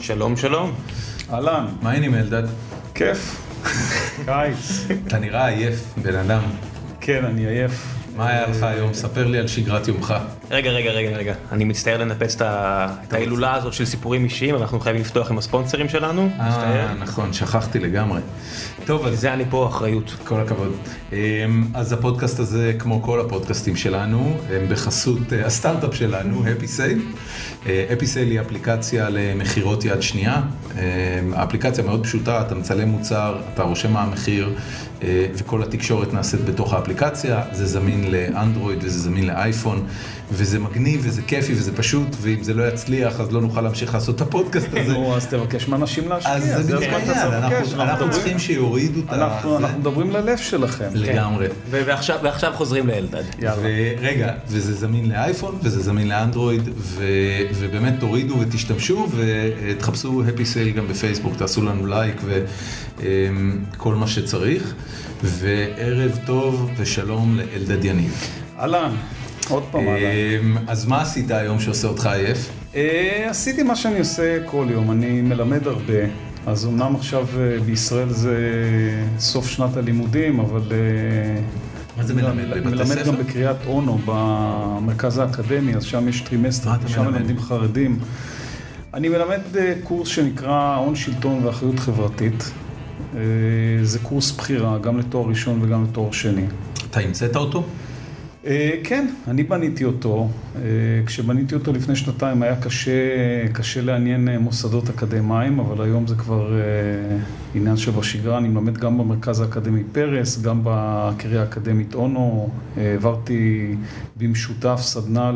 שלום, שלום. אהלן. מה העניינים אלדד? כיף. קיץ. אתה נראה עייף, בן אדם. כן, אני עייף. מה היה לך היום? ספר לי על שגרת יומך. רגע. אני מצטער לנפץ את ההילולה הזאת של סיפורים אישיים, אנחנו חייבים לפתוח עם הספונסרים שלנו. נכון, שכחתי לגמרי. טוב, אז זה אני פה אחריות. כל הכבוד. אז הפודקאסט הזה, כמו כל הפודקאסטים שלנו, הם בחסות הסטארט-אפ שלנו, Happy Sale. Happy Sale היא אפליקציה למחירות יד שנייה. האפליקציה מאוד פשוטה, אתה מצלם מוצר, אתה רושם מה המחיר, וכל התקשורת נעשית בתוך האפליקציה. זה זמין לאנדרואיד וזה זמין לאייפון, וזה מגניב וזה כיפי וזה פשוט, ואם זה לא יצליח אז לא נוכל להמשיך לעשות את הפודקאסט הזה. אז תבקש מאנשים להשקיע. אז זה בדיוק העניין, אנחנו צריכים שיורידו את זה. אנחנו מדברים ללב שלכם. לגמרי. ועכשיו חוזרים לאלדד. רגע, וזה זמין לאייפון וזה זמין לאנדרואיד, ובאמת תורידו ותשתמשו ותחפשו Happy Sale גם בפייסבוק, תעשו לנו לייק וכל מה שצריך. וערב טוב ושלום לאלדד יניב. אהלן, עוד פעם אהלן. אז מה עשית היום שעושה אותך עייף? עשיתי מה שאני עושה כל יום, אני מלמד הרבה. אז אמנם עכשיו בישראל זה סוף שנת הלימודים, אבל מה זה מלמד? בבתי ספר? מלמד גם בקריית אונו, במרכז האקדמי, אז שם יש טרימסטר, שם מלמדים חרדים. אני מלמד קורס שנקרא הון שלטון ואחריות חברתית. זה קורס בחירה, גם לתואר ראשון וגם לתואר שני. אתה המצאת אותו? כן, אני בניתי אותו. כשבניתי אותו לפני שנתיים היה קשה לעניין מוסדות אקדמיים, אבל היום זה כבר עניין שבשגרה. אני מלמד גם במרכז האקדמי פרס, גם בקריה האקדמית אונו. העברתי במשותף סדנה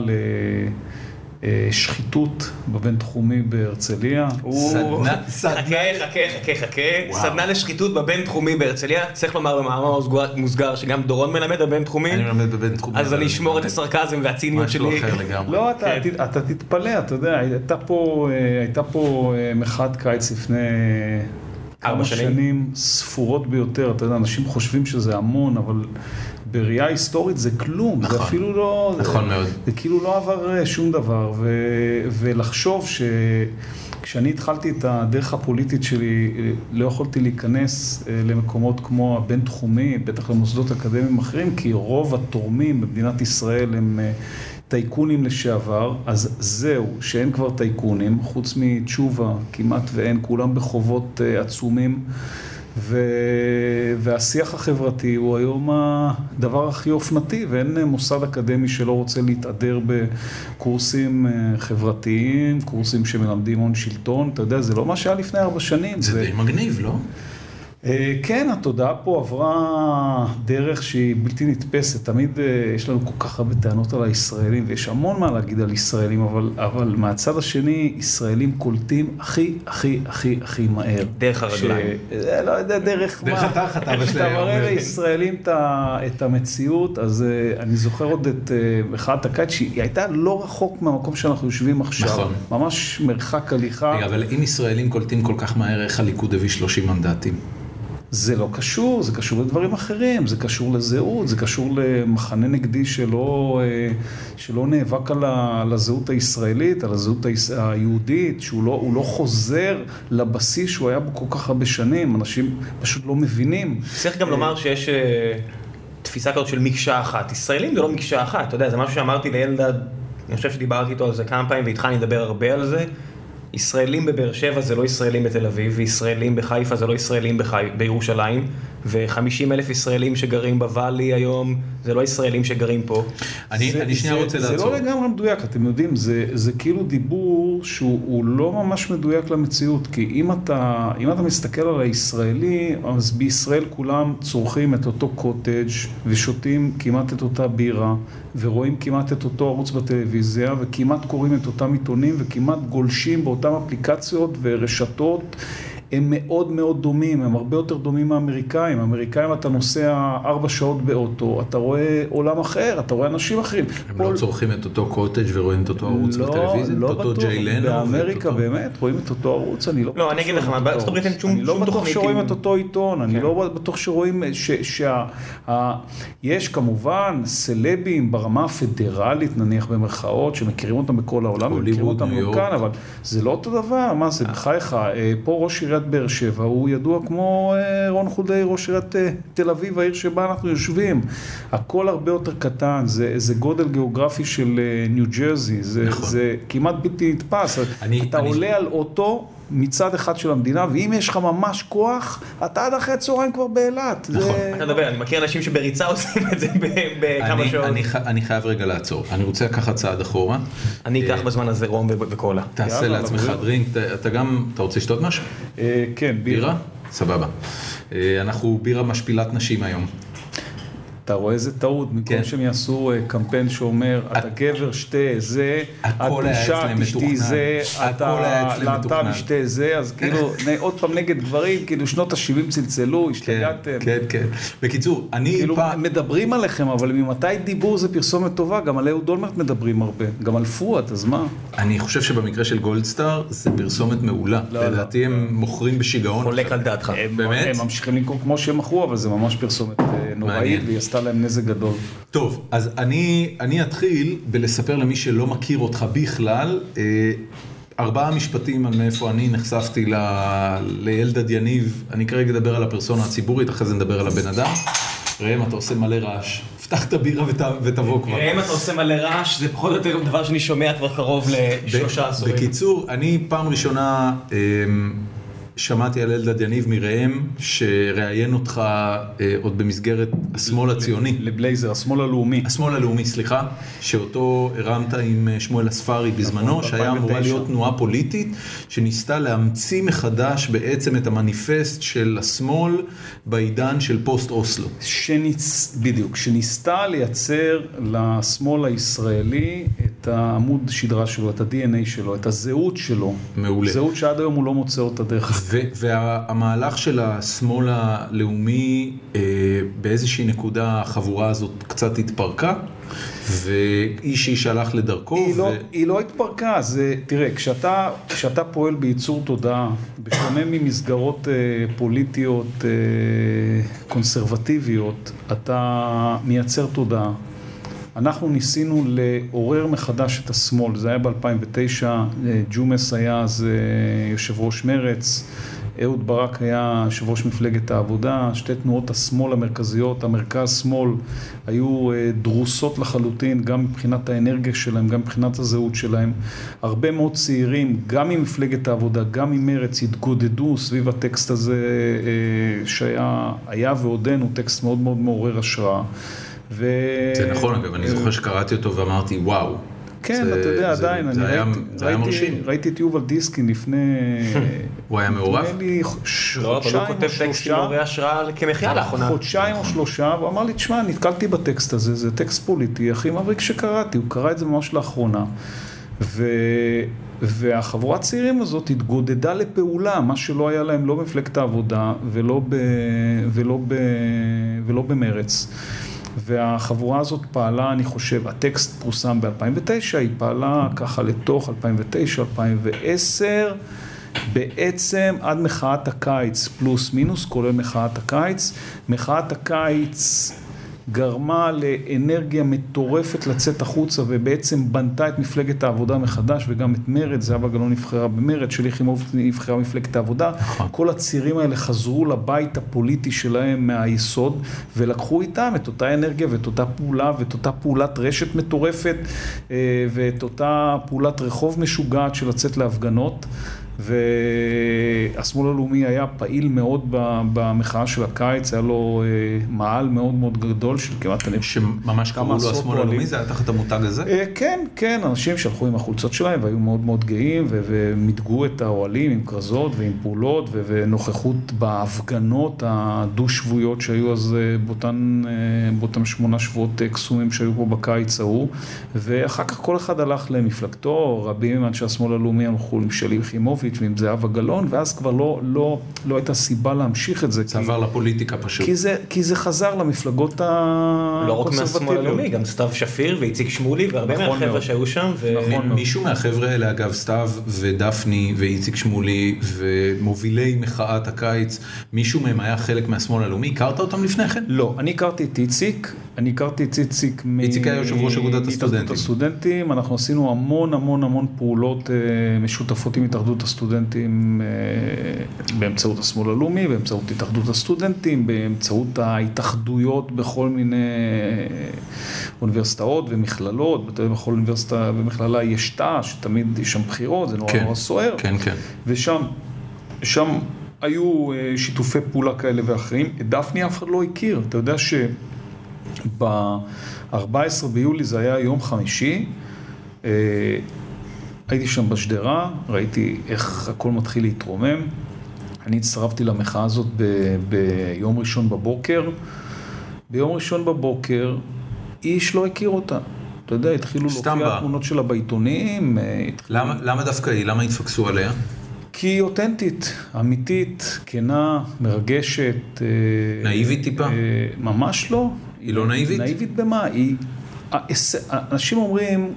שחיתות בבינתחומי בהרצליה. חכה. סדנה לשחיתות בבינתחומי בהרצליה. צריך לומר במאמר מוסגר שגם דורון מלמד בבינתחומי. אני מלמד בבינתחומי. אז אני אשמור את הסרקזם והציניות שלי. משהו אחר לגמרי. לא, אתה תתפלא, אתה יודע, הייתה פה מחאת קיץ לפני 4 שנים ספורות ביותר. אתה יודע, אנשים חושבים שזה המון, אבל בראייה היסטורית זה כלום, זה אפילו לא, נכון מאוד. זה כאילו לא עבר שום דבר, ולחשוב שכשאני התחלתי את הדרך הפוליטית שלי, לא יכולתי להיכנס למקומות כמו הבינתחומי, בטח למוסדות אקדמיים אחרים, כי רוב התורמים במדינת ישראל הם טייקונים לשעבר, אז זהו, שאין כבר טייקונים, חוץ מתשובה, כמעט ואין, כולם בחובות עצומים, והשיח החברתי הוא היום הדבר הכי אופנתי, ואין מוסד אקדמי שלא רוצה להתעדר בקורסים חברתיים, קורסים שמלמדים הון שלטון. אתה יודע, זה לא מה שהיה לפני 4 שנים. זה די מגניב, לא? כן, התודעה פה עברה דרך שהיא בלתי נתפסת. תמיד יש לנו כל כך הרבה טענות על הישראלים, ויש המון מה להגיד על ישראלים, אבל מהצד השני, ישראלים קולטים הכי מהר. דרך הרגליים. לא יודע, דרך מה. דרך התחת, אבא שלי. כשאתה מראה לישראלים את המציאות, אז אני זוכר עוד את מחאת הקיץ, שהיא הייתה לא רחוק מהמקום שאנחנו יושבים עכשיו. נכון. ממש מרחק הליכה. אבל אם ישראלים קולטים כל כך מהר, איך הליכוד הביא 30 מנדטים? זה לא קשור, זה קשור לדברים אחרים, זה קשור לזהות, זה קשור למחנה נגדי שלא נאבק על הזהות הישראלית, על הזהות היהודית, שהוא לא חוזר לבסיס שהוא היה בו כל כך הרבה שנים, אנשים פשוט לא מבינים. צריך גם לומר שיש תפיסה כזאת של מקשה אחת. ישראלים זה לא מקשה אחת, אתה יודע, זה משהו שאמרתי לילדד, אני חושב שדיברתי איתו על זה כמה פעמים, ואיתך אני אדבר הרבה על זה. ישראלים בבאר שבע זה לא ישראלים בתל אביב, וישראלים בחיפה זה לא ישראלים בירושלים, ו50,000 ישראלים שגרים בוואלי היום, זה לא ישראלים שגרים פה. אני שנייה רוצה לעצור. זה לא לגמרי מדויק, אתם יודעים, זה כאילו דיבור שהוא לא ממש מדויק למציאות, כי אם אתה מסתכל על הישראלי, אז בישראל כולם צורכים את אותו קוטג' ושותים כמעט את אותה בירה, ורואים כמעט את אותו ערוץ בטלוויזיה, וכמעט קוראים את אותם עיתונים, וכמעט גולשים באותם אפליקציות ורשתות. הם מאוד מאוד דומים, הם הרבה יותר דומים מהאמריקאים. האמריקאים אתה נוסע 4 שעות באוטו, אתה רואה עולם אחר, אתה רואה אנשים אחרים. הם לא צורכים את אותו קוטג' ורואים את אותו ערוץ בטלוויזיה? לא אותו בטוח, ג'יי לנו? באמריקה באמת רואים את אותו ערוץ, אני לא בטוח. לא, אני אגיד לך, בארצות הברית אין שום תוכנית. אני לא בטוח שרואים את אותו עיתון, אני לא בטוח שרואים יש כמובן סלבים ברמה הפדרלית, נניח במרכאות, שמכירים אותם בכל העולם, מכירים אותם כאן, אבל זה לא אותו דבר, מה זה, בחייך, פה ראש עיריית באר שבע, הוא ידוע כמו רון חולדאי, ראש עיריית תל אביב, העיר שבה אנחנו יושבים. הכל הרבה יותר קטן, זה גודל גיאוגרפי של ניו ג'רזי, זה כמעט בלתי נתפס. אתה עולה על אוטו מצד אחד של המדינה, ואם יש לך ממש כוח, אתה עד אחרי הצהריים כבר באילת. נכון, אתה מדבר, אני מכיר אנשים שבריצה עושים את זה בכמה שעות. אני חייב רגע לעצור, אני רוצה לקחת צעד אחורה. אני אקח בזמן הזה רום וקולה. תעשה לעצמך דרינק, אתה רוצה לשתות משהו? כן, בירה? סבבה. אנחנו בירה משפילת נשים היום. אתה רואה איזה טעות, במקום שהם יעשו קמפיין שאומר, אתה גבר שתה זה, את אישה תשתי זה, אתה להט"ב שתה זה, אז כאילו, עוד פעם נגד גברים, כאילו שנות ה-70 צלצלו, השתגעתם. כן, כן. בקיצור, אני כאילו, מדברים עליכם, אבל ממתי דיבור זה פרסומת טובה, גם על אהוד אולמרט מדברים הרבה, גם על פואד, אז מה? אני חושב שבמקרה של גולדסטאר, זה פרסומת מעולה. לדעתי הם מוכרים בשיגעון. חולק על דעתך. באמת? הם ממשיכים למכור כמו שהם מכרו, אבל זה ממש פרסומת נוראית, והיא עשתה להם נזק גדול. טוב, אז אני אתחיל בלספר למי שלא מכיר אותך בכלל, 4 משפטים על מאיפה אני נחשפתי לאלדד יניב. אני כרגע אדבר על הפרסונה הציבורית, אחרי זה נדבר על הבן אדם. ראם, אתה עושה מלא רעש. פתח את הבירה ותבוא כבר. ראם, אתה עושה מלא רעש, זה פחות או יותר דבר שאני שומע כבר קרוב ל3 עשורים. בקיצור, אני פעם ראשונה שמעתי על אלדד יניב מראם, שראיין אותך עוד במסגרת השמאל הציוני. לבלייזר, השמאל הלאומי. השמאל הלאומי, סליחה, שאותו הרמת עם שמואל אספרי בזמנו, שהיה אמורה להיות תנועה פוליטית, שניסתה להמציא מחדש בעצם את המניפסט של השמאל בעידן של פוסט אוסלו. בדיוק, שניסתה לייצר לשמאל הישראלי את העמוד שדרה שלו, את ה-DNA שלו, את הזהות שלו. מעולה. זהות שעד היום הוא לא מוצא אותה דרך. והמהלך של השמאל הלאומי באיזושהי נקודה החבורה הזאת קצת התפרקה, ואיש הלך לדרכו. היא לא התפרקה, תראה, כשאתה פועל בייצור תודעה, בשונה ממסגרות פוליטיות קונסרבטיביות, אתה מייצר תודעה. אנחנו ניסינו לעורר מחדש את השמאל, זה היה ב-2009, ג'ומס היה אז יושב ראש מרץ, אהוד ברק היה יושב ראש מפלגת העבודה, שתי תנועות השמאל המרכזיות, המרכז שמאל, היו דרוסות לחלוטין, גם מבחינת האנרגיה שלהם, גם מבחינת הזהות שלהם. הרבה מאוד צעירים, גם ממפלגת העבודה, גם ממרץ, התגודדו סביב הטקסט הזה, שהיה ועודנו טקסט מאוד מאוד מעורר השראה. זה נכון, אגב, אני זוכר שקראתי אותו ואמרתי, וואו. כן, אתה יודע, עדיין, ראיתי את יובל דיסקין לפני... הוא היה מעורב? לא, אבל הוא כותב טקסטים מעוררי השראה כמחיה לאחרונה. חודשיים או 3, והוא אמר לי, תשמע, נתקלתי בטקסט הזה, זה טקסט פוליטי, הכי מבריק שקראתי, הוא קרא את זה ממש לאחרונה. והחבורת צעירים הזאת התגודדה לפעולה, מה שלא היה להם לא במפלגת העבודה ולא במרץ. והחבורה הזאת פעלה, אני חושב, הטקסט פורסם ב-2009, היא פעלה ככה לתוך 2009, 2010, בעצם עד מחאת הקיץ, פלוס מינוס, כולל מחאת הקיץ. מחאת הקיץ גרמה לאנרגיה מטורפת לצאת החוצה, ובעצם בנתה את מפלגת העבודה מחדש, וגם את מרצ, זהבה גלאון נבחרה במרצ, שלי יחימוביץ נבחרה מפלגת העבודה. כל הצעירים האלה חזרו לבית הפוליטי שלהם מהיסוד, ולקחו איתם את אותה אנרגיה, ואת אותה פעולה, ואת אותה פעולת רשת מטורפת, ואת אותה פעולת רחוב משוגעת של לצאת להפגנות. והשמאל הלאומי היה פעיל מאוד במחאה של הקיץ, היה לו מעל מאוד מאוד גדול של כמעט... שממש קראו לו השמאל הלאומי, זה היה תחת המותג הזה? כן, כן, אנשים שלחו עם החולצות שלהם והיו מאוד מאוד גאים ומתגו את האוהלים עם כרזות ועם פעולות ונוכחות בהפגנות הדו-שבועיות שהיו אז באותם 8 שבועות קסומים שהיו פה בקיץ ההוא, ואחר כך כל אחד הלך למפלגתו, רבים מאנשי השמאל הלאומי הלכו עם שלי יחימוביץ, סמוטריץ' ועם זהבה גלאון, ואז כבר לא הייתה סיבה להמשיך את זה. זה עבר לפוליטיקה פשוט. כי זה חזר למפלגות הקונסרבטיביות. לא רק מהשמאל הלאומי, גם סתיו שפיר ואיציק שמולי, והרבה מהחבר'ה שהיו שם. מישהו מהחבר'ה האלה, אגב, סתיו ודפני ואיציק שמולי ומובילי מחאת הקיץ, מישהו מהם היה חלק מהשמאל הלאומי? הכרת אותם לפני כן? לא, אני הכרתי את איציק. איציק היה יושב ראש אגודת הסטודנטים. אנחנו עשינו המון פעולות משותפות עם התאחדות הסטודנטים באמצעות השמאל הלאומי, באמצעות התאחדות הסטודנטים, באמצעות ההתאחדויות בכל מיני אוניברסיטאות ומכללות. בכל אוניברסיטה ומכללה יש תא, שתמיד יש שם בחירות, זה נורא סוער. כן. ושם היו שיתופי פעולה כאלה ואחרים. את דפני אף אחד לא הכיר. אתה יודע ב-14 ביולי, זה היה יום חמישי, הייתי שם בשדרה, ראיתי איך הכל מתחיל להתרומם. אני הצטרפתי למחאה הזאת ביום ראשון בבוקר. ביום ראשון בבוקר, איש לא הכיר אותה. אתה יודע, התחילו להופיע תמונות שלה בעיתונים. למה דווקא היא? למה התפקסו עליה? כי היא אותנטית, אמיתית, כנה, מרגשת. נאיבית טיפה? ממש לא. היא לא נאיבית? נאיבית במה? אנשים אומרים,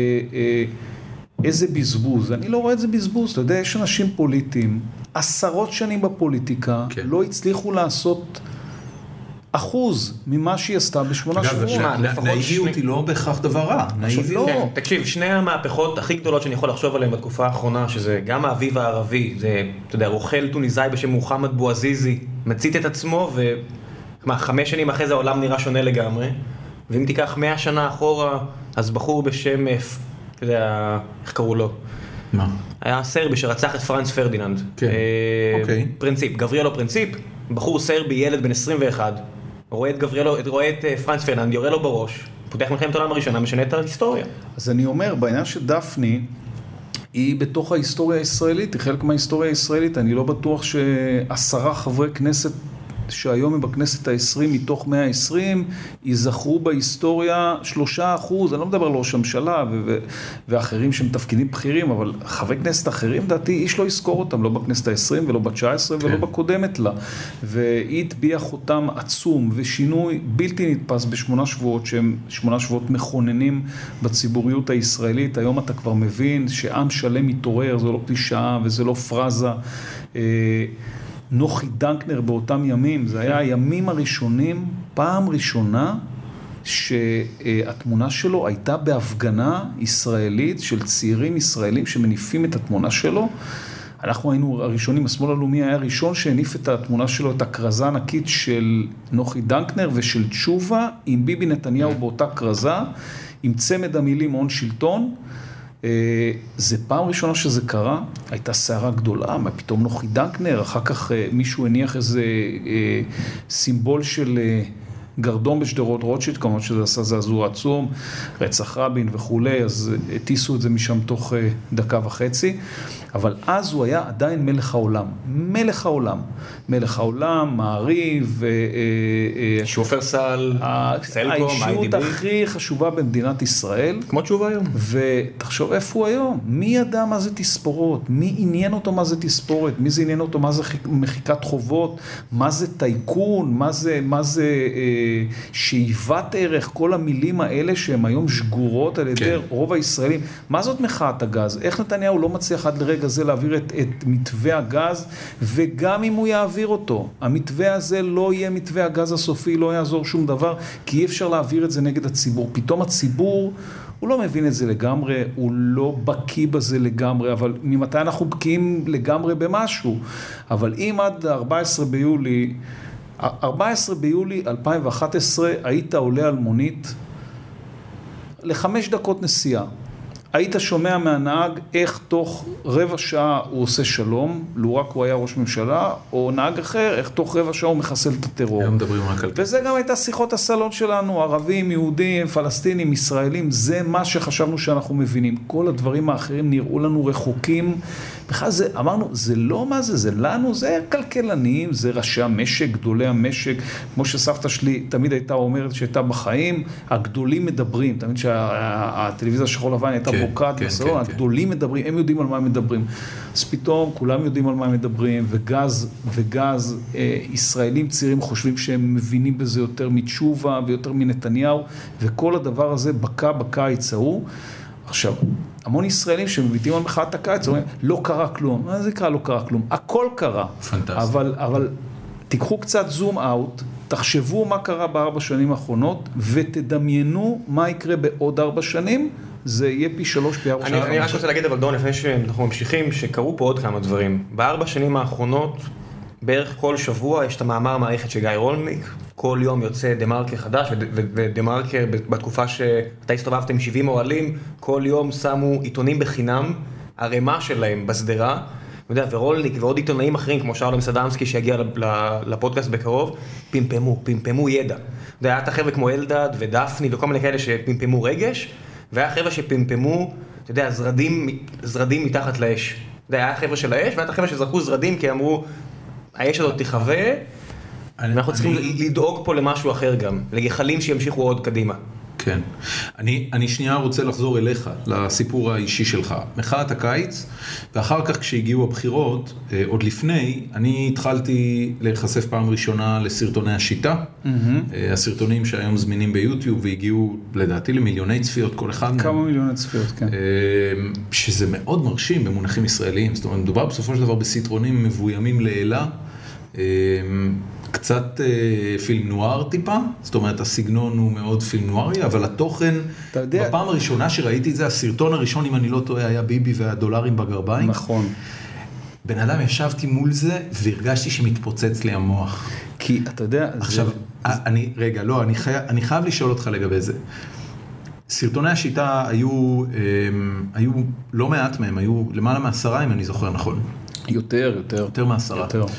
איזה בזבוז. אני לא רואה את זה בזבוז. אתה יודע, יש אנשים פוליטיים, 10 שנים בפוליטיקה, לא הצליחו לעשות אחוז ממה שהיא עשתה ב8 שבועות. נאיביות היא לא בהכרח דבר רע. לא. תקשיב, שני המהפכות הכי גדולות שאני יכול לחשוב עליהן בתקופה האחרונה, שזה גם האביב הערבי, זה, אתה יודע, רוכל טוניסאי בשם מוחמד בועזיזי, מצית את עצמו, 5 שנים אחרי זה העולם נראה שונה לגמרי, ואם תיקח 100 שנה אחורה, אז בחור בשם, אתה יודע, איך קראו לו? מה? היה סרבי שרצח את פרנץ פרדיננד. כן, אוקיי. פרינציפ, גבריאלו פרינציפ, בחור סרבי, ילד בן 21, רואה את פרנץ פרדיננד, יורה לו בראש, פותח מלחמת העולם הראשונה, משנה את ההיסטוריה. אז אני אומר, בעניין שדפני, היא בתוך ההיסטוריה הישראלית, היא חלק מההיסטוריה הישראלית, אני לא בטוח ש10 חברי כנסת שהיום הם בכנסת ה-20 מתוך 120, ייזכרו בהיסטוריה 3%, אני לא מדבר על ראש הממשלה ואחרים שהם תפקידים בכירים, אבל חברי כנסת אחרים, דעתי, איש לא יזכור אותם, לא בכנסת ה-20 ולא ב-19 ולא בקודמת לה. והיא התביעה חותם עצום ושינוי בלתי נתפס ב8 שבועות, שהם 8 שבועות מכוננים בציבוריות הישראלית. היום אתה כבר מבין שעם שלם מתעורר, זו לא קלישאה וזה לא פרזה. נוחי דנקנר באותם ימים, זה היה הימים הראשונים, פעם ראשונה שהתמונה שלו הייתה בהפגנה ישראלית של צעירים ישראלים שמניפים את התמונה שלו. אנחנו היינו הראשונים, השמאל הלאומי היה הראשון שהניף את התמונה שלו, את הכרזה ענקית של נוחי דנקנר ושל תשובה, עם ביבי נתניהו באותה כרזה, עם צמד המילים הון שלטון. זה פעם ראשונה שזה קרה, הייתה סערה גדולה, מה פתאום נוחי דנקנר, אחר כך מישהו הניח איזה סימבול של גרדום בשדרות רוטשילד, כמובן שזה עשה זעזוע עצום, רצח רבין וכולי, אז הטיסו את זה משם תוך 1.5 דקות, אבל אז הוא היה עדיין מלך העולם, מלך העולם, מעריב, שופרסל, סלקום, האישיות הכי חשובה במדינת ישראל. כמו תשובה היום. ותחשוב איפה הוא היום, מי ידע מה זה תספורות, מי עניין אותו מה זה תספורת, מי זה עניין אותו מה זה מחיקת חובות, מה זה טייקון, מה זה שאיבת ערך, כל המילים האלה שהן היום שגורות על ידי רוב הישראלים. מה זאת מחאת הגז? איך נתניהו לא מצליח עד לרגע זה להעביר את מתווה הגז, וגם אם הוא יעביר אותו, המתווה הזה לא יהיה מתווה הגז הסופי, לא יעזור שום דבר, כי אי אפשר להעביר את זה נגד הציבור. פתאום הציבור, הוא לא מבין את זה לגמרי, הוא לא בקיא בזה לגמרי, אבל ממתי אנחנו בקיאים לגמרי במשהו? אבל אם עד 14 ביולי 2011 היית עולה על מונית ל5 דקות נסיעה, היית שומע מהנהג איך תוך 15 שעה הוא עושה שלום, לו רק הוא היה ראש ממשלה, או נהג אחר, איך תוך 15 שעה הוא מחסל את הטרור. היום מדברים רק על... וזה גם הייתה שיחות הסלון שלנו, ערבים, יהודים, פלסטינים, ישראלים, זה מה שחשבנו שאנחנו מבינים. כל הדברים האחרים נראו לנו רחוקים בכלל זה, אמרנו, זה לא מה זה, זה לנו, זה כלכלנים, זה ראשי המשק, גדולי המשק, כמו שסבתא שלי תמיד הייתה אומרת שהייתה בחיים, הגדולים מדברים, תמיד שהטלוויזיה שחור לבן הייתה בוקעת בסלון, הגדולים מדברים, הם יודעים על מה הם מדברים. אז פתאום כולם יודעים על מה הם מדברים, וגז, ישראלים צעירים חושבים שהם מבינים בזה יותר מתשובה ויותר מנתניהו, וכל הדבר הזה בקיץ ההוא. עכשיו, המון ישראלים שמביטים על מחאת הקיץ, אומרים, לא קרה כלום. מה זה קרה? לא קרה כלום. הכל קרה. פנטסטי. אבל תיקחו קצת זום אאוט, תחשבו מה קרה ב4 שנים האחרונות, ותדמיינו מה יקרה בעוד 4 שנים, זה יהיה פי 3, פי 4 שנים. אני רק רוצה להגיד, אבל דון, לפני שאנחנו ממשיכים, שקרו פה עוד כמה דברים. ב4 שנים האחרונות, בערך כל שבוע יש את המאמר מערכת של גיא רולניק, כל יום יוצא דה-מרקר חדש, ודה-מרקר בתקופה שאתה הסתובבת עם 70 אוהלים, כל יום שמו עיתונים בחינם, הרמה שלהם בסדרה, ורולניק ועוד עיתונאים אחרים, כמו שאול סדמסקי שיגיע לפודקאסט בקרוב, פמפמו ידע. היה את החבר'ה כמו אלדד ודפני וכל מיני כאלה שפמפמו רגש, והיה חבר'ה שפמפמו, אתה יודע, זרדים מתחת לאש. היה חבר'ה של האש, והיה חבר'ה שזרקו זרדים כי אמרו, האש הזאת תחווה, ואנחנו צריכים לדאוג פה למשהו אחר גם, לגחלים שימשיכו עוד קדימה. כן. אני שנייה רוצה לחזור אליך, לסיפור האישי שלך. מחאת הקיץ, ואחר כך כשהגיעו הבחירות, עוד לפני, אני התחלתי להיחשף פעם ראשונה לסרטוני השיטה, הסרטונים שהיום זמינים ביוטיוב, והגיעו לדעתי למיליוני צפיות כל אחד. כמה מיליוני צפיות, כן. שזה מאוד מרשים במונחים ישראליים, זאת אומרת, מדובר בסופו של דבר בסרטונים מבוימים לעילה, קצת פילם נואר טיפה, זאת אומרת הסגנון הוא מאוד פילם נוארי, אבל התוכן, בפעם הראשונה שראיתי את זה, הסרטון הראשון אם אני לא טועה היה ביבי והדולרים בגרביים. נכון. בן אדם ישבתי מול זה והרגשתי שמתפוצץ לי המוח. כי אתה יודע... עכשיו, אני חייב לשאול אותך לגבי זה. סרטוני השיטה היו לא מעט מהם, היו למעלה מ10 אם אני זוכר נכון. יותר מ10.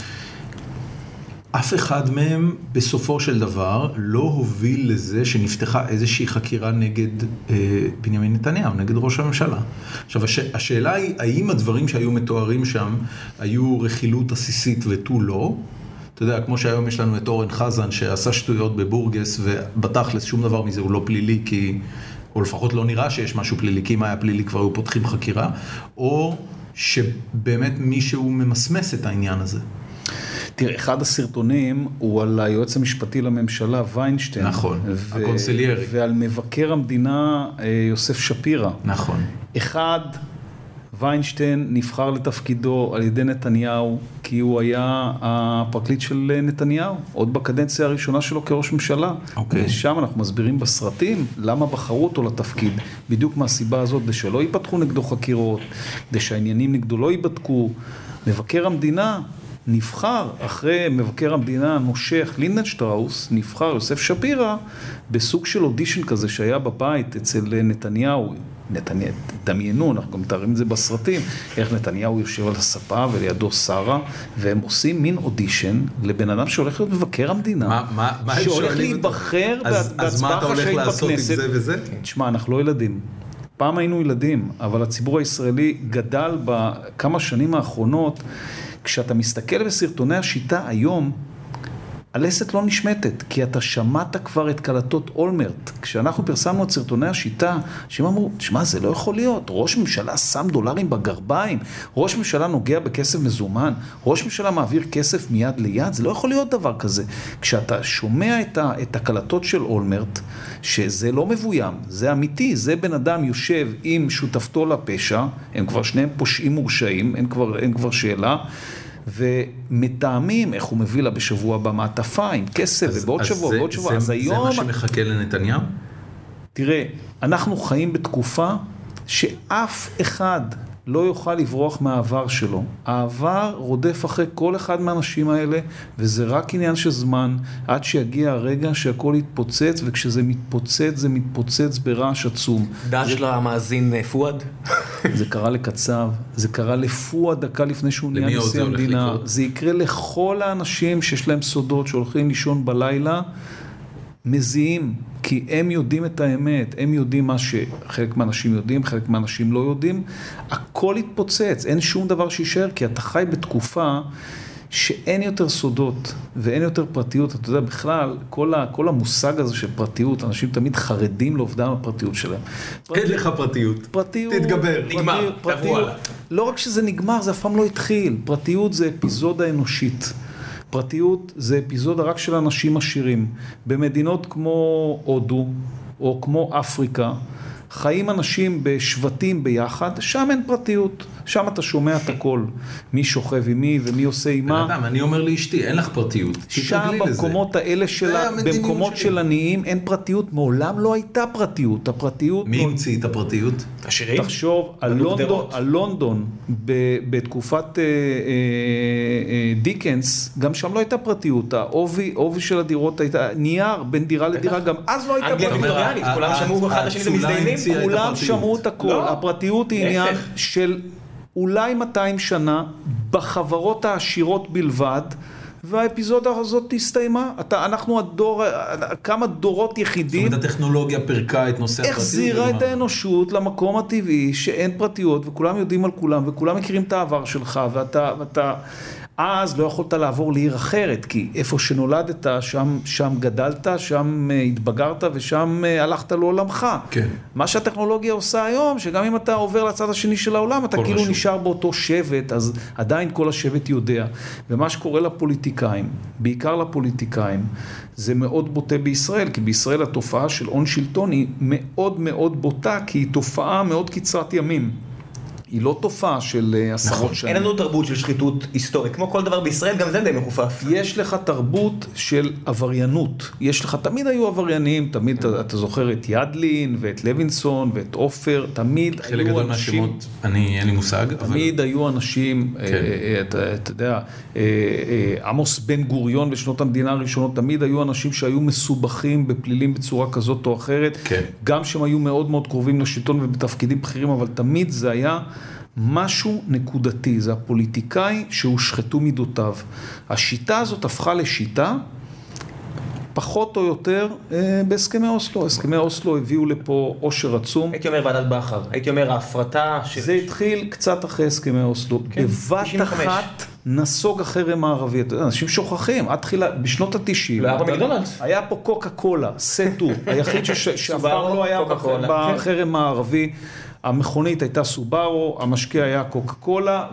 אף אחד מהם בסופו של דבר לא הוביל לזה שנפתחה איזושהי חקירה נגד בנימין נתניהו, נגד ראש הממשלה. עכשיו, השאלה היא, האם הדברים שהיו מתוארים שם היו רכילות עסיסית ותו לא? אתה יודע, כמו שהיום יש לנו את אורן חזן שעשה שטויות בבורגס, ובתכלס שום דבר מזה הוא לא פלילי, או לפחות לא נראה שיש משהו פלילי, כי אם היה פלילי כבר היו פותחים חקירה, או שבאמת מישהו ממסמס את העניין הזה. תראה, אחד הסרטונים הוא על היועץ המשפטי לממשלה, ויינשטיין. נכון, הקונסיליירי. ועל מבקר המדינה, יוסף שפירא. נכון. אחד, ויינשטיין נבחר לתפקידו על ידי נתניהו, כי הוא היה הפרקליט של נתניהו, עוד בקדנציה הראשונה שלו כראש ממשלה. ושם אנחנו מסבירים בסרטים למה בחרו אותו לתפקיד. בדיוק מהסיבה הזאת, שלא ייפתחו נגדו חקירות, שהעניינים נגדו לא ייבדקו. מבקר המדינה נבחר, אחרי מבקר המדינה הנושך לינדנשטראוס, נבחר יוסף שפירא, בסוג של אודישן כזה שהיה בבית אצל נתניהו. דמיינו, אנחנו גם מתארים את זה בסרטים, איך נתניהו יושב על הספה ולידו שרה, והם עושים מין אודישן לבן אדם שהולך להיות מבקר המדינה, שהולך להיבחר בהצבעה חשאית בכנסת. תשמע, אנחנו לא ילדים. פעם היינו ילדים, אבל הציבור הישראלי גדל בכמה שנים האחרונות. כשאתה מסתכל בסרטוני השיטה היום, הלסת לא נשמטת, כי אתה שמעת כבר את קלטות אולמרט. כשאנחנו פרסמנו את סרטוני השיטה, שהם אמרו, תשמע, זה לא יכול להיות. ראש ממשלה שם דולרים בגרביים, ראש ממשלה נוגע בכסף מזומן, ראש ממשלה מעביר כסף מיד ליד, זה לא יכול להיות דבר כזה. כשאתה שומע את הקלטות של אולמרט, שזה לא מבוים, זה אמיתי, זה בן אדם יושב עם שותפתו לפשע, הם כבר שניהם פושעים מורשעים, אין כבר שאלה, ומטעמים איך הוא מביא לה בשבוע הבא מעטפה עם כסף, ובעוד שבוע, בעוד שבוע. אז זה מה שמחכה לנתניהו? תראה, אנחנו חיים בתקופה שאף אחד לא יוכל לברוח מהעבר שלו. העבר רודף אחרי כל אחד מהאנשים האלה, וזה רק עניין של זמן, עד שיגיע הרגע שהכל יתפוצץ, וכשזה מתפוצץ, זה מתפוצץ ברעש עצום. דש למאזין פואד? זה קרה לקצב, זה קרה לפואד דקה לפני שהוא נהיה נשיא המדינה. זה יקרה לכל האנשים שיש להם סודות, שהולכים לישון בלילה, מזיעים, כי הם יודעים את האמת, הם יודעים מה שחלק מהאנשים יודעים, חלק מהאנשים לא יודעים, הכל יתפוצץ, אין שום דבר שישאר, כי אתה חי בתקופה שאין יותר סודות ואין יותר פרטיות. אתה יודע, בכלל, כל המושג הזה של פרטיות, אנשים תמיד חרדים לאובדן הפרטיות שלהם. אין לך פרטיות. פרטיות. תתגבר. נגמר, תבוא הלאה. לא רק שזה נגמר, זה אף פעם לא התחיל. פרטיות זה אפיזודה אנושית. פרטיות זה אפיזודה רק של אנשים עשירים. במדינות כמו הודו, או כמו אפריקה, חיים אנשים בשבטים ביחד, שם אין פרטיות, שם אתה שומע את הכל, מי שוכב עם מי ומי עושה עם מה. אדם, אני אומר לאשתי, אין לך פרטיות, שם במקומות האלה במקומות של עניים אין פרטיות, מעולם לא הייתה פרטיות, הפרטיות... מי המציא את הפרטיות? עשירים? תחשוב, על לונדון, בתקופת דיקנס, גם שם לא הייתה פרטיות, העובי של הדירות הייתה נייר, בין דירה לדירה, גם אז לא הייתה אנגליה פרטיות. ויקטוריאנית, כולם שמעו אחד לשני ומזדיינים. כולם שמעו את הכל, לא. הפרטיות היא עניין של אולי 200 שנה, בחברות העשירות בלבד, והאפיזודה הזאת הסתיימה. אנחנו הדור, כמה דורות יחידים. זאת אומרת, הטכנולוגיה פרקה את נושא הפרטיות. החזירה את האנושות למקום הטבעי, שאין פרטיות, וכולם יודעים על כולם, וכולם מכירים את העבר שלך, ואתה אז לא יכולת לעבור לעיר אחרת, כי איפה שנולדת, שם גדלת, שם התבגרת, ושם הלכת לעולמך. כן. מה שהטכנולוגיה עושה היום, שגם אם אתה עובר לצד השני של העולם, אתה כאילו נשאר באותו שבט, אז עדיין כל השבט יודע. ומה שקורה לפוליטיקאים, בעיקר לפוליטיקאים, זה מאוד בוטה בישראל, כי בישראל התופעה של הון שלטון היא מאוד מאוד בוטה, כי היא תופעה מאוד קצרת ימים. היא לא תופעה של עשרות שנים. אין לנו תרבות של שחיתות היסטורית. כמו כל דבר בישראל, גם זה די מחופף. יש לך תרבות של עבריינות. יש לך, תמיד היו עבריינים, תמיד אתה זוכר את ידלין ואת לוינסון ואת אופר, תמיד היו אנשים... חלק גדול מהשמות, אין לי מושג. תמיד היו אנשים, אתה יודע, עמוס בן גוריון בשנות המדינה הראשונות, תמיד היו אנשים שהיו מסובכים בפלילים בצורה כזאת או אחרת. גם שהם היו מאוד מאוד קרובים לשלטון ובתפקידים בכירים, אבל תמיד זה היה... משהו נקודתי, זה הפוליטיקאי שהושחתו מידותיו. השיטה הזאת הפכה לשיטה, פחות או יותר, בהסכמי אוסלו. הסכמי אוסלו הביאו לפה עושר עצום. הייתי אומר ועדת בכר, הייתי אומר ההפרטה של... זה התחיל קצת אחרי הסכמי אוסלו. בבת אחת נסוג החרם הערבי. אנשים שוכחים, עד תחילה, בשנות ה-90. לא היה פה מקדונלדס. היה פה קוקה קולה, סטו, היחיד שאפשר לא היה בחרם הערבי. המכונית הייתה סובארו, המשקיע היה קוקה קולה,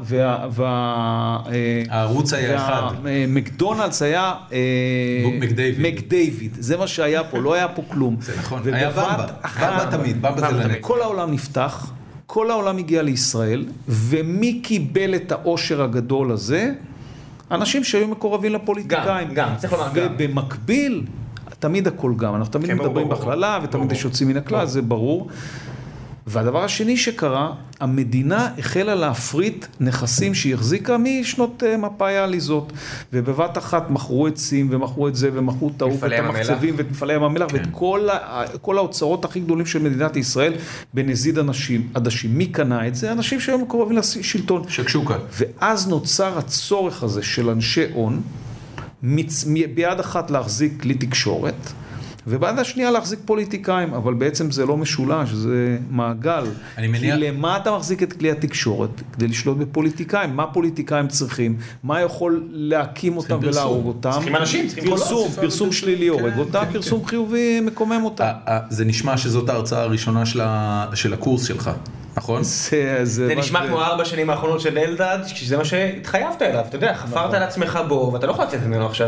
הערוץ היה אחד. מקדונלדס היה מקדייוויד. זה מה שהיה פה, לא היה פה כלום. זה נכון, היה במבה. במבה תמיד, במבה זה לנק. כל העולם נפתח, כל העולם הגיע לישראל, ומי קיבל את העושר הגדול הזה? אנשים שהיו מקורבים לפוליטיקאים. גם, צריך לומר גם. ובמקביל, תמיד הכל גם. אנחנו תמיד מדברים בכללה, ותמיד יש יוצאים מן הכלל, זה ברור. והדבר השני שקרה, המדינה החלה להפריט נכסים שהיא החזיקה משנות מפאי העליזות, ובבת אחת מכרו עצים ומכרו את זה ומכרו את העוף, את המחצבים ואת מפעלי ים המלח, ואת כל האוצרות הכי גדולים של מדינת ישראל בנזיד עדשים. מי קנה את זה? אנשים שהיו מקורבים לשלטון. שקשוקה. ואז נוצר הצורך הזה של אנשי הון, ביד אחת להחזיק כלי תקשורת, ובעד השנייה להחזיק פוליטיקאים, אבל בעצם זה לא משולש, זה מעגל. כי למה אתה מחזיק את כלי התקשורת? כדי לשלוט בפוליטיקאים. מה פוליטיקאים צריכים? מה יכול להקים אותם ולהרוג אותם? צריכים אנשים, צריכים פרסום שלילי הורג אותם, פרסום חיובי מקומם אותם. זה נשמע שזאת ההרצאה הראשונה של הקורס שלך, נכון? זה נשמע כמו 4 שנים האחרונות של אלדד, שזה מה שהתחייבת אליו, אתה יודע, חפרת על עצמך בו, ואתה לא יכול לצאת ממנו עכשיו.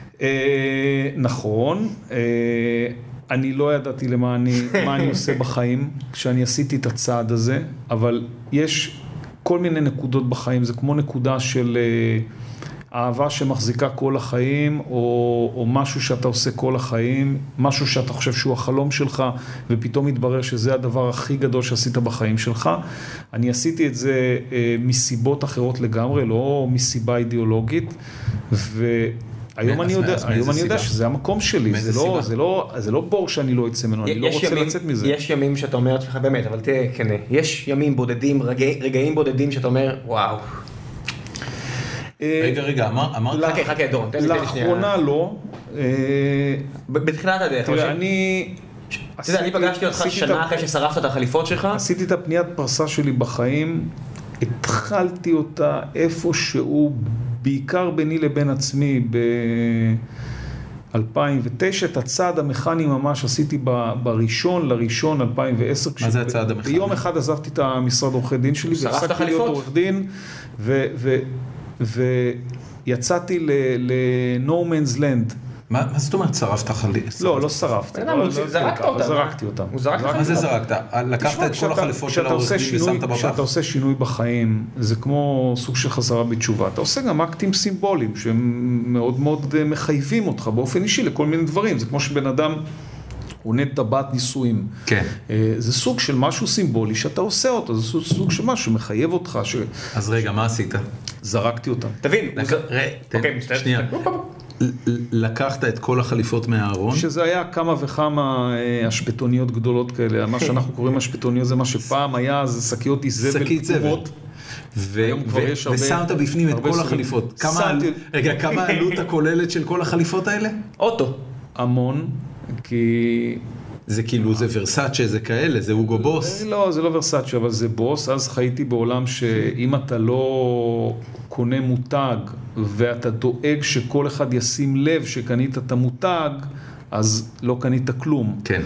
נכון, אני לא ידעתי מה אני עושה בחיים כשאני עשיתי את הצעד הזה, אבל יש כל מיני נקודות בחיים, זה כמו נקודה של אהבה שמחזיקה כל החיים, או משהו שאתה עושה כל החיים, משהו שאתה חושב שהוא החלום שלך, ופתאום מתברר שזה הדבר הכי גדול שעשית בחיים שלך. אני עשיתי את זה מסיבות אחרות לגמרי, לא מסיבה אידיאולוגית, היום אני יודע שזה המקום שלי, זה לא בור שאני לא אצא ממנו, אני לא רוצה לצאת מזה. יש ימים שאתה אומר לעצמך באמת, אבל תהיה כנה, יש ימים בודדים, רגעים בודדים שאתה אומר, וואו. רגע, אמרת... חכה, דורון, תן לי שנייה. לאחרונה לא. בתחילת הדרך. תראה, אני פגשתי אותך שנה אחרי ששרפת את החליפות שלך. עשיתי את הפניית פרסה שלי בחיים, התחלתי אותה איפשהו, בעיקר ביני לבין עצמי, ב-2009, את הצעד המכני ממש עשיתי בראשון לראשון 2010. מה זה הצעד המכני? ביום אחד עזבתי את המשרד עורכי דין שלי, והפסקתי להיות עורך דין, ויצאתי ל-No Man's Land. מה זאת אומרת שרפת חליפות? לא שרפתי. זרקתי אותם. מה זה זרקת? לקחת את כל החליפות של העורך דין ושמת בפח? כשאתה עושה שינוי בחיים, זה כמו סוג של חזרה בתשובה. אתה עושה גם אקטים סימבוליים, שהם מאוד מאוד מחייבים אותך באופן אישי לכל מיני דברים. זה כמו שבן אדם עונה טבעת נישואים. כן. זה סוג של משהו סימבולי שאתה עושה אותו, זה סוג של משהו שמחייב אותך. אז רגע, מה עשית? זרקתי אותם. תבין. אוקיי, שנייה. לקחת את כל החליפות מהארון? שזה היה כמה וכמה אשפטוניות גדולות כאלה. מה שאנחנו קוראים אשפטוניות זה מה שפעם היה, זה שקיות איזבל כתובות. ושמת בפנים את כל החליפות. רגע, כמה העלות הכוללת של כל החליפות האלה? אוטו. המון, כי... זה כאילו, זה ורסאצ'ה, זה כאלה, זה אוגו בוס. לא, זה לא ורסאצ'ה, אבל זה בוס. אז חייתי בעולם שאם אתה לא קונה מותג, ואתה דואג שכל אחד ישים לב שקנית את המותג, אז לא קנית כלום. כן.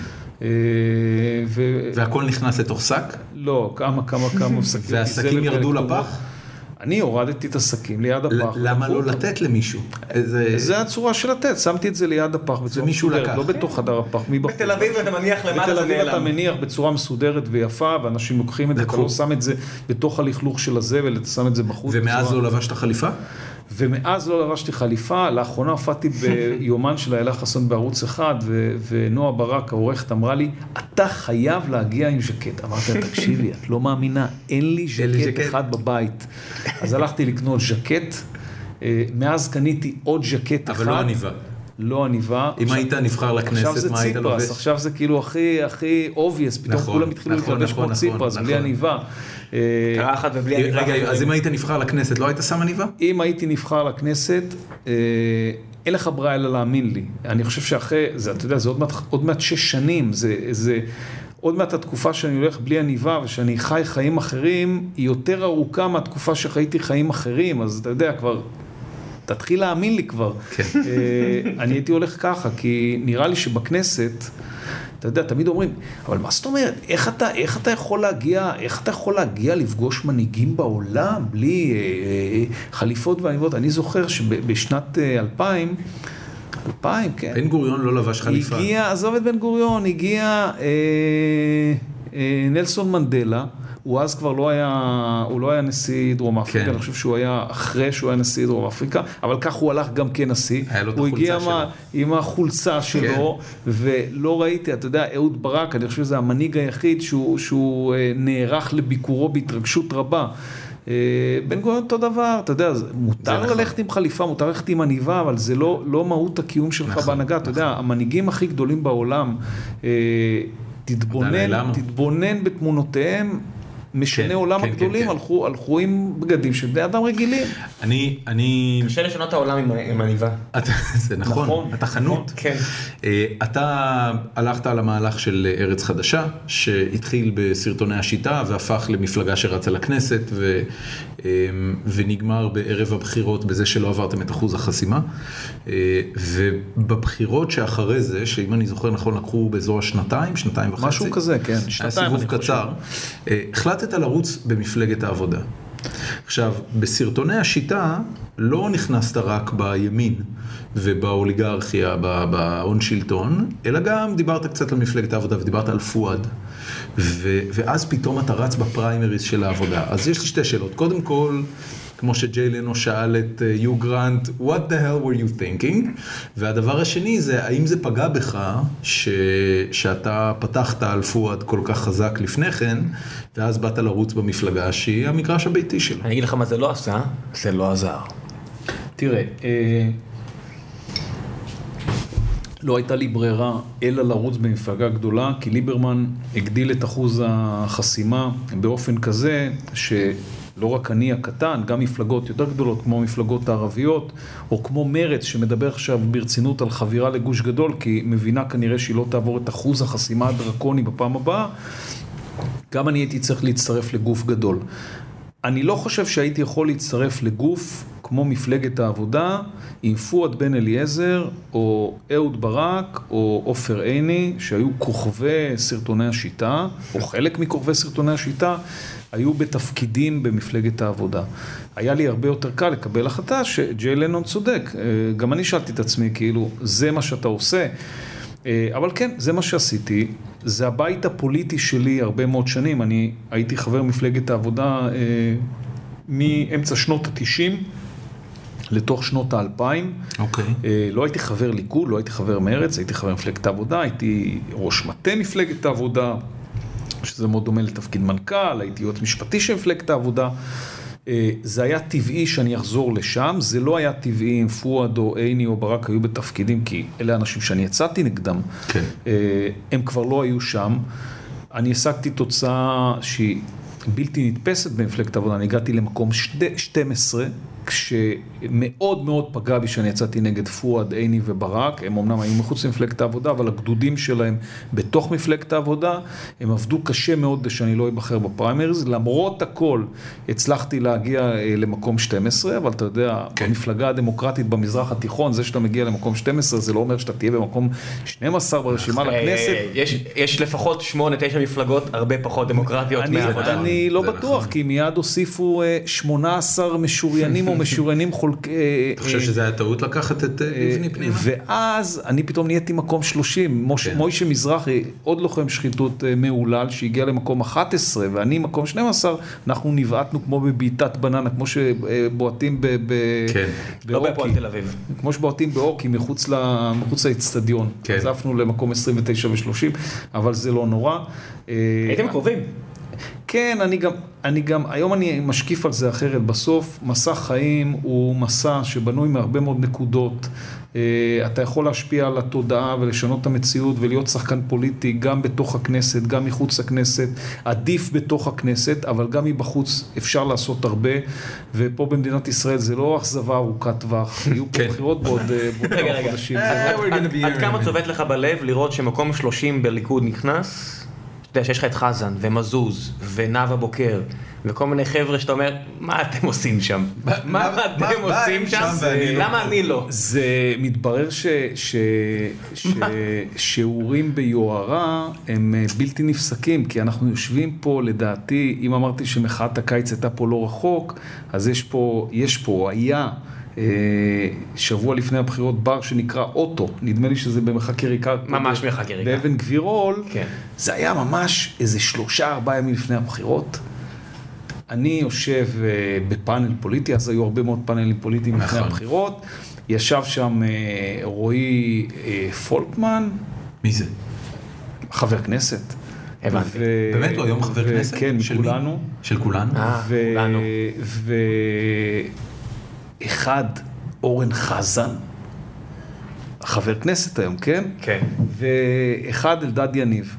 והכל נכנס לתוך שק? לא, כמה שקים. והשקים ירדו לפח? אני הורדתי את השקים ליד הפח. למה לא לתת למישהו? זה הצורה של לתת, שמתי את זה ליד הפח בצורה מסודרת, לא בתוך חדר הפח. בתל אביב אתה מניח למטה זה נעלם. בתל אביב אתה מניח בצורה מסודרת ויפה, ואנשים לוקחים את זה, אתה לא שם את זה בתוך הלכלוך של הזבל, אתה שם את זה בחוץ. ומאז לא לבשת חליפה? ומאז לא לבשתי חליפה, לאחרונה הופעתי ביומן של איילה חסון בערוץ אחד, ונועה ברק, העורכת, אמרה לי, אתה חייב להגיע עם ז'קט. אמרתי, תקשיבי, את לא מאמינה, אין לי ז'קט אחד בבית. אז הלכתי לקנות ז'קט, מאז קניתי עוד ז'קט אחד. אבל לא עניבה. לא עניבה. אם היית נבחר לכנסת, מה היית לובש? עכשיו זה כאילו הכי obvious, פתאום כולם התחילו להתלבש כמו ציפרס, בלי עניבה. קרחת ובלי עניבה. רגע, אז אם היית נבחר לכנסת, לא היית שם עניבה? אם הייתי נבחר לכנסת, אין לך ברירה אלא להאמין לי. אני חושב שאחרי, אתה יודע, זה עוד מעט 6 שנים, זה עוד מעט התקופה שאני הולך בלי עניבה, ושאני חי חיים אחרים, היא יותר ארוכה מהתקופה שחייתי חיים אחרים, אז אתה יודע, כבר... תתחיל להאמין לי כבר. כן. אני הייתי הולך ככה, כי נראה לי שבכנסת, אתה יודע, תמיד אומרים, אבל מה זאת אומרת? איך אתה יכול להגיע לפגוש מנהיגים בעולם, בלי חליפות ועניבות? אני זוכר שבשנת 2000, כן. בן גוריון לא לבש חליפה. עזוב את בן גוריון, הגיע נלסון מנדלה, הוא אז כבר לא היה נשיא דרום אפריקה, אני חושב שהוא היה אחרי שהוא היה נשיא דרום אפריקה, אבל כך הוא הלך גם כנשיא. הוא הגיע עם החולצה שלו, ולא ראיתי, אתה יודע, אהוד ברק, אני חושב שזה המנהיג היחיד שהוא נערך לביקורו בהתרגשות רבה. בן גוריון אותו דבר, אתה יודע, מותר ללכת עם חליפה, מותר ללכת עם עניבה, אבל זה לא מהות הקיום שלך בהנהגה. אתה יודע, המנהיגים הכי גדולים בעולם, תתבונן בתמונותיהם, משנה עולם הגדולים, הלכו עם בגדים של בני אדם רגילים. קשה לשנות את העולם עם עניבה. זה נכון, אתה חנות. אתה הלכת על המהלך של ארץ חדשה, שהתחיל בסרטוני השיטה, והפך למפלגה שרצה לכנסת, ונגמר בערב הבחירות בזה שלא עברתם את אחוז החסימה. ובבחירות שאחרי זה, שאם אני זוכר נכון, לקחו באזור 2 וחצי. משהו כזה, כן. היה סיבוב קצר. החלטת לרוץ במפלגת העבודה. עכשיו, בסרטוני השיטה לא נכנסת רק בימין ובאוליגרכיה, בהון שלטון, אלא גם דיברת קצת על מפלגת העבודה ודיברת על פואד. ואז פתאום אתה רץ בפריימריז של העבודה. אז יש לי 2 שאלות. קודם כל, כמו שג'יי לנו שאל את יו גרנט, what the hell were you thinking? והדבר השני זה, האם זה פגע בך שאתה פתחת על פואד כל כך חזק לפני כן, ואז באת לרוץ במפלגה שהיא המגרש הביתי שלו? אני אגיד לך מה זה לא עשה, זה לא עזר. תראה, לא הייתה לי ברירה אלא לרוץ במפלגה גדולה, כי ליברמן הגדיל את אחוז החסימה באופן כזה לא רק אני הקטן, גם מפלגות יותר גדולות כמו המפלגות הערביות, או כמו מרץ שמדבר עכשיו ברצינות על חבירה לגוש גדול, כי מבינה כנראה שהיא לא תעבור את אחוז החסימה הדרקוני בפעם הבאה, גם אני הייתי צריך להצטרף לגוף גדול. אני לא חושב שהייתי יכול להצטרף לגוף כמו מפלגת העבודה, עם פואד בן אליעזר, או אהוד ברק, או עופר עיני, שהיו כוכבי סרטוני השיטה, או חלק מכוכבי סרטוני השיטה, היו בתפקידים במפלגת העבודה. היה לי הרבה יותר קל לקבל החלטה שג'יי לנון צודק. גם אני שאלתי את עצמי, כאילו, זה מה שאתה עושה. אבל כן, זה מה שעשיתי. זה הבית הפוליטי שלי הרבה מאוד שנים. אני הייתי חבר מפלגת העבודה מאמצע שנות ה-90 לתוך שנות ה-2000. אוקיי. לא הייתי חבר ליכוד, לא הייתי חבר מרץ, הייתי חבר מפלגת העבודה, הייתי ראש מטה מפלגת העבודה, שזה מאוד דומה לתפקיד מנכ"ל, הייתי יועץ משפטי של מפלגת העבודה. זה היה טבעי שאני אחזור לשם, זה לא היה טבעי אם פואד או עיני או ברק היו בתפקידים, כי אלה אנשים שאני יצאתי נגדם. כן. הם כבר לא היו שם. אני השגתי תוצאה שהיא בלתי נתפסת במפלגת העבודה, אני הגעתי למקום 12, כשמאוד מאוד פגע בי שאני יצאתי נגד פואד, עיני וברק. הם אמנם היו מחוץ למפלגת העבודה, אבל הגדודים שלהם בתוך מפלגת העבודה, הם עבדו קשה מאוד שאני לא אבחר בפריימריז. למרות הכל הצלחתי להגיע למקום 12, אבל אתה יודע, במפלגה הדמוקרטית במזרח התיכון, זה שאתה מגיע למקום 12, זה לא אומר שאתה תהיה במקום 12 ברשימה לכנסת. יש לפחות 8-9 מפלגות הרבה פחות דמוקרטיות מהעבודה. אני לא בטוח, כי מיד הוסיפו 18 משוריינים או משוריינים חולקי... אתה חושב שזה היה טעות לקחת את לבני פנימה? ואז אני פתאום נהייתי מקום 30. מוישה מזרחי, עוד לוחם שחיתות מעולל, שהגיע למקום 11, ואני מקום 12, אנחנו נבעטנו כמו בביתת בננה, כמו שבועטים באורקי. לא בפועל תל אביב. כמו שבועטים באורקי מחוץ לאצטדיון. עזבנו למקום 29 ו-30, אבל זה לא נורא. הייתם קרובים. כן, אני גם, היום אני משקיף על זה אחרת. בסוף, מסע חיים הוא מסע שבנוי מהרבה מאוד נקודות. אתה יכול להשפיע על התודעה ולשנות את המציאות ולהיות שחקן פוליטי גם בתוך הכנסת, גם מחוץ לכנסת. עדיף בתוך הכנסת, אבל גם מבחוץ אפשר לעשות הרבה. ופה במדינת ישראל זה לא אכזבה ארוכת טווח. יהיו פה בחירות בעוד כמה חודשים. עד כמה צובט לך בלב לראות שמקום 30 בליכוד נכנס? אתה יודע שיש לך את חזן ומזוז ונאווה בוקר וכל מיני חבר'ה שאתה אומר, מה אתם עושים שם? מה אתם עושים שם? למה אני לא? זה מתברר שיעורים ביוהרה הם בלתי נפסקים, כי אנחנו יושבים פה, לדעתי, אם אמרתי שמחאת הקיץ הייתה פה לא רחוק, אז יש פה, היה שבוע לפני הבחירות בר שנקרא אוטו, נדמה לי שזה במרחק יריקה, ממש מרחק יריקה, באבן גבירול. כן. זה היה ממש איזה 3-4 ימים לפני הבחירות. אני יושב בפאנל פוליטי, אז היו הרבה מאוד פאנלים פוליטיים לפני הבחירות. ישב שם רועי פולקמן. מי זה? חבר כנסת. הבנתי. באמת הוא היום חבר כנסת? כן, מכולנו. של כולנו? כולנו. אחד, אורן חזן, חבר כנסת היום, כן? כן. ואחד, אלדד יניב.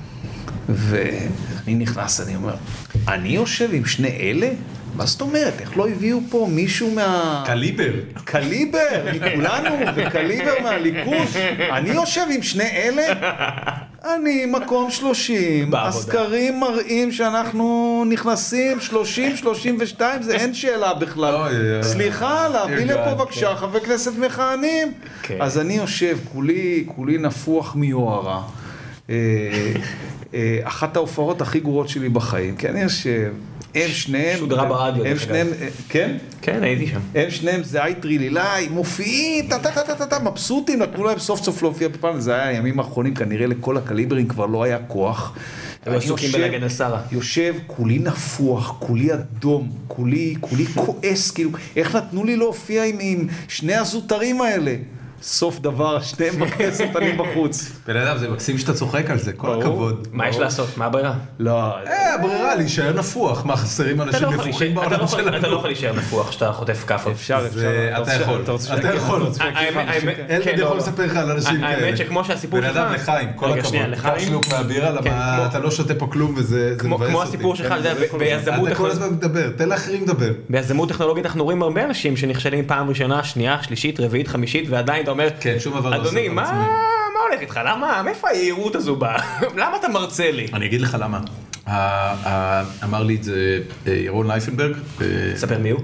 ואני נכנס, אני אומר, אני יושב עם שני אלה? מה זאת אומרת? איך לא הביאו פה מישהו קליבר. קליבר, מכולנו, וקליבר מהליכוד. אני יושב עם שני אלה? אני מקום 30, הסקרים מראים שאנחנו נכנסים 30-32, זה אין שאלה בכלל. סליחה, להביא לפה בבקשה חבר כנסת מכהנים. אז אני יושב, כולי נפוח מיוהרה. אחת ההופעות הכי גרועות שלי בחיים, כי אני יושב, הם שניהם... שודרה ברדיו. הם שניהם, כן? כן, הייתי שם. הם שניהם זה טרילילאי, מופיעים, מבסוטים, נתנו להם סוף סוף להופיע בפאנל. זה היה הימים האחרונים, כנראה לכל הקליברים כבר לא היה כוח. יושב, כולי נפוח, כולי אדום, כולי כועס, כאילו, איך נתנו לי להופיע עם שני הזוטרים האלה? סוף דבר, שניהם בכנסת, אני בחוץ. בן אדם, זה מקסים שאתה צוחק על זה, כל הכבוד. מה יש לעשות? מה הברירה? לא. הברירה, להישאר נפוח. מה, חסרים אנשים נפוחים בעולם שלנו? אתה לא יכול להישאר נפוח שאתה חוטף כאפה. אפשר. אתה יכול. אתה יכול. אלדד יכול לספר לך על אנשים כאלה. האמת שכמו שהסיפור שלך... בן אדם לחיים, כל הכבוד. קח שלוק מהבירה, למה אתה לא שותה פה כלום וזה מבאס אותי. כמו הסיפור שלך, אתה כל הזמן מדבר, תן לאחרים לדבר. ביזמות טכנולוגית אנחנו רואים הרבה אנשים שנכשלים פעם ראשונה, שנייה, שלישית, רביעית, חמישית, ועדיין אתה אומר, אדוני, מה הולך איתך? למה? מאיפה היעירות הזו באה? למה אתה מרצה לי? אני אגיד לך למה. אמר לי את זה ירון לייפנברג. ספר מי הוא?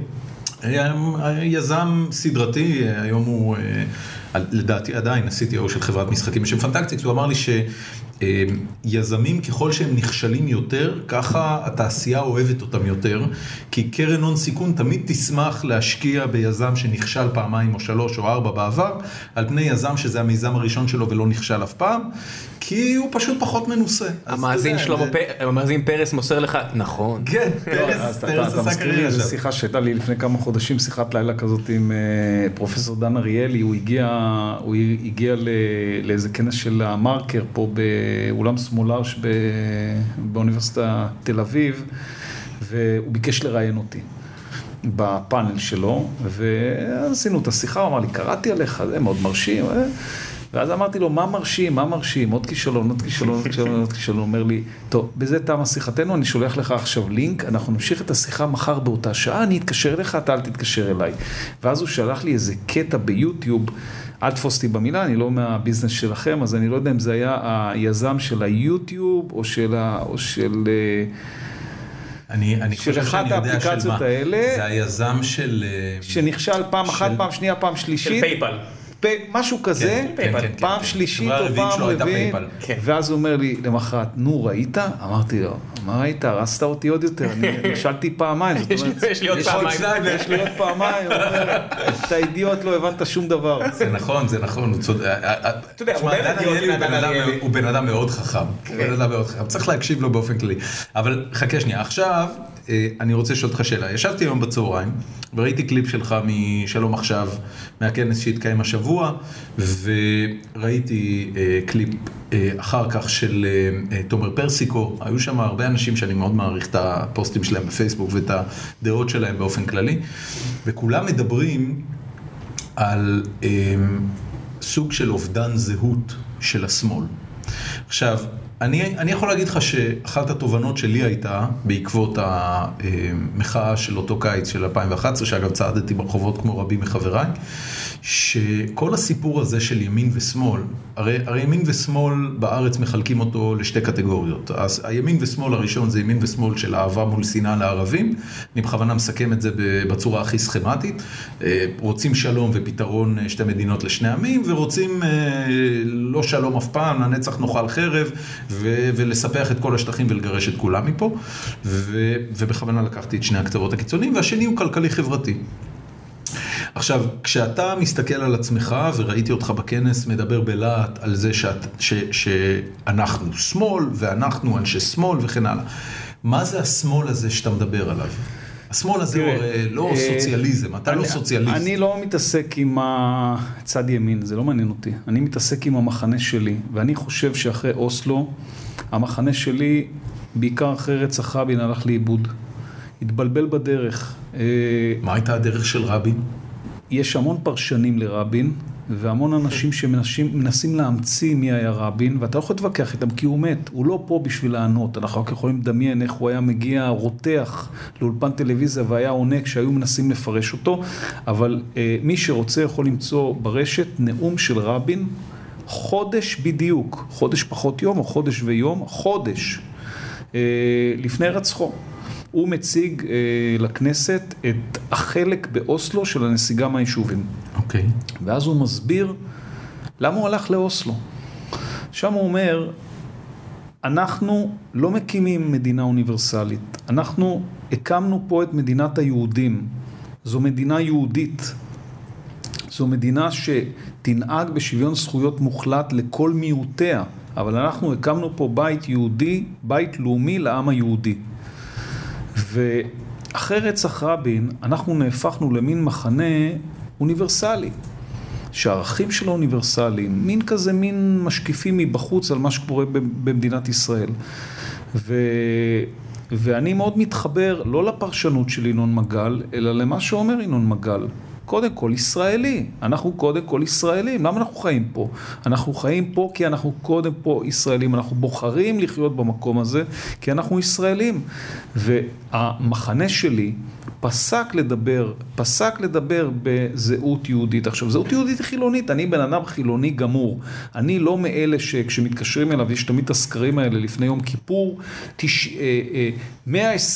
יזם סדרתי, היום הוא, לדעתי עדיין, ה-CTO של חברת משחקים בשם פנטקטיקס, הוא אמר לי שיזמים ככל שהם נכשלים יותר, ככה התעשייה אוהבת אותם יותר, כי קרן הון סיכון תמיד תשמח להשקיע ביזם שנכשל פעמיים או 3 או 4 בעבר, על פני יזם שזה המיזם הראשון שלו ולא נכשל אף פעם, כי הוא פשוט פחות מנוסה. המאזין פרס מוסר לך, נכון. כן, פרס עשה קריירה זו שיחה שהייתה לי לפני כמה חודשים, שיחת לילה כזאת עם פרופסור דן אריאלי, הוא הגיע לאיזה כנס של המרקר פה באולם סמולרש באוניברסיטת תל אביב, והוא ביקש לראיין אותי בפאנל שלו, ועשינו את השיחה, הוא אמר לי, קראתי עליך, זה מאוד מרשים, ואז אמרתי לו, מה מרשים, עוד כישלון, הוא אומר לי, טוב, בזה תם השיחתנו, אני שולח לך עכשיו לינק, אנחנו נמשיך את השיחה מחר באותה שעה, אני אתקשר אליך, אתה אל תתקשר אליי. ואז הוא שלח לי איזה קטע ביוטיוב, אל תפוס אותי במילה, אני לא מהביזנס שלכם, אז אני לא יודע אם זה היה היזם של היוטיוב, או של אני חושב שאני יודע של מה. זה היזם של... שנכשל פעם אחת, פעם שנייה, פעם שלישית. של פייפל. משהו כזה, פעם שלישית או פעם רביעית, ואז הוא אומר לי למחרת, נו ראית? אמרתי לו, מה ראית? הרסת אותי עוד יותר, אני נשאלתי פעמיים, יש לי עוד פעמיים, אתה אידיוט, לא הבנת שום דבר. זה נכון, הוא בן אדם מאוד חכם, צריך להקשיב לו באופן כללי, אבל חכה שנייה, עכשיו אני רוצה לשאול אותך שאלה, ישבתי היום בצהריים, וראיתי קליפ שלך משלום עכשיו, מהכנס שהתקיים השבוע, וראיתי קליפ אחר כך של תומר פרסיקו, היו שם הרבה אנשים שאני מאוד מעריך את הפוסטים שלהם בפייסבוק, ואת הדעות שלהם באופן כללי, וכולם מדברים על סוג של אובדן זהות של השמאל. עכשיו, אני יכול להגיד לך שאחת התובנות שלי הייתה, בעקבות המחאה של אותו קיץ של 2011, שאגב צעדתי ברחובות כמו רבים מחבריי, שכל הסיפור הזה של ימין ושמאל, הרי ימין ושמאל בארץ מחלקים אותו לשתי קטגוריות. אז הימין ושמאל הראשון זה ימין ושמאל של אהבה מול שנאה לערבים, אני בכוונה מסכם את זה בצורה הכי סכמטית, רוצים שלום ופתרון שתי מדינות לשני עמים, ורוצים לא שלום אף פעם, לנצח נאכל חרב, ולספח את כל השטחים ולגרש את כולם מפה, ובכוונה לקחתי את שני הקצוות הקיצוניים, והשני הוא כלכלי חברתי. עכשיו, כשאתה מסתכל על עצמך, וראיתי אותך בכנס מדבר בלהט על זה שאנחנו שמאל, ואנחנו אנשי שמאל וכן הלאה. מה זה השמאל הזה שאתה מדבר עליו? השמאל הזה הוא לא סוציאליזם, אתה לא סוציאליסט. אני לא מתעסק עם הצד ימין, זה לא מעניין אותי. אני מתעסק עם המחנה שלי, ואני חושב שאחרי אוסלו, המחנה שלי, בעיקר אחרי רצח רבין, הלך לאיבוד. התבלבל בדרך. מה הייתה הדרך של רבין? יש המון פרשנים לרבין, והמון אנשים שמנסים להמציא מי היה רבין, ואתה לא יכול להתווכח איתם כי הוא מת, הוא לא פה בשביל לענות, אנחנו רק יכולים לדמיין איך הוא היה מגיע רותח לאולפן טלוויזיה והיה עונה כשהיו מנסים לפרש אותו, אבל מי שרוצה יכול למצוא ברשת נאום של רבין, חודש בדיוק, חודש פחות יום או חודש ויום, חודש לפני רצחו. הוא מציג לכנסת את החלק באוסלו של הנסיגה מהיישובים. אוקיי. ואז הוא מסביר למה הוא הלך לאוסלו. שם הוא אומר, אנחנו לא מקימים מדינה אוניברסלית. אנחנו הקמנו פה את מדינת היהודים. זו מדינה יהודית. זו מדינה שתנהג בשוויון זכויות מוחלט לכל מיעוטיה. אבל אנחנו הקמנו פה בית יהודי, בית לאומי לעם היהודי. ואחרי רצח רבין אנחנו נהפכנו למין מחנה אוניברסלי. שהערכים שלו אוניברסליים, מין משקיפים מבחוץ על מה שקורה במדינת ישראל. ואני מאוד מתחבר לא לפרשנות של ינון מגל, אלא למה שאומר ינון מגל. קודם כל ישראלי, אנחנו קודם כל ישראלים. למה אנחנו חיים פה? אנחנו חיים פה כי אנחנו קודם פה ישראלים, אנחנו בוחרים לחיות במקום הזה כי אנחנו ישראלים. והמחנה שלי פסק לדבר בזהות יהודית. עכשיו, זהות יהודית היא חילונית, אני בן אדם חילוני גמור. אני לא מאלה שכשמתקשרים אליו, יש תמיד הסקרים האלה לפני יום כיפור, 120%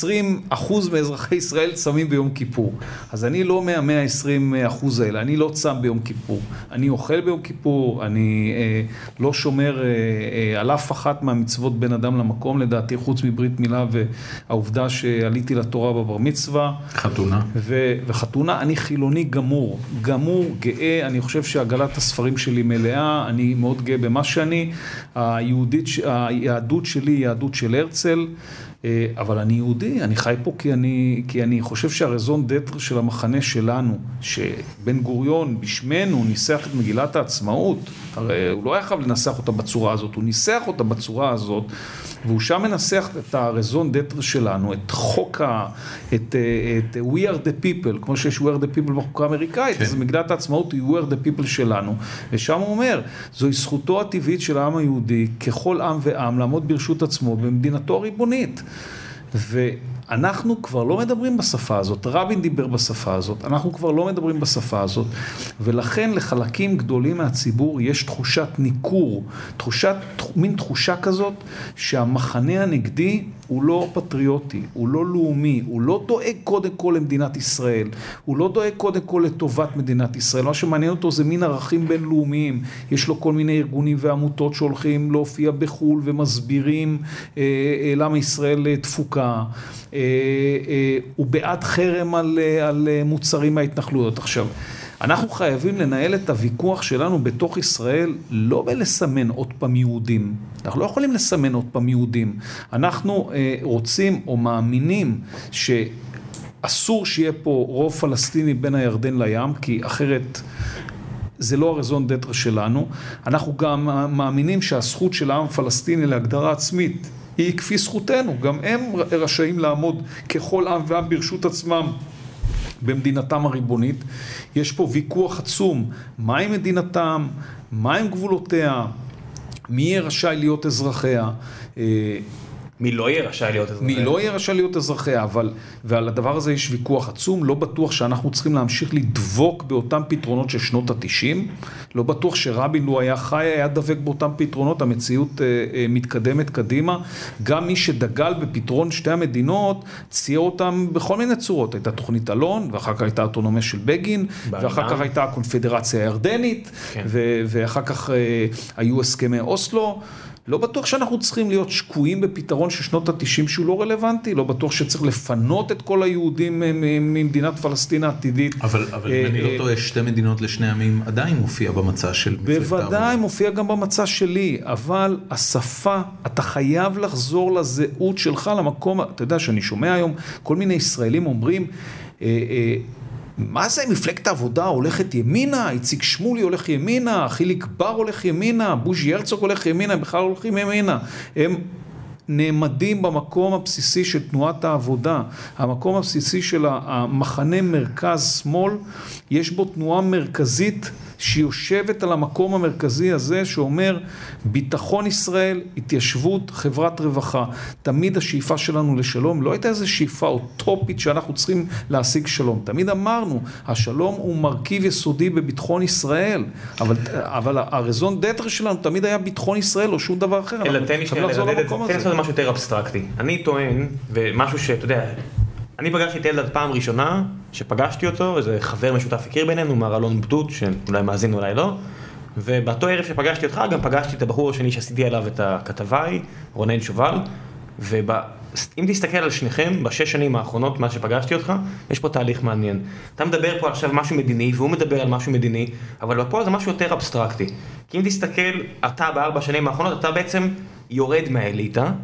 מאזרחי ישראל צמים ביום כיפור. אז אני לא מה-120% האלה, אני לא צם ביום כיפור. אני אוכל ביום כיפור, אני לא שומר על אף אחת מהמצוות בין אדם למקום, לדעתי חוץ מברית מילה והעובדה שעליתי לתורה בבר מצווה. חתונה. וחתונה, אני חילוני גמור, גאה, אני חושב שהגלת הספרים שלי מלאה, אני מאוד גאה במה שאני, היהדות שלי היא יהדות של הרצל, אבל אני יהודי, אני חי פה כי אני חושב שהרזון דטר של המחנה שלנו, שבן גוריון בשמנו ניסח את מגילת העצמאות, הרי הוא לא היה חייב לנסח אותה בצורה הזאת, הוא ניסח אותה בצורה הזאת, והוא שם מנסח את הרזון דטר שלנו, את חוק, את We are the people, כמו שיש We are the people בחוקה האמריקאית, אז מגילת העצמאות היא We are the people שלנו, ושם הוא אומר, זוהי זכותו הטבעית של העם היהודי, ככל עם ועם, לעמוד ברשות עצמו במדינתו הריבונית. ואנחנו כבר לא מדברים בשפה הזאת, רבין דיבר בשפה הזאת, אנחנו כבר לא מדברים בשפה הזאת, ולכן לחלקים גדולים מהציבור יש תחושת ניכור, מין תחושה כזאת שהמחנה הנגדי הוא לא פטריוטי, הוא לא לאומי, הוא לא דואג קודם כל למדינת ישראל, הוא לא דואג קודם כל לטובת מדינת ישראל, מה שמעניין אותו זה מין ערכים בינלאומיים, יש לו כל מיני ארגונים ועמותות שהולכים להופיע בחול ומסבירים למה ישראל תפוקה, הוא בעד חרם על מוצרים מההתנחלויות. עכשיו, אנחנו חייבים לנהל את הוויכוח שלנו בתוך ישראל, לא בלסמן עוד פעם יהודים. אנחנו לא יכולים לסמן עוד פעם יהודים. אנחנו רוצים או מאמינים שאסור שיהיה פה רוב פלסטיני בין הירדן לים, כי אחרת זה לא הרזון דטר שלנו. אנחנו גם מאמינים שהזכות של העם הפלסטיני להגדרה עצמית היא כפי זכותנו. גם הם רשאים לעמוד ככל עם ועם ברשות עצמם במדינתם הריבונית. יש פה ויכוח עצום, מהי מדינתם, מהם גבולותיה, מי יהיה רשאי להיות אזרחיה, מי לא יהיה רשאי להיות אזרחיה. מי לא יהיה רשאי להיות אזרחיה, ועל הדבר הזה יש ויכוח עצום, לא בטוח שאנחנו צריכים להמשיך לדבוק באותם פתרונות של שנות ה-90, לא בטוח שרבין לו היה חי, היה דבק באותם פתרונות, המציאות מתקדמת קדימה, גם מי שדגל בפתרון שתי המדינות, צייר אותם בכל מיני צורות, הייתה תוכנית אלון, ואחר כך הייתה האוטונומיה של בגין, ואחר כך הייתה הקונפדרציה הירדנית, ואחר כך היו הסכמי אוסלו, לא בטוח שאנחנו צריכים להיות שקועים בפתרון של שנות ה-90 שהוא לא רלוונטי, לא בטוח שצריך לפנות את כל היהודים ממדינת פלסטין העתידית. אבל אם אני לא טועה, שתי מדינות לשני עמים עדיין מופיע במצע של מפלגת העבודה. בוודאי מופיע גם במצע שלי, אבל השפה, אתה חייב לחזור לזהות שלך, למקום, אתה יודע שאני שומע היום, כל מיני ישראלים אומרים, מה זה מפלגת העבודה הולכת ימינה, איציק שמולי הולך ימינה, חיליק בר הולך ימינה, בוז'י הרצוג הולך ימינה, הם בכלל הולכים ימינה. הם נעמדים במקום הבסיסי של תנועת העבודה, המקום הבסיסי של המחנה מרכז-שמאל, יש בו תנועה מרכזית שיושבת על המקום המרכזי הזה שאומר ביטחון ישראל, התיישבות, חברת רווחה. תמיד השאיפה שלנו לשלום לא הייתה איזו שאיפה אוטופית שאנחנו צריכים להשיג שלום. תמיד אמרנו, השלום הוא מרכיב יסודי בביטחון ישראל, אבל הרזון דטר שלנו תמיד היה ביטחון ישראל או שום דבר אחר. אלא תן לי שנייה לרדד את זה, תן לעשות משהו יותר אבסטרקטי. אני טוען, ומשהו שאתה יודע, אני פגשתי את אלדד פעם ראשונה, שפגשתי אותו, איזה חבר משותף הכיר בינינו, מר אלון בדוד, שאולי מאזין אולי לא, ובאותו ערב שפגשתי אותך, גם פגשתי את הבחור השני שעשיתי עליו את הכתבה היא, רונן שובל, ואם תסתכל על שניכם, בשש שנים האחרונות, מה שפגשתי אותך, יש פה תהליך מעניין. אתה מדבר פה עכשיו משהו מדיני, והוא מדבר על משהו מדיני, אבל פה זה משהו יותר אבסטרקטי. כי אם תסתכל, אתה ב4 שנים האחרונות, אתה בעצם יורד מהאליטה,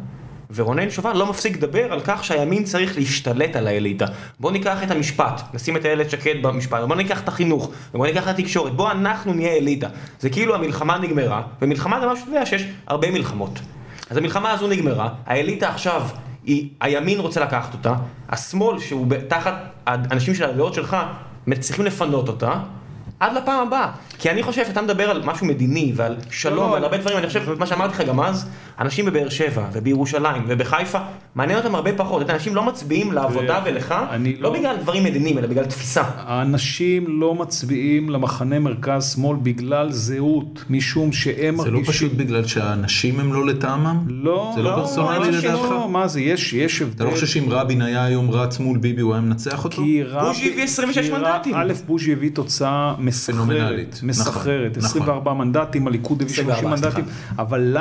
ורונן שובל לא מפסיק לדבר על כך שהימין צריך להשתלט על האליטה. בוא ניקח את המשפט, נשים את איילת שקד במשפט, בוא ניקח את החינוך, ובוא ניקח את התקשורת, בוא אנחנו נהיה אליטה. זה כאילו המלחמה נגמרה, ומלחמה זה משהו יודע שיש הרבה מלחמות. אז המלחמה הזו נגמרה, האליטה עכשיו, הימין רוצה לקחת אותה, השמאל שהוא תחת האנשים של הדעות שלך, צריכים לפנות אותה, עד לפעם הבאה. כי אני חושב שאתה מדבר על משהו מדיני ועל שלום ועל הרבה דברים, אני חושב, מה שאמרתי לך גם אז, אנשים בבאר שבע ובירושלים ובחיפה, מעניין אותם הרבה פחות. אנשים לא מצביעים לעבודה ולך, לא בגלל דברים מדיניים, אלא בגלל תפיסה. האנשים לא מצביעים למחנה מרכז שמאל בגלל זהות, משום שהם מרגישים... זה לא פשוט בגלל שהאנשים הם לא לטעמם? לא. זה לא פרסונלי לדעתך? לא, מה זה? יש הבדל. אתה לא חושב שאם רבין היה היום רץ מול ביבי, הוא היה מנצח אותו? בוז'י הביא 26 מנדטים. א', בוז'י הביא תוצאה מסחררת, 24 מנדטים, הליכוד הביא 30 מנדטים, אבל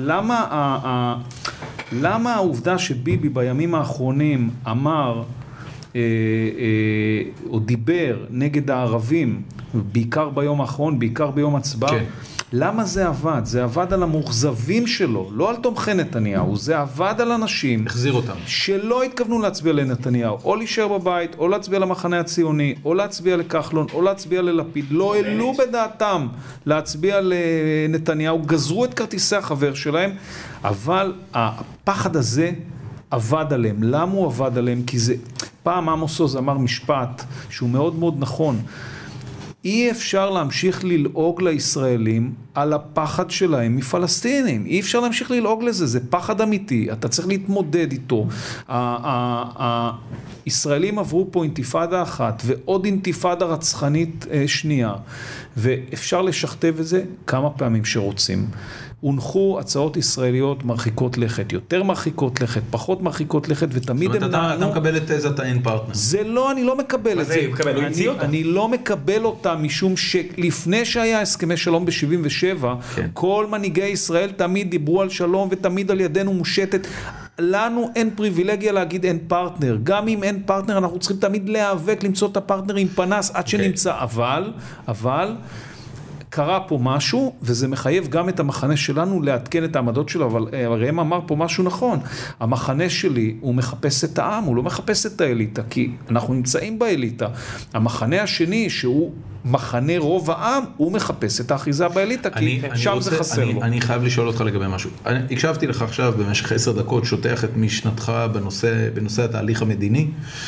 למה העובדה שביבי בימים האחרונים אמר או דיבר נגד הערבים, בעיקר ביום האחרון, בעיקר ביום הצבעה, למה זה עבד? זה עבד על המוחזבים שלו, לא על תומכי נתניהו, זה עבד על אנשים החזיר אותם. שלא התכוונו להצביע לנתניהו, או להישאר בבית, או להצביע למחנה הציוני, או להצביע לכחלון, או להצביע ללפיד, לא העלו בדעתם להצביע לנתניהו, גזרו את כרטיסי החבר שלהם, אבל הפחד הזה עבד עליהם. למה הוא עבד עליהם? כי זה, פעם עמוס עוז אמר משפט שהוא מאוד מאוד נכון, אי אפשר להמשיך ללעוג לישראלים על הפחד שלהם מפלסטינים. אי אפשר להמשיך ללעוג לזה, זה פחד אמיתי, אתה צריך להתמודד איתו. הישראלים עברו פה אינתיפאדה אחת ועוד אינתיפאדה רצחנית שנייה, ואפשר לשכתב את זה כמה פעמים שרוצים. הונחו הצעות ישראליות מרחיקות לכת, יותר מרחיקות לכת, פחות מרחיקות לכת, ותמיד הם נענו... אתה מקבל את תזת האין פרטנר. זה לא, אני לא מקבל את זה. אני לא מקבל אותה, משום שלפני שהיה הסכמי שלום ב-77, כל מנהיגי ישראל תמיד דיברו על שלום, ותמיד על ידינו מושטת. לנו אין פריבילגיה להגיד אין פרטנר. גם אם אין פרטנר, אנחנו צריכים תמיד להיאבק, למצוא את הפרטנר עם פנס עד שנמצא. אבל... קרה פה משהו, וזה מחייב גם את המחנה שלנו לעדכן את העמדות שלו, אבל ראם אמר פה משהו נכון. המחנה שלי, הוא מחפש את העם, הוא לא מחפש את האליטה, כי אנחנו נמצאים באליטה. המחנה השני, שהוא מחנה רוב העם, הוא מחפש את האחיזה באליטה, כי שם זה חסר לו. אני חייב לשאול אותך לגבי משהו. הקשבתי לך עכשיו במשך 10 דקות, שוטח את משנתך בנושא התהליך המדיני,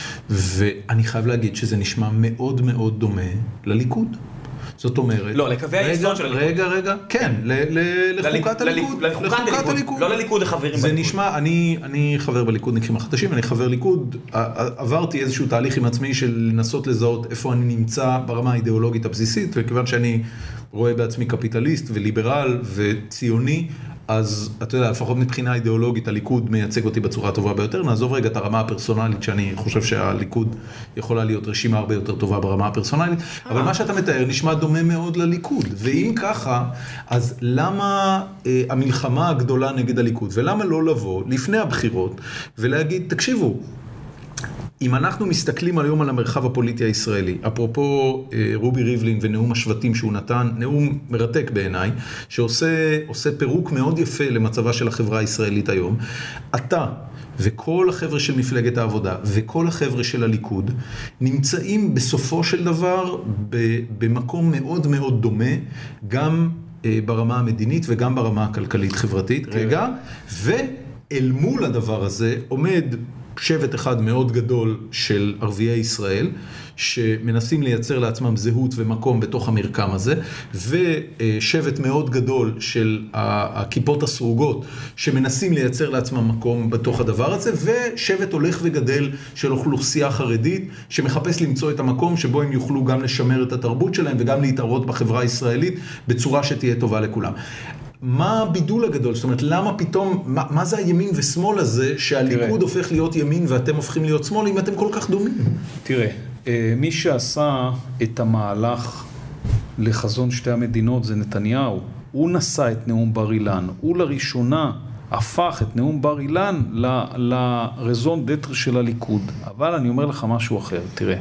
ואני חייב להגיד שזה נשמע מאוד מאוד דומה לליכוד. זאת אומרת... לא, לקווי היסוד של הליכוד. רגע, כן, לחוקת הליכוד. לחוקת הליכוד, לא לליכוד החברים בליכוד. זה נשמע, אני חבר בליכודניקים החדשים, אני חבר ליכוד, עברתי איזשהו תהליך עם עצמי של לנסות לזהות איפה אני נמצא ברמה האידיאולוגית הבסיסית, וכיוון שאני רואה בעצמי קפיטליסט וליברל וציוני, אז אתה יודע, לפחות מבחינה אידיאולוגית, הליכוד מייצג אותי בצורה הטובה ביותר. נעזוב רגע את הרמה הפרסונלית, שאני חושב שהליכוד יכולה להיות רשימה הרבה יותר טובה ברמה הפרסונלית, אבל מה שאתה מתאר נשמע דומה מאוד לליכוד. ואם ככה, אז למה המלחמה הגדולה נגד הליכוד? ולמה לא לבוא לפני הבחירות ולהגיד, תקשיבו, אם אנחנו מסתכלים היום על המרחב הפוליטי הישראלי, אפרופו רובי ריבלין ונאום השבטים שהוא נתן, נאום מרתק בעיניי, שעושה פירוק מאוד יפה למצבה של החברה הישראלית היום, אתה וכל החבר'ה של מפלגת העבודה וכל החבר'ה של הליכוד נמצאים בסופו של דבר במקום מאוד מאוד דומה, גם ברמה המדינית וגם ברמה הכלכלית-חברתית. רגע, ואל מול הדבר הזה עומד שבט אחד מאוד גדול של ערביי ישראל, שמנסים לייצר לעצמם זהות ומקום בתוך המרקם הזה, ושבט מאוד גדול של הכיפות הסרוגות, שמנסים לייצר לעצמם מקום בתוך הדבר הזה, ושבט הולך וגדל של אוכלוסייה חרדית, שמחפש למצוא את המקום שבו הם יוכלו גם לשמר את התרבות שלהם, וגם להתערות בחברה הישראלית, בצורה שתהיה טובה לכולם. מה הבידול הגדול? זאת אומרת, למה פתאום, מה זה הימין ושמאל הזה, שהליכוד הופך להיות ימין ואתם הופכים להיות שמאל, אם אתם כל כך דומים? תראה, מי שעשה את המהלך לחזון שתי המדינות זה נתניהו. הוא נשא את נאום בר אילן. הוא לראשונה הפך את נאום בר אילן לרזון דטר של הליכוד. אבל אני אומר לך משהו אחר, תראה.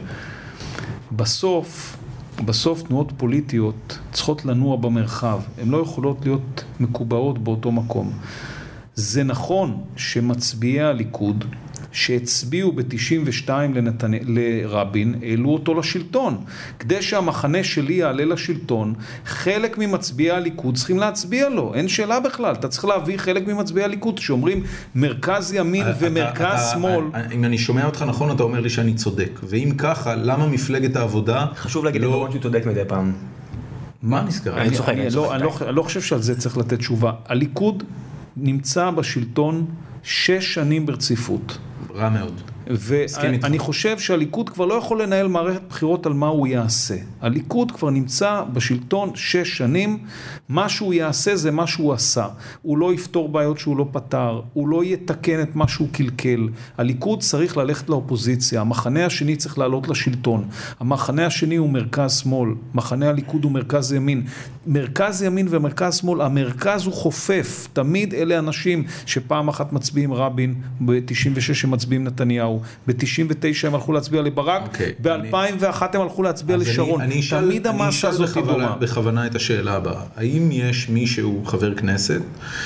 בסוף תנועות פוליטיות צריכות לנוע במרחב, הן לא יכולות להיות מקובעות באותו מקום. זה נכון שמצביעי הליכוד שהצביעו ב-92 לרבין, העלו אותו לשלטון. כדי שהמחנה שלי יעלה לשלטון, חלק ממצביעי הליכוד צריכים להצביע לו. אין שאלה בכלל. אתה צריך להביא חלק ממצביעי הליכוד, שאומרים מרכז ימין ומרכז שמאל. אם אני שומע אותך נכון, אתה אומר לי שאני צודק. ואם ככה, למה מפלגת העבודה... חשוב להגיד לברון שהוא צודק מדי פעם. מה נסגר? אני צוחק. אני לא חושב שעל זה צריך לתת תשובה. הליכוד נמצא בשלטון 6 שנים ברציפות. רע מאוד. ואני חושב שהליכוד כבר לא יכול לנהל מערכת בחירות על מה הוא יעשה. הליכוד כבר נמצא בשלטון 6 שנים, מה שהוא יעשה זה מה שהוא עשה. הוא לא יפתור בעיות שהוא לא פתר, הוא לא יתקן את מה שהוא קלקל. הליכוד צריך ללכת לאופוזיציה, המחנה השני צריך לעלות לשלטון. המחנה השני הוא מרכז שמאל, מחנה הליכוד הוא מרכז ימין. מרכז ימין ומרכז שמאל, המרכז הוא חופף. תמיד אלה אנשים שפעם אחת מצביעים רבין, ב-96 הם מצביעים נתניהו, ב-99 הם הלכו להצביע לברק, ב-2001 הם הלכו להצביע לשרון. תמיד המסה הזאת היא דומה. בכוונה את השאלה הבאה. האם יש מישהו חבר כנסת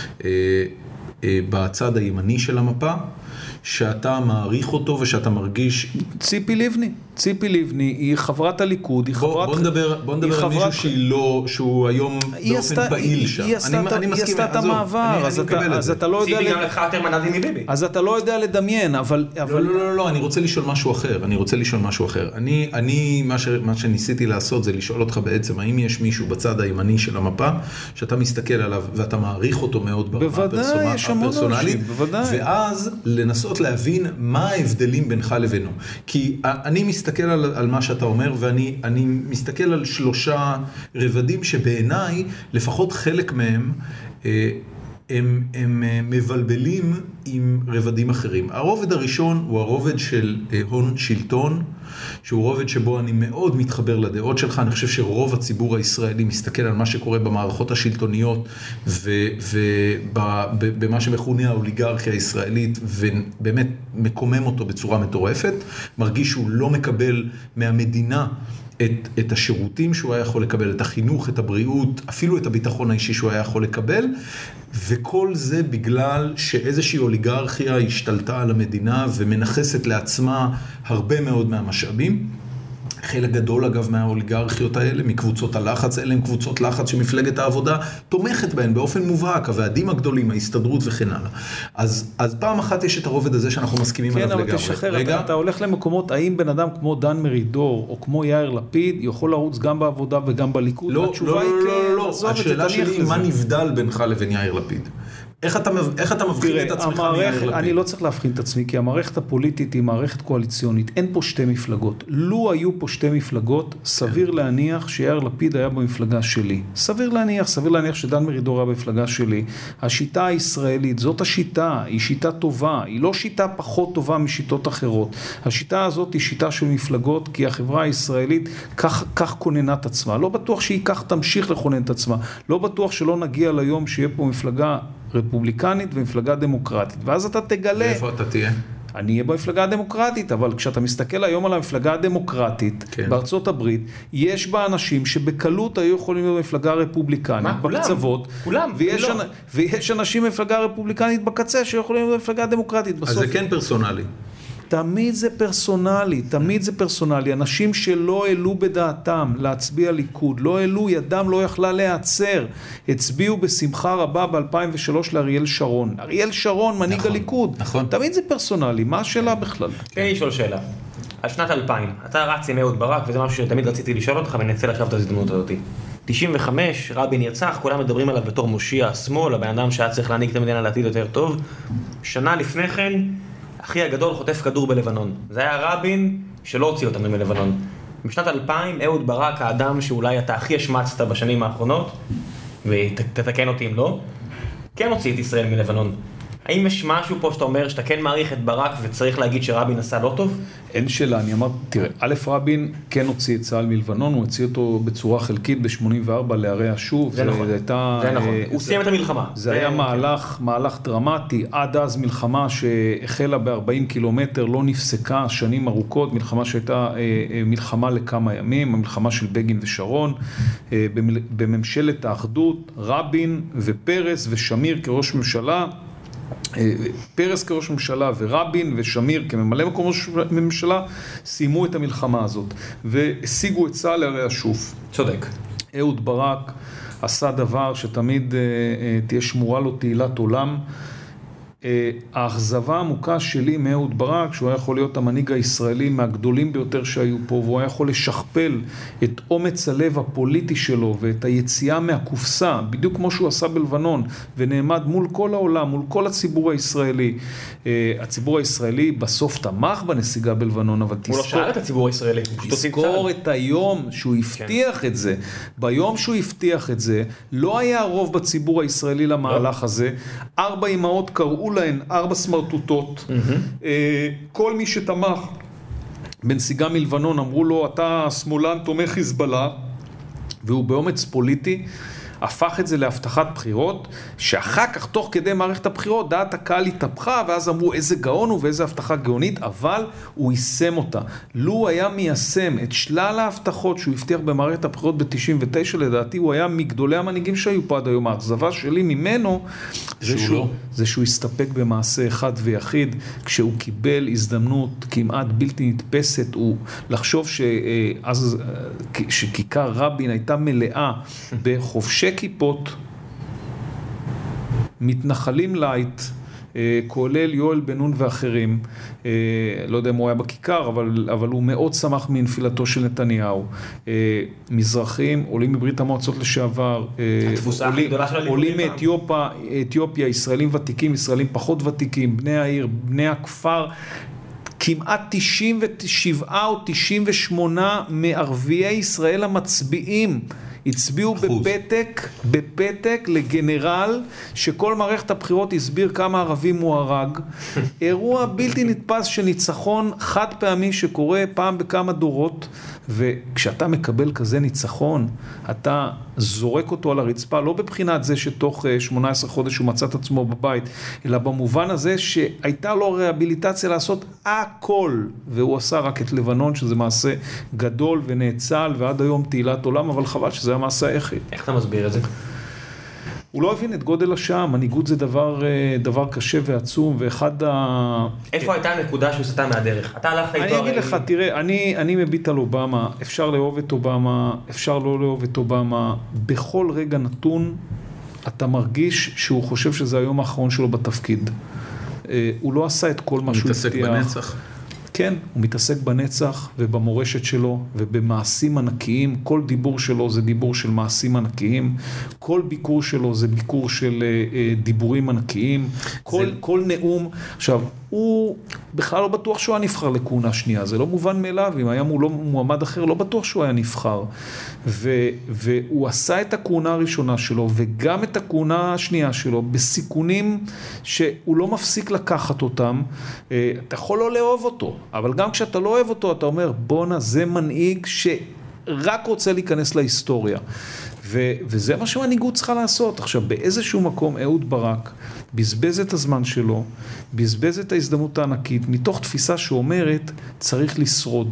בצד הימני של המפה, שאתה מעריך אותו ושאתה מרגיש... ציפי לבני. ציפי לבני היא חברת הליכוד, היא חברת... בוא נדבר על מישהו שהיא לא, שהוא היום באופן פעיל שם. היא עשתה את המעבר, אז אתה לא יודע... ציפי גם לקחה יותר מנדטים מביבי. אז אתה לא יודע לדמיין, אבל... לא, אני רוצה לשאול משהו אחר. מה שניסיתי לעשות זה לשאול אותך בעצם, האם יש מישהו בצד הימני של המפה, שאתה מסתכל עליו ואתה מעריך אותו מאוד ברמה הפרסונלית, ואז לנסות להבין מה ההבדלים בינך לבינו. כי אני מסתכל על מה שאתה אומר, ואני מסתכל על 3 רבדים שבעיניי, לפחות חלק מהם, הם מבלבלים עם רבדים אחרים. הרובד הראשון הוא הרובד של הון שלטון, שהוא רובד שבו אני מאוד מתחבר לדעות שלך. אני חושב שרוב הציבור הישראלי מסתכל על מה שקורה במערכות השלטוניות ובמה שמכונה האוליגרכיה הישראלית, ובאמת מקומם אותו בצורה מטורפת, מרגיש שהוא לא מקבל מהמדינה את השירותים שהוא היה יכול לקבל, את החינוך, את הבריאות, אפילו את הביטחון האישי שהוא היה יכול לקבל, וכל זה בגלל שאיזושהי אוליגרכיה השתלטה על המדינה ומנחסת לעצמה הרבה מאוד מהמשאבים. חלק גדול אגב מהאוליגרכיות האלה, מקבוצות הלחץ, אלה הם קבוצות לחץ שמפלגת העבודה תומכת בהן באופן מובהק, הוועדים הגדולים, ההסתדרות וכן הלאה. אז פעם אחת יש את הרובד הזה שאנחנו מסכימים עליו לגמרי. כן, אבל תשחרר, אתה הולך למקומות, האם בן אדם כמו דן מרידור או כמו יאיר לפיד יכול לרוץ גם בעבודה וגם בליכוד? לא, השאלה שלי, מה נבדל בינך לבין יאיר לפיד? איך אתה מבחין את עצמך מיאיר לפיד? אני לא צריך להבחין את עצמי, כי המערכת הפוליטית היא מערכת קואליציונית. אין פה 2 מפלגות. לו היו פה 2 מפלגות, סביר להניח שיאיר לפיד היה במפלגה שלי. סביר להניח שדן מרידור היה במפלגה שלי. השיטה הישראלית, זאת השיטה, היא שיטה טובה. היא לא שיטה פחות טובה משיטות אחרות. השיטה הזאת היא שיטה של מפלגות, כי החברה הישראלית כך כוננה את עצמה. לא בטוח שהיא כך תמשיך לכונן את עצמה. לא בטוח שלא נגיע ליום שיהיה פה מפלגה רפובליקנית ומפלגה דמוקרטית, ואז אתה תגלה... ואיפה אתה תהיה? אני אהיה במפלגה הדמוקרטית, אבל כשאתה מסתכל היום על המפלגה הדמוקרטית, כן. בארצות הברית, יש בה אנשים שבקלות היו יכולים להיות במפלגה רפובליקנית, בקצוות, כולם, ויש אנשים במפלגה רפובליקנית בקצה שיכולים להיות במפלגה דמוקרטית. אז זה כן פרסונלי. תמיד זה פרסונלי, אנשים שלא העלו בדעתם להצביע ליכוד, לא העלו, ידם לא יכלה להיעצר, הצביעו בשמחה רבה ב-2003 לאריאל שרון. אריאל שרון, מנהיג הליכוד. תמיד זה פרסונלי, מה השאלה בכלל? תן לי לשאול שאלה. על שנת 2000, אתה רץ עם אהוד ברק, וזה משהו שתמיד רציתי לשאול אותך, ונצא עכשיו את ההזדמנות הזאת. 95, רבין ירצח, כולם מדברים עליו בתור מושיע השמאל, הבן אדם שהיה צריך להנהיג את המדינה לעתיד יותר טוב. שנה לפני כן, אחי הגדול חוטף כדור בלבנון. זה היה רבין שלא הוציא אותנו מלבנון. בשנת 2000, אהוד ברק, האדם שאולי אתה הכי השמצת בשנים האחרונות, ותתקן אותי אם לא, כן הוציא את ישראל מלבנון. האם יש משהו פה שאתה אומר שאתה כן מעריך את ברק וצריך להגיד שרבין עשה לא טוב? אין שאלה, אני אמר, תראה, א' רבין כן הוציא את צה"ל מלבנון, הוא הוציא אותו בצורה חלקית ב-84 לערי השוב. זה נכון, הוא סיים את המלחמה. זה היה מהלך דרמטי, עד אז מלחמה שהחלה ב-40 קילומטר, לא נפסקה שנים ארוכות, מלחמה שהייתה מלחמה לכמה ימים, המלחמה של בגין ושרון, בממשלת האחדות, רבין ופרס ושמיר כראש ממשלה, פרס כראש ממשלה ורבין ושמיר כממלא מקום ראש ממשלה סיימו את המלחמה הזאת והשיגו את צה"ל להרי השוף. צודק. אהוד ברק עשה דבר שתמיד תהיה שמורה לו תהילת עולם. האכזבה העמוקה שלי מאהוד ברק, שהוא היה יכול להיות המנהיג הישראלי מהגדולים ביותר שהיו פה, והוא היה יכול לשכפל את אומץ הלב הפוליטי שלו ואת היציאה מהקופסה, בדיוק כמו שהוא עשה בלבנון, ונעמד מול כל העולם, מול כל הציבור הישראלי. הציבור הישראלי בסוף תמך בנסיגה בלבנון, אבל הוא לא שאל את הציבור הישראלי. תזכור את היום שהוא הבטיח את זה. ביום שהוא הבטיח את זה, לא היה רוב בציבור הישראלי למהלך הזה. 4 אמהות קראו להן 4 סמרטוטות. כל מי שתמך בנסיגה מלבנון אמרו לו, אתה שמאלן תומך חיזבאללה, והוא באומץ פוליטי הפך את זה להבטחת בחירות, שאחר כך תוך כדי מערכת הבחירות דעת הקהל התהפכה, ואז אמרו איזה גאון הוא ואיזה הבטחה גאונית, אבל הוא יישם אותה. לו היה מיישם את שלל ההבטחות שהוא הבטיח במערכת הבחירות ב-99, לדעתי הוא היה מגדולי המנהיגים שהיו פה עד היום. האכזבה שלי ממנו זה שהוא הסתפק במעשה אחד ויחיד, כשהוא קיבל הזדמנות כמעט בלתי נתפסת, הוא לחשוב שכיכר רבין הייתה מלאה בחובשי כיפות, מתנחלים לייט, כולל יואל בן נון ואחרים, לא יודע אם הוא היה בכיכר, אבל הוא מאוד שמח מנפילתו של נתניהו. מזרחים, עולים מברית המועצות לשעבר, עולים מאתיופיה, ישראלים ותיקים, ישראלים פחות ותיקים, בני העיר, בני הכפר, כמעט 97 או 98 מערביי ישראל המצביעים הצביעו בפתק לגנרל שכל מערכת הבחירות הסביר כמה ערבים הוא הרג. אירוע בלתי נתפס של ניצחון חד פעמי שקורה פעם בכמה דורות, וכשאתה מקבל כזה ניצחון, אתה זורק אותו על הרצפה, לא בבחינת זה שתוך 18 חודש הוא מצא את עצמו בבית, אלא במובן הזה שהייתה לו רהביליטציה לעשות הכל, והוא עשה רק את לבנון, שזה מעשה גדול ונאצל, ועד היום תהילת עולם, אבל חבל שזה היה מעשה היחיד. איך אתה מסביר את זה? הוא לא הבין את גודל השעה, מנהיגות זה דבר קשה ועצום, ואחד איפה הייתה הנקודה שהוא סתם מהדרך? אתה הלכת איתו... אני אגיד לך, תראה, אני מביט על אובמה, אפשר לאהוב את אובמה, אפשר לא לאהוב את אובמה, בכל רגע נתון אתה מרגיש שהוא חושב שזה היום האחרון שלו בתפקיד. הוא לא עשה את כל מה שהוא הבטיח. הוא מתעסק בנצח. כן, הוא מתעסק בנצח ובמורשת שלו ובמעשים ענקיים. כל דיבור שלו זה דיבור של מעשים ענקיים. כל ביקור שלו זה ביקור של דיבורים ענקיים. כל נאום. עכשיו, הוא בכלל לא בטוח שהוא היה נבחר לכהונה שנייה. זה לא מובן מאליו. אם היה מועמד אחר, לא בטוח שהוא היה נבחר. והוא עשה את הכהונה הראשונה שלו וגם את הכהונה השנייה שלו בסיכונים שהוא לא מפסיק לקחת אותם. אתה יכול לא לאהוב אותו. אבל גם כשאתה לא אוהב אותו, אתה אומר, בונה, זה מנהיג שרק רוצה להיכנס להיסטוריה. וזה מה שמנהיגות צריכה לעשות. עכשיו, באיזשהו מקום, אהוד ברק בזבז את הזמן שלו, בזבז את ההזדמנות הענקית, מתוך תפיסה שאומרת, צריך לשרוד.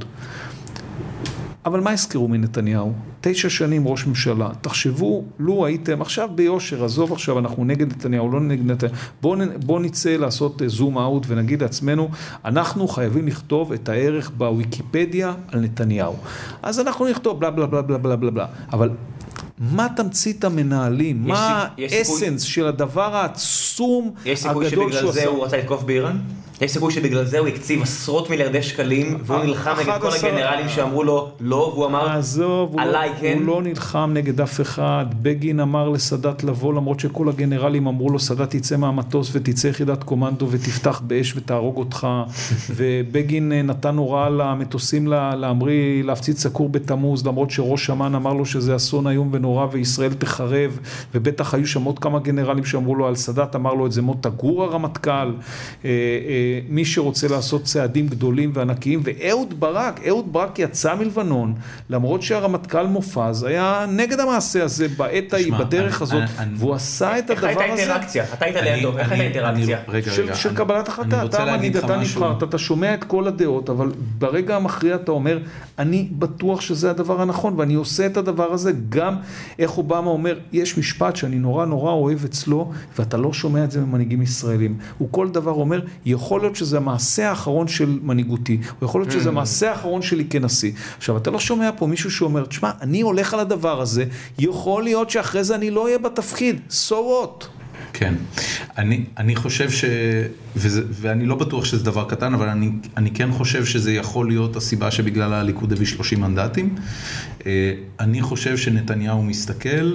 אבל מה הזכירו מנתניהו? 9 שנים ראש ממשלה. תחשבו, לו הייתם, עכשיו ביושר, עזוב עכשיו, אנחנו נגד נתניהו, לא נגד נתניהו. בוא נצא לעשות זום אאוט ונגיד לעצמנו, אנחנו חייבים לכתוב את הערך בוויקיפדיה על נתניהו. אז אנחנו נכתוב בלה בלה בלה בלה בלה בלה בלה. אבל מה תמצית המנהלים? מה האסנס של הדבר העצום הגדול שהוא עשה? יש סיכוי שבגלל זה הוא רצה לתקוף באיראן? יש סיכוי שבגלל זה הוא הקציב עשרות מיליארדי שקלים, והוא נלחם נגד כל הגנרלים שאמרו לו לא, והוא אמר עליי כן. הוא לא נלחם נגד אף אחד. בגין אמר לסאדאת לבוא, למרות שכל הגנרלים אמרו לו, סאדאת תצא מהמטוס ותצא יחידת קומנדו ותפתח באש ותהרוג אותך. ובגין נתן הוראה למטוסים להמריא, להפציץ סכור בתמוז, למרות שראש אמ"ן אמר לו שזה אסון איום ונורא וישראל תחרב, ובטח היו שם עוד כמה גנרלים שאמרו לו על סאדאת, אמר לו את זה מות תגור הרמטכ"ל. מי שרוצה לעשות צעדים גדולים וענקיים, ואהוד ברק יצא מלבנון, למרות שהרמטכ"ל מופז היה נגד המעשה הזה בעת ההיא, בדרך הזאת, והוא עשה את הדבר הזה. איך הייתה אינטראקציה? אתה היית לידו, איך הייתה אינטראקציה? של קבלת החלטה, אתה מנהיג, אתה נבחרת, אתה שומע את כל הדעות, אבל ברגע המכריע אתה אומר, אני בטוח שזה הדבר הנכון, ואני עושה את הדבר הזה גם, איך אובמה אומר, יש משפט שאני נורא נורא אוהב אצלו, ואתה לא שומע את זה ממנהיגים ישראלים. הוא כל דבר אומר, יכול להיות שזה המעשה האחרון של מנהיגותי, או יכול להיות שזה המעשה האחרון שלי כנשיא. עכשיו, אתה לא שומע פה מישהו שאומר, תשמע, אני הולך על הדבר הזה, יכול להיות שאחרי זה אני לא אהיה בתפקיד, so what? כן, אני חושב ואני לא בטוח שזה דבר קטן, אבל אני כן חושב שזה יכול להיות הסיבה שבגלל הליכוד הביא 30 מנדטים. אני חושב שנתניהו מסתכל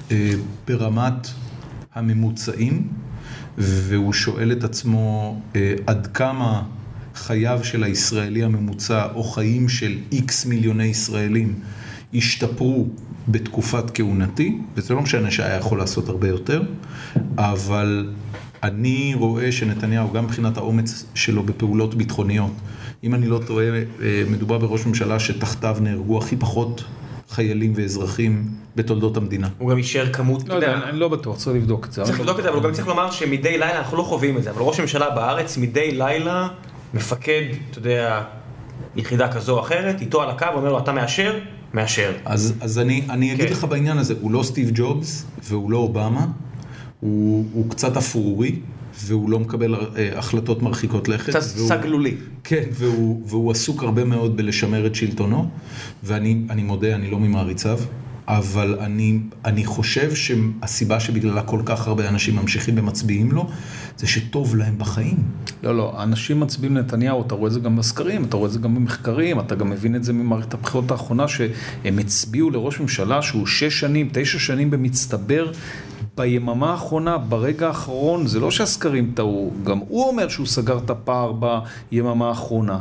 ברמת הממוצעים, והוא שואל את עצמו עד כמה חייו של הישראלי הממוצע, או חיים של X מיליוני ישראלים, השתפרו בתקופת כהונתי, וזה לא משנה שהיה יכול לעשות הרבה יותר, אבל אני רואה שנתניהו, גם מבחינת האומץ שלו בפעולות ביטחוניות, אם אני לא טועה, מדובר בראש ממשלה שתחתיו נהרגו הכי פחות חיילים ואזרחים בתולדות המדינה. הוא גם אישר כמות, לא יודע, אני לא בטוח, צריך לבדוק את זה. צריך לבדוק את זה, אבל הוא גם צריך לומר שמדי לילה אנחנו לא חווים את זה, אבל ראש ממשלה בארץ מדי לילה מפקד, אתה יודע, יחידה כזו או אחרת, איתו על הקו, אומר לו, אתה מאשר? מאשר. אז אני אגיד לך בעניין הזה, הוא לא סטיב ג'ובס והוא לא אובמה, הוא קצת אפרורי, והוא לא מקבל החלטות מרחיקות לכת. קצת סגלולי. כן, והוא עסוק הרבה מאוד בלשמר את שלטונו, ואני מודה, אני לא ממעריציו, אבל אני חושב שהסיבה שבגללה כל כך הרבה אנשים ממשיכים ומצביעים לו, זה שטוב להם בחיים. לא, אנשים מצביעים לנתניהו, אתה רואה את זה גם בסקרים, אתה רואה את זה גם במחקרים, אתה גם מבין את זה ממערכת הבחירות האחרונה, שהם הצביעו לראש ממשלה שהוא 6 שנים, 9 שנים במצטבר, ביממה האחרונה, ברגע האחרון, זה לא שהסקרים טעו, גם הוא אומר שהוא סגר את הפער ביממה האחרונה.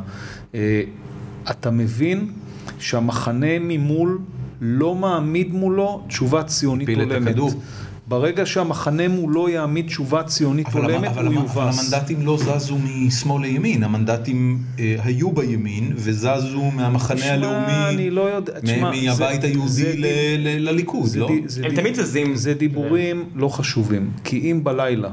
אתה מבין שהמחנה ממול לא מעמיד מולו תשובה ציונית הולמת. ברגע שהמחנה מולו יעמיד תשובה ציונית הולמת, הוא יובס. אבל המנדטים לא זזו משמאל לימין, המנדטים היו בימין וזזו מהמחנה הלאומי, מהבית היהודי לליכוד, לא? הם תמיד זזים. זה דיבורים לא חשובים, כי אם בלילה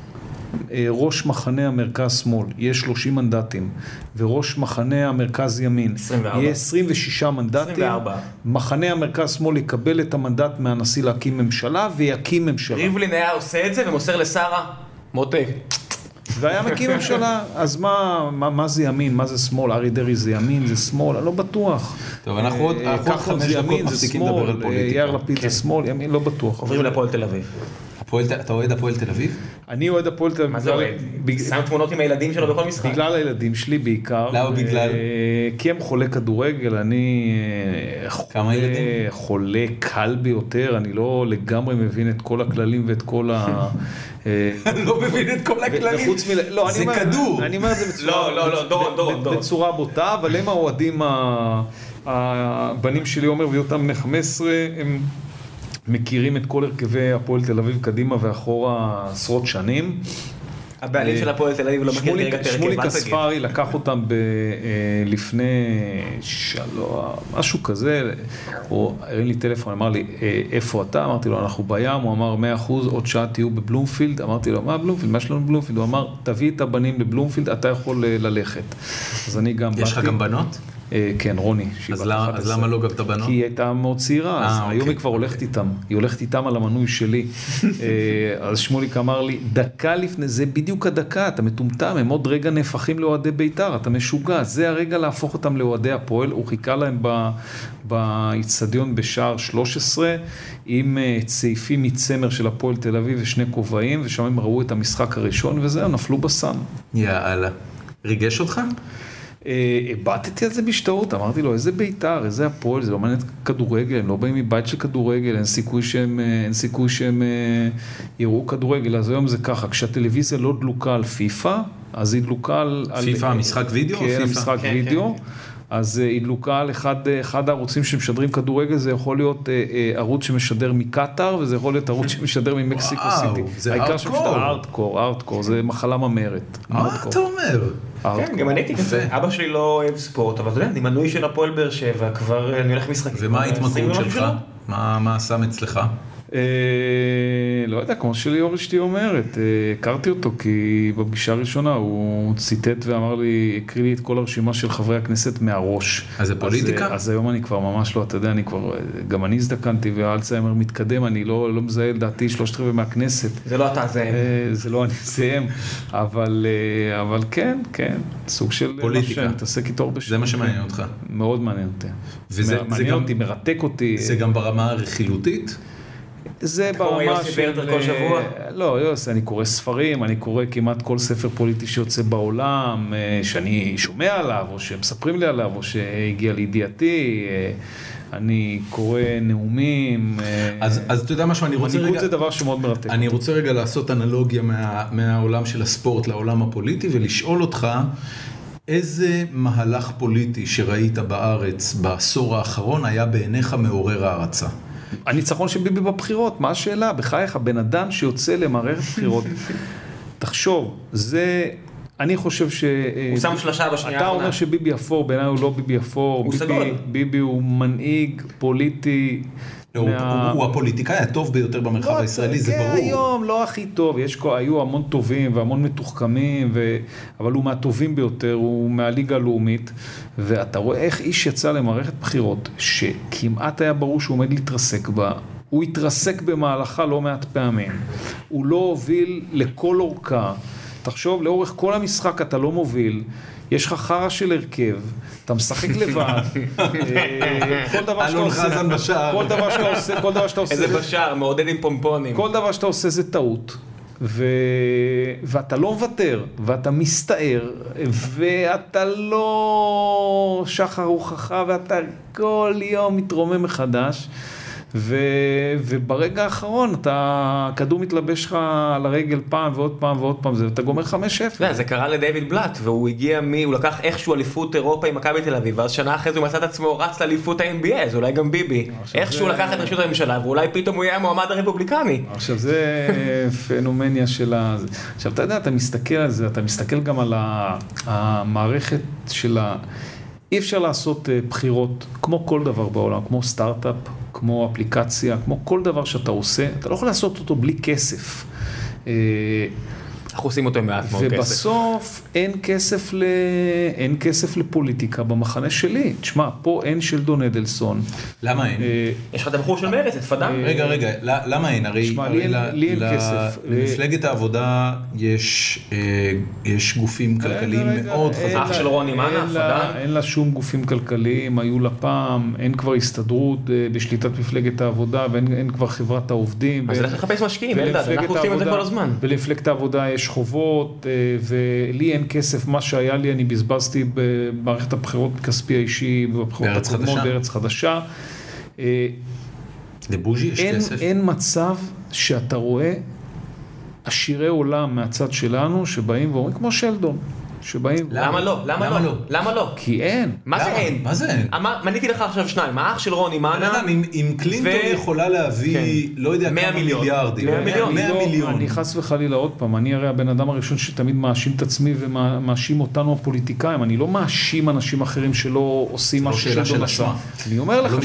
ראש מחנה המרכז שמאל יהיה 30 מנדטים, וראש מחנה המרכז ימין 24. יהיה 26 מנדטים, 24. מחנה המרכז שמאל יקבל את המנדט מהנשיא להקים ממשלה, ויקים ממשלה. ריבלין היה עושה את זה ומוסר לשרה, מותק. והיה מקים ממשלה, אז מה זה ימין, מה זה שמאל? ארי דרי זה ימין, זה שמאל, אני לא בטוח. טוב, אנחנו עוד 5 דקות מפסיקים לדבר על פוליטיקה. יאיר לפיד זה שמאל, ימין, לא בטוח. עוברים להפועל תל אביב. אתה אוהד הפועל תל אביב? אני אוהד הפועל תל אביב. מה זה אוהד? שם תמונות עם הילדים שלו בכל משחק. בגלל הילדים שלי בעיקר. למה בגלל? כי הם חולה כדורגל, אני כמה ילדים? חולה קל ביותר, אני לא לגמרי מבין את כל הכללים ואת כל ה... לא מבין את כל הכללים, זה כדור. אני אומר את זה בצורה בוטה, אבל הם האוהדים, הבנים שלי עומר ויותם בני 15, הם... מכירים את כל הרכבי הפועל תל אביב קדימה ואחורה עשרות שנים. הבעלים של הפועל תל אביב לא מכיר רגע את הרכב. שמוליק אספרי לקח אותם לפני משהו כזה, הוא הרים לי טלפון, אמר לי, איפה אתה? אמרתי לו, אנחנו בים, הוא אמר 100%, עוד שעה תהיו בבלומפילד, אמרתי לו, מה בלומפילד? מה שלנו בבלומפילד? הוא אמר, תביא את הבנים לבלומפילד, אתה יכול ללכת. אז אני גם באתי. יש לך גם בנות? כן, רוני. אז למה לא גבת בנות? כי היא הייתה מאוד צעירה, אז היום היא כבר הולכת איתם. היא הולכת איתם על המנוי שלי. אז שמוליק אמר לי, דקה לפני, זה בדיוק הדקה, אתה מטומטם, הם עוד רגע נהפכים לאוהדי בית"ר, אתה משוגע, זה הרגע להפוך אותם לאוהדי הפועל, הוא חיכה להם באצטדיון בשער 13, עם צעיפים מצמר של הפועל תל אביב ושני כובעים, ושם הם ראו את המשחק הראשון, וזהו, נפלו בסם. יאללה. ריגש אותך? הבטתי על זה בשטעות, אמרתי לו, איזה בית"ר, איזה הפועל, זה לא מעניין כדורגל, הם לא באים מבית של כדורגל, אין סיכוי שהם יראו כדורגל, אז היום זה ככה, כשהטלוויזיה לא דלוקה על פיפה, אז היא דלוקה על... פיפה, משחק וידאו? כן, משחק וידאו. אז היא דלוקה על אחד הערוצים שמשדרים כדורגל, זה יכול להיות ערוץ שמשדר מקטר, וזה יכול להיות ערוץ שמשדר ממקסיקו סיטי. וואו, זה הארדקור. הארדקור, זה מחלה ממרת. מה אתה אומר? כן, גם אני הייתי כזה. אבא שלי לא אוהב ספורט, אבל אתה יודע, אני מנוי של הפועל באר שבע, כבר אני הולך משחקים. ומה ההתמכרות שלך? מה שם אצלך? לא יודע, כמו שליאור אשתי אומרת, הכרתי אותו כי בפגישה הראשונה הוא ציטט ואמר לי, הקריא לי את כל הרשימה של חברי הכנסת מהראש. אז זה פוליטיקה? אז היום אני כבר ממש לא, אתה יודע, גם אני הזדקנתי והאלצהיימר מתקדם, אני לא מזהה לדעתי 3/4 מהכנסת. זה לא אתה, זה... זה לא אני זהם, אבל כן, סוג של... פוליטיקה. שאני מתעסק איתו הרבה שנים. זה מה שמעניין אותך. מאוד מעניין אותי. מעניין אותי, מרתק אותי. זה גם ברמה הרכילותית? זה ברמה יוסי ורטר כל שבוע? לא, יוסי, אני קורא ספרים, אני קורא כמעט כל ספר פוליטי שיוצא בעולם, שאני שומע עליו, או שמספרים לי עליו, או שהגיע לידיעתי, אני קורא נאומים. אז אתה יודע משהו, אני רוצה רגע... מנהיגות זה דבר שמאוד מרתק. אני רוצה רגע לעשות אנלוגיה מהעולם של הספורט לעולם הפוליטי, ולשאול אותך, איזה מהלך פוליטי שראית בארץ בעשור האחרון היה בעיניך מעורר הערצה? הניצחון של ביבי בבחירות, מה השאלה? בחייך, בן אדם שיוצא למערכת בחירות, תחשוב, זה, אני חושב ש... הוא שם שלושה בשנייה. אתה אומר שביבי אפור, בעיניי הוא לא ביבי אפור. הוא סגול. ביבי הוא מנהיג פוליטי. הוא הפוליטיקאי הטוב ביותר במרחב הישראלי, זה ברור. היום לא הכי טוב, היו המון טובים והמון מתוחכמים, אבל הוא מהטובים ביותר, הוא מהליגה הלאומית, ואתה רואה איך איש יצא למערכת בחירות, שכמעט היה ברור שהוא עומד להתרסק בה, הוא התרסק במהלכה לא מעט פעמים, הוא לא הוביל לכל אורכה, תחשוב, לאורך כל המשחק אתה לא מוביל, יש לך חרא של הרכב, אתה משחק לבד, כל דבר שאתה עושה, איזה בשער, מעודד עם פומפונים. כל דבר שאתה עושה זה טעות, ואתה לא מוותר, ואתה מסתער, ואתה לא שחר רוחך, ואתה כל יום מתרומם מחדש, וברגע האחרון הכדור מתלבש לך על הרגל פעם ועוד פעם ועוד פעם, ואתה גומר 5-0. זה קרה לדייוויד בלאט, והוא הגיע הוא לקח איכשהו אליפות אירופה עם מכבי תל אביב, ואז שנה אחרי זה הוא מצא את עצמו רץ לאליפות ה-NBA, אז אולי גם ביבי, איכשהו לקח את רשות הממשלה, ואולי פתאום הוא יהיה מועמד הרפובליקני. עכשיו זה פנומניה של עכשיו אתה יודע, אתה מסתכל על זה, אתה מסתכל גם על המערכת של אי אפשר לעשות בחירות כמו כל דבר בעולם, כמו סטארט-אפ, כמו אפליקציה, כמו כל דבר שאתה עושה, אתה לא יכול לעשות אותו בלי כסף. אנחנו עושים אותו עם מעט מאוד כסף. ובסוף אין כסף לפוליטיקה במחנה שלי. תשמע, פה אין שלדון אדלסון. למה אין? יש לך את הבחור של מרץ, את פדן? רגע, למה אין? הרי לי אין כסף. למפלגת העבודה יש גופים כלכליים מאוד חזקים. אח של רוני מאנה, פדן? אין לה שום גופים כלכליים, היו לה פעם, אין כבר הסתדרות בשליטת מפלגת העבודה, ואין כבר חברת העובדים. אז לך לחפש משקיעים, אלדד, אנחנו עושים את זה כל הזמן. ולמפלגת העבודה יש חובות, ולי אין כסף, מה שהיה לי אני בזבזתי במערכת הבחירות כספי האישי, בבחירות הקודמות בארץ חדשה. לבוז'י יש כסף? אין מצב שאתה רואה עשירי עולם מהצד שלנו, שבאים ואומרים כמו שלדון. למה לא? למה לא? כי אין. מה זה אין? מה זה אין? מניתי לך עכשיו שניים, האח של רוני מאנה. אם קלינטון יכולה להביא, לא יודע כמה מיליארדים. 100 מיליון. אני חס וחלילה עוד פעם, אני הרי הבן אדם הראשון שתמיד מאשים את עצמי ומאשים אותנו הפוליטיקאים, אני לא מאשים אנשים אחרים שלא עושים מה ששלדון עשה. אני אומר לך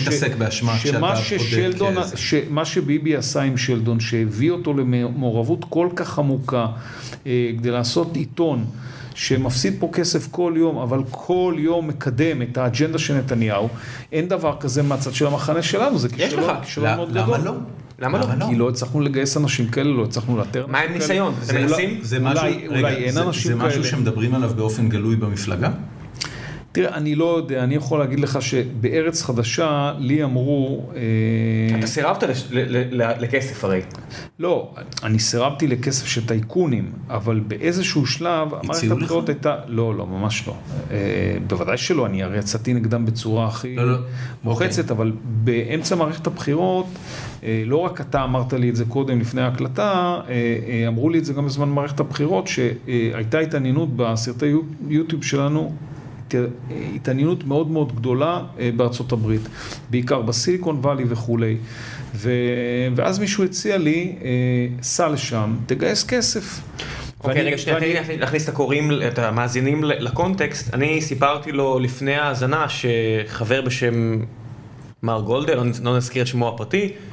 שמה שביבי עשה עם שלדון, שהביא אותו למעורבות כל כך עמוקה, כדי לעשות עיתון, שמפסיד פה כסף כל יום, אבל כל יום מקדם את האג'נדה של נתניהו, אין דבר כזה מהצד של המחנה שלנו, זה כישלון מאוד גדול. למה לא? כי לא הצלחנו לגייס אנשים כאלה, לא הצלחנו לאתר. מה עם ניסיון? זה מנסים? אולי אין אנשים כאלה. זה משהו שמדברים עליו באופן גלוי במפלגה? תראה, אני לא יודע, אני יכול להגיד לך שבארץ חדשה לי אמרו... אתה סירבת לכסף הרי. לא, אני סירבתי לכסף של טייקונים, אבל באיזשהו שלב, המערכת הבחירות הייתה... לא, ממש לא. בוודאי שלא, אני הרי יצאתי נגדם בצורה הכי מוחצת, אבל באמצע מערכת הבחירות, לא רק אתה אמרת לי את זה קודם לפני ההקלטה, אמרו לי את זה גם בזמן מערכת הבחירות, שהייתה התעניינות בסרטי יוטיוב שלנו, התעניינות מאוד מאוד גדולה בארצות הברית, בעיקר בסיליקון ואלי וכולי, ואז מישהו הציע לי, סע לשם, תגייס כסף. אוקיי, רגע, שנייה, תן לי להכניס את הקוראים, את המאזינים לקונטקסט. אני סיפרתי לו לפני ההאזנה שחבר בשם מר גולדל, לא נזכיר את שמו הפרטי,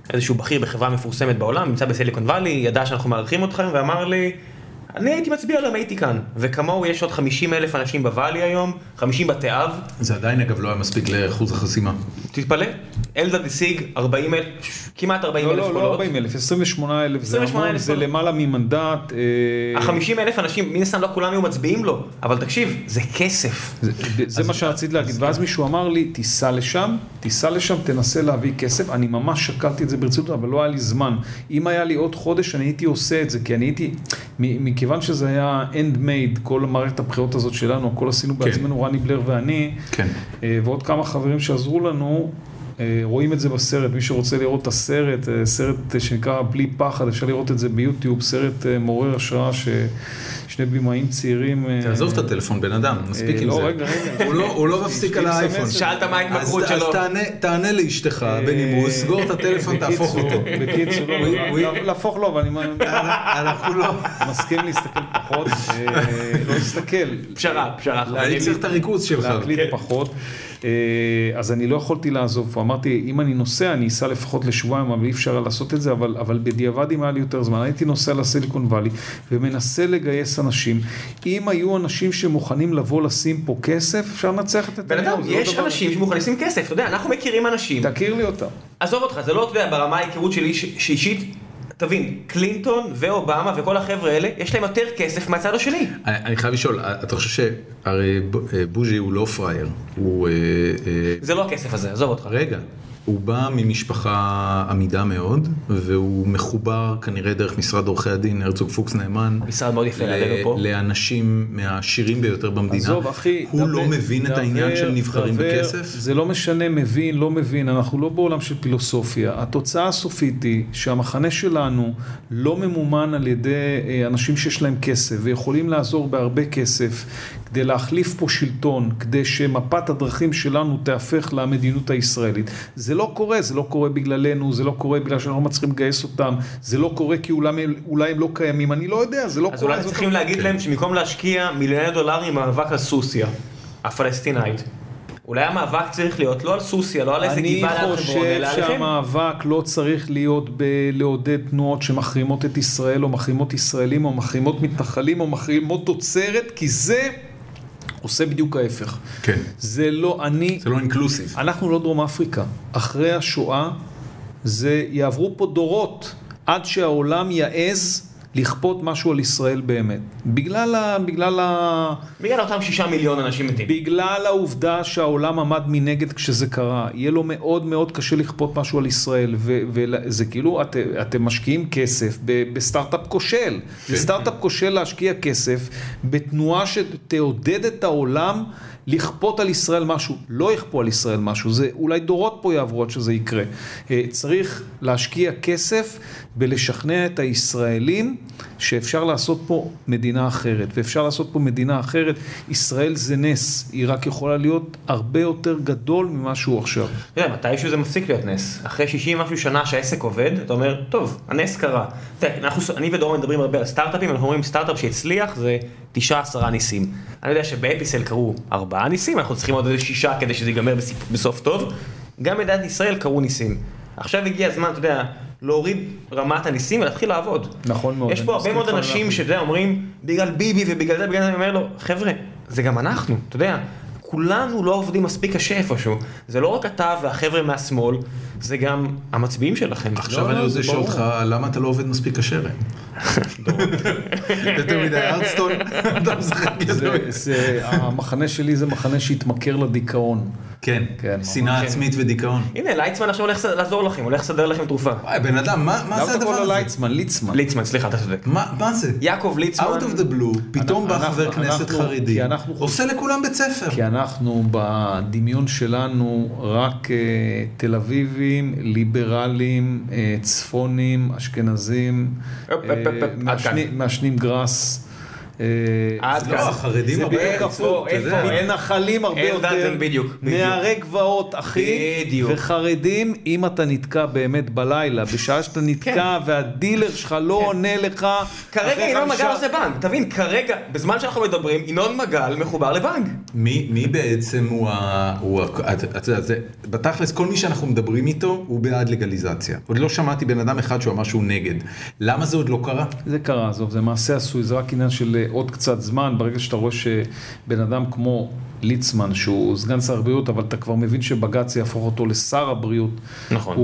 איזשהו בכיר בחברה מפורסמת בעולם, נמצא בסיליקון ואלי, ידע שאנחנו מערכים אתכם, ואמר לי, אני הייתי מצביע עליהם, הייתי כאן. וכמוהו יש עוד 50,000 אנשים בוואלי היום, 50 בתי אב. זה עדיין אגב לא היה מספיק לאחוז החסימה. תתפלא, אלדד השיג 40,000, כמעט 40,000 קולות. לא 40,000, 28,000 זה המון, זה למעלה ממנדט. ה-50,000 אנשים, מן הסתם לא כולם היו מצביעים לו, אבל תקשיב, זה כסף. זה מה שרציתי להגיד, ואז מישהו אמר לי, תיסע לשם, תנסה להביא כסף. אני ממש שקלתי את זה ברצינות, אבל לא היה לי זמן. אם היה לי עוד חודש, אני הייתי עושה את זה, כי אני הייתי, מכיוון שזה היה end made, כל מערכת הבחירות הזאת שלנו, הכל עשינו בעצמנו, רני בלר ואני, ועוד כמה חברים שעזרו לנו, רואים את זה בסרט, מי שרוצה לראות את הסרט, סרט שנקרא בלי פחד, אפשר לראות את זה ביוטיוב, סרט מעורר השראה ששני בימאים צעירים... תעזוב את הטלפון, בן אדם, מספיק עם זה. לא, רגע. הוא לא מפסיק על האייפון. שאלת מה ההתמכרות שלו. אז תענה לאשתך בנימוס, סגור את הטלפון, תהפוך אותו. בקיצור, להפוך לו, ואני אנחנו לא. מסכים להסתכל פחות, לא להסתכל. פשרה. אני צריך את הריכוז שלך. להקליט פחות. אז אני לא יכולתי לעזוב, אמרתי, אם אני נוסע, אני אסע לפחות לשבועיים, אבל אי אפשר לעשות את זה, אבל בדיעבד אם היה לי יותר זמן, הייתי נוסע לסיליקון ואלי, ומנסה לגייס אנשים. אם היו אנשים שמוכנים לבוא לשים פה כסף, אפשר לנצח את נתניהו. יש אנשים שמוכנים לשים כסף, אתה יודע, אנחנו מכירים אנשים. תכיר לי אותם. עזוב אותך, זה לא, אתה יודע, ברמה ההיכרות שלי, שאישית, תבין, קלינטון ואובמה וכל החבר'ה האלה, יש להם יותר כסף מהצד השני. אני חייב לשאול, אתה חושב שהרי בוז'י הוא לא פרייר, הוא... זה לא הכסף הזה, עזוב אותך. רגע, הוא בא ממשפחה עמידה מאוד, והוא מחובר כנראה דרך משרד עורכי הדין, הרצוג פוקס נאמן. משרד מאוד יפה לידינו פה. לאנשים מהעשירים ביותר במדינה. עזוב, אחי. הוא לא מבין את העניין של נבחרים בכסף? זה לא משנה, מבין, לא מבין. אנחנו לא בעולם של פילוסופיה. התוצאה הסופית היא שהמחנה שלנו לא ממומן על ידי אנשים שיש להם כסף, ויכולים לעזור בהרבה כסף, כדי להחליף פה שלטון, כדי שמפת הדרכים שלנו תהפך למדינות הישראלית. זה לא קורה, זה לא קורה בגללנו, זה לא קורה בגלל שאנחנו מצליחים לגייס אותם, זה לא קורה כי אולי הם לא קיימים, אני לא יודע, זה לא קורה. אז אולי צריכים להגיד להם שמקום להשקיע מיליוני דולרים במאבק על סוסיה, הפלסטינאית. אולי המאבק צריך להיות לא על סוסיה, לא על איזה גבעה על חברון, אלא עליכם. אני חושב שהמאבק לא צריך להיות בלעודד תנועות שמחרימות את ישראל, או מחרימות ישראלים, או מחרימות מתנחלים, או מחרימות תוצרת, כי זה עושה בדיוק ההפך. כן. זה לא אינקלוסיב. אנחנו לא דרום אפריקה. אחרי השואה, זה יעברו פה דורות, עד שהעולם יעז לכפות משהו על ישראל באמת. בגלל אותם 6 מיליון אנשים מתים. בגלל העובדה שהעולם עמד מנגד כשזה קרה. יהיה לו מאוד מאוד קשה לכפות משהו על ישראל, וזה כאילו, אתם משקיעים כסף בסטארט-אפ כושל. זה סטארט-אפ כושל להשקיע כסף בתנועה שתעודד את העולם לכפות על ישראל משהו. לא יכפו על ישראל משהו. זה אולי דורות פה יעברו עד שזה יקרה. צריך להשקיע כסף בלשכנע את הישראלים שאפשר לעשות פה מדינה אחרת, ואפשר לעשות פה מדינה אחרת. ישראל זה נס, היא רק יכולה להיות הרבה יותר גדול ממה שהוא עכשיו. אתה יודע, מתישהו זה מפסיק להיות נס. אחרי 60 משהו שנה שהעסק עובד, אתה אומר, טוב, הנס קרה. אני ודורון מדברים הרבה על סטארט-אפים, אנחנו אומרים סטארט-אפ שהצליח זה 9-10 ניסים. אני יודע שבאפיסל קרו 4 ניסים, אנחנו צריכים עוד איזה 6 כדי שזה ייגמר בסוף טוב. גם מדינת ישראל קרו ניסים. עכשיו הגיע הזמן, אתה יודע, להוריד רמת הניסים ולהתחיל לעבוד. נכון מאוד. יש פה הרבה מאוד אנשים שאתה אומרים, בגלל ביבי ובגלל זה, אני אומר לו, חבר'ה, זה גם אנחנו, אתה יודע, כולנו לא עובדים מספיק קשה איפשהו. זה לא רק אתה והחבר'ה מהשמאל, זה גם המצביעים שלכם. עכשיו אני רוצה לשאול אותך, למה אתה לא עובד מספיק קשה? יותר מדי ארדסטון, אתה משחק יותר מדי. המחנה שלי זה מחנה שהתמכר לדיכאון. כן, שנאה עצמית ודיכאון. הנה, ליצמן עכשיו הולך לעזור לכם, הולך לסדר לכם תרופה. וואי, בן אדם, מה זה הדבר הזה? ליצמן, סליחה, אתה צודק. מה זה? יעקב ליצמן. Out of the blue, פתאום בא חבר כנסת חרדי, עושה לכולם בית ספר. כי אנחנו בדמיון שלנו רק תל אביבים, ליברלים, צפונים, אשכנזים, מעשנים גרס. עד לא, החרדים הרבה מתנחלים הרבה יותר, נערי גבעות, אחי, וחרדים, אם אתה נתקע באמת בלילה, בשעה שאתה נתקע והדילר שלך לא עונה לך, כרגע ינון מגל עושה בנק, תבין, כרגע, בזמן שאנחנו מדברים, ינון מגל מחובר לבנק. מי בעצם הוא, אתה יודע, בתכלס, כל מי שאנחנו מדברים איתו, הוא בעד לגליזציה. עוד לא שמעתי בן אדם אחד שהוא אמר שהוא נגד. למה זה עוד לא קרה? זה קרה, זה מעשה עשוי, זה רק עניין של עוד קצת זמן, ברגע שאתה רואה שבן אדם כמו ליצמן, שהוא סגן שר הבריאות, אבל אתה כבר מבין שבג"ץ יהפוך אותו לשר הבריאות. נכון.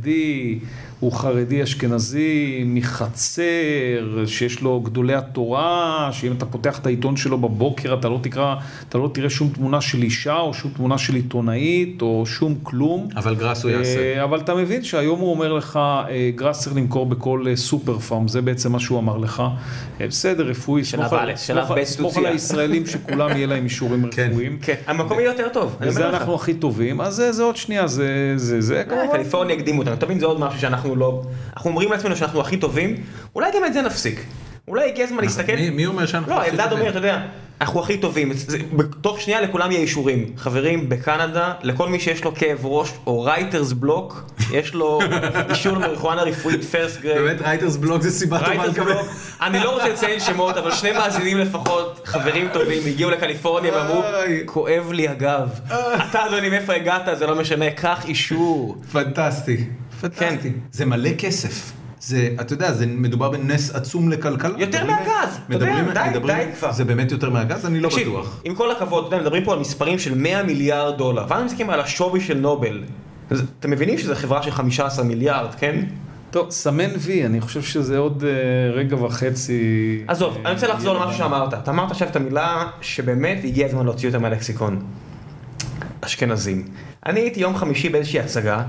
הוא חרדי אשכנזי מחצר, שיש לו גדולי התורה, שאם אתה פותח את העיתון שלו בבוקר, אתה לא תראה שום תמונה של אישה, או שום תמונה של עיתונאית, או שום כלום. אבל גראס הוא יעשה. אבל אתה מבין שהיום הוא אומר לך, גראס צריך למכור בכל סופר פארם, זה בעצם מה שהוא אמר לך. בסדר, רפואי, סמוך על הישראלים שכולם יהיה להם אישורים רפואיים. כן, המקום יהיה יותר טוב. וזה אנחנו הכי טובים, אז זה עוד שנייה, זה כמובן. קליפורניה הקדימו אותנו, תבין, זה עוד משהו שאנחנו לא, אנחנו אומרים לעצמנו שאנחנו הכי טובים, אולי גם את זה נפסיק. אולי הגיע הזמן להסתכל. מי אומר שאנחנו הכי טובים? לא, אלדד אומר, אתה יודע, אנחנו הכי טובים. בתוך שנייה לכולם יהיה אישורים. חברים, בקנדה, לכל מי שיש לו כאב ראש או רייטרס בלוק, יש לו אישור למריחואנה רפואית פרסט גרייד. באמת, רייטרס בלוק זה סיבה טובה לקבל. אני לא רוצה לציין שמות, אבל שני מאזינים לפחות, חברים טובים, הגיעו לקליפורניה ואמרו, כואב לי הגב. אתה אדוני, מאיפה הגעת? זה לא משנה, קח אישור. פנטסטי. פנטסטי. זה מלא כסף. זה, אתה יודע, זה מדובר בנס עצום לכלכלה. יותר מהגז, אתה יודע, די כבר. זה באמת יותר מהגז? אני לא בטוח. עם כל הכבוד, אתה יודע, מדברים פה על מספרים של $100 מיליארד, ואנחנו מסתכלים על השווי של נובל. אתם מבינים שזו חברה של 15 מיליארד, כן? טוב, סמן וי, אני חושב שזה עוד רגע וחצי. עזוב, אני רוצה לחזור למשהו שאמרת. אתה אמרת עכשיו את המילה שבאמת הגיע הזמן להוציא אותה מהלקסיקון. אשכנזים. אני הייתי יום חמישי באיזושהי הצגה,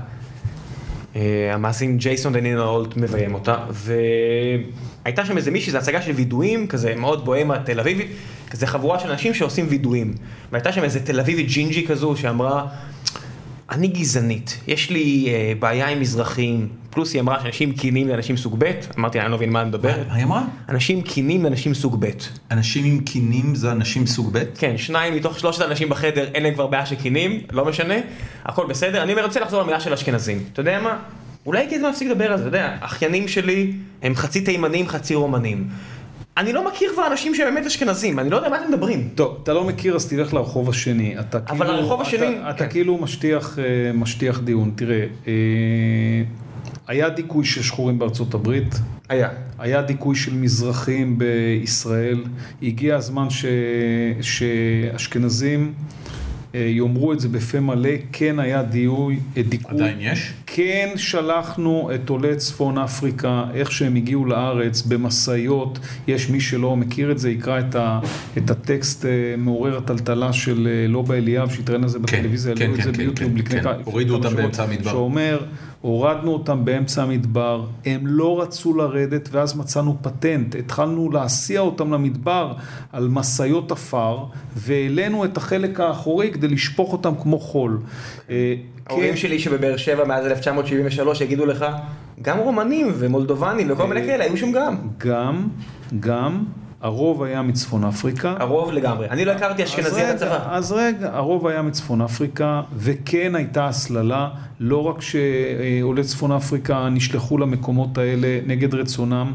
המעשים ג'ייסון דנינו אולט מביים אותה, והייתה שם איזה מישהי, זו הצגה של וידועים, כזה מאוד בוהמה תל אביבית, כזה חבורה של אנשים שעושים וידועים, והייתה שם איזה תל אביבית ג'ינג'י כזו שאמרה, אני גזענית, יש לי בעיה עם מזרחים, פלוס היא אמרה שאנשים קינים לאנשים סוג ב', אמרתי, אני לא מבין מה אני מדבר. מה היא אמרה? אנשים קינים לאנשים סוג ב'. אנשים עם קינים זה אנשים סוג ב'? כן, 2 מתוך 3 אנשים בחדר, אין להם כבר בעיה של קינים, לא משנה, הכל בסדר. אני רוצה לחזור למילה של אשכנזים. אתה יודע מה? אולי הגיע הזמן להפסיק לדבר על זה, אתה יודע, האחיינים שלי הם חצי תימנים, חצי רומנים. אני לא מכיר כבר אנשים שבאמת אשכנזים, אני לא יודע מה אתם מדברים. טוב, אתה לא מכיר, אז תלך לרחוב השני. אבל הרחוב השני... אתה כאילו משטיח דיון. תראה, היה דיכוי של שחורים בארצות הברית. היה דיכוי של מזרחים בישראל. הגיע הזמן שאשכנזים יאמרו את זה בפה מלא, כן היה דיכוי. עדיין יש? כן שלחנו את עולי צפון אפריקה, איך שהם הגיעו לארץ, במסעיות, יש מי שלא מכיר את זה, יקרא את הטקסט מעורר הטלטלה של לובה אליאב, שהתראיין לזה בטלוויזיה, העלו את זה ביוטיוב, הורידו אותם באמצע המדבר. שאומר, הורדנו אותם באמצע המדבר, הם לא רצו לרדת, ואז מצאנו פטנט, התחלנו להסיע אותם למדבר על מסעיות אפר, והעלינו את החלק האחורי כדי לשפוך אותם כמו חול. ההורים שלי שבבאר שבע מאז 1973 יגידו לך, גם רומנים ומולדובנים וכל מיני כאלה, היו שם גם, הרוב היה מצפון אפריקה. הרוב לגמרי. אני לא הכרתי אשכנזי את הצבא. אז רגע, הרוב היה מצפון אפריקה, וכן הייתה הסללה, לא רק שעולי צפון אפריקה נשלחו למקומות האלה נגד רצונם,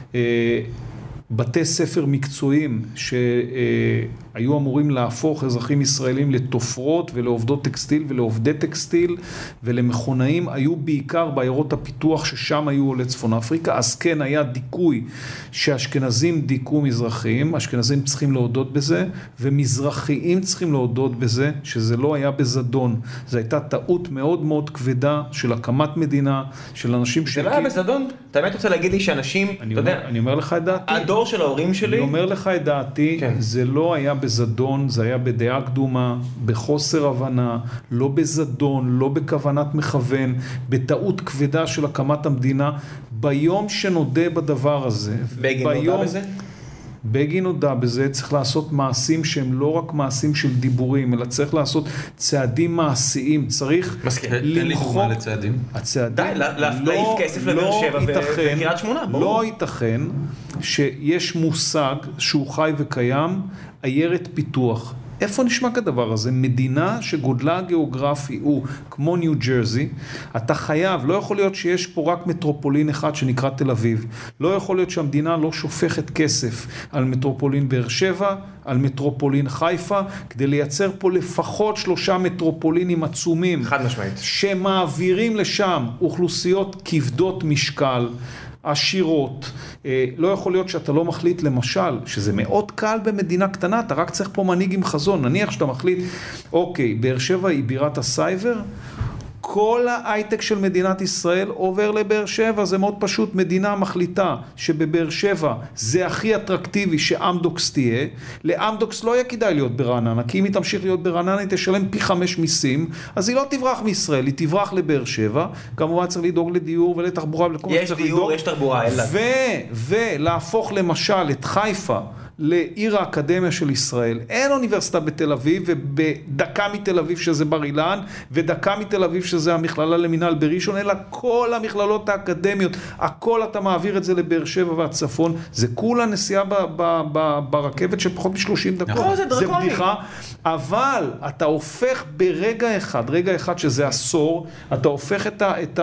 בתי ספר מקצועיים שהיו אמורים להפוך אזרחים ישראלים לתופרות ולעובדות טקסטיל ולעובדי טקסטיל ולמכונאים, היו בעיקר בעיירות הפיתוח ששם היו עולי צפון אפריקה. אז כן היה דיכוי שאשכנזים דיכו מזרחים, אשכנזים צריכים להודות בזה, ומזרחיים צריכים להודות בזה, שזה לא היה בזדון. זו הייתה טעות מאוד מאוד כבדה של הקמת מדינה, של אנשים זה לא היה בזדון? אתה באמת רוצה להגיד לי שאנשים, אתה יודע, אני אומר לך את דעתי. הדור של ההורים שלי, אני אומר לך את דעתי, זה לא היה בזדון, זה היה בדעה קדומה, בחוסר הבנה, לא בזדון, לא בכוונת מכוון, בטעות כבדה של הקמת המדינה. ביום שנודה בדבר הזה, בגין נודע בזה? בגין הודע בזה, צריך לעשות מעשים שהם לא רק מעשים של דיבורים, אלא צריך לעשות צעדים מעשיים, צריך למחוק. תן לי דוגמה לצעדים. די, להעיף כסף לבאר שבע וקריית שמונה, ברור. לא ייתכן שיש מושג שהוא חי וקיים, עיירת פיתוח. איפה נשמע כדבר הזה? מדינה שגודלה הגיאוגרפי הוא כמו ניו ג'רזי, אתה חייב, לא יכול להיות שיש פה רק מטרופולין אחד שנקרא תל אביב, לא יכול להיות שהמדינה לא שופכת כסף על מטרופולין באר שבע, על מטרופולין חיפה, כדי לייצר פה לפחות 3 מטרופולינים עצומים, חד משמעית, שמעבירים לשם אוכלוסיות כבדות משקל, עשירות. לא יכול להיות שאתה לא מחליט, למשל, שזה מאוד קל במדינה קטנה, אתה רק צריך פה מנהיג עם חזון. נניח שאתה מחליט, אוקיי, באר שבע היא בירת הסייבר, כל ההייטק של מדינת ישראל עובר לבאר שבע, זה מאוד פשוט, מדינה מחליטה שבבאר שבע זה הכי אטרקטיבי שאמדוקס תהיה, לאמדוקס לא יהיה כדאי להיות ברעננה, כי אם היא תמשיך להיות ברעננה היא תשלם פי 5 מיסים, אז היא לא תברח מישראל, היא תברח לבאר שבע, כמובן צריך לדאוג לדיור ולתחבורה, יש דיור, יש תחבורה, ולהפוך למשל את חיפה, לעיר האקדמיה של ישראל. אין אוניברסיטה בתל אביב, ובדקה מתל אביב שזה בר אילן, ודקה מתל אביב שזה המכללה למינהל בראשון, אלא כל המכללות האקדמיות, הכל אתה מעביר את זה לבאר שבע והצפון, זה כולה נסיעה ברכבת של פחות מ-30 דקות. זה בדיחה, אבל אתה הופך ברגע אחד, רגע אחד שזה עשור, אתה הופך את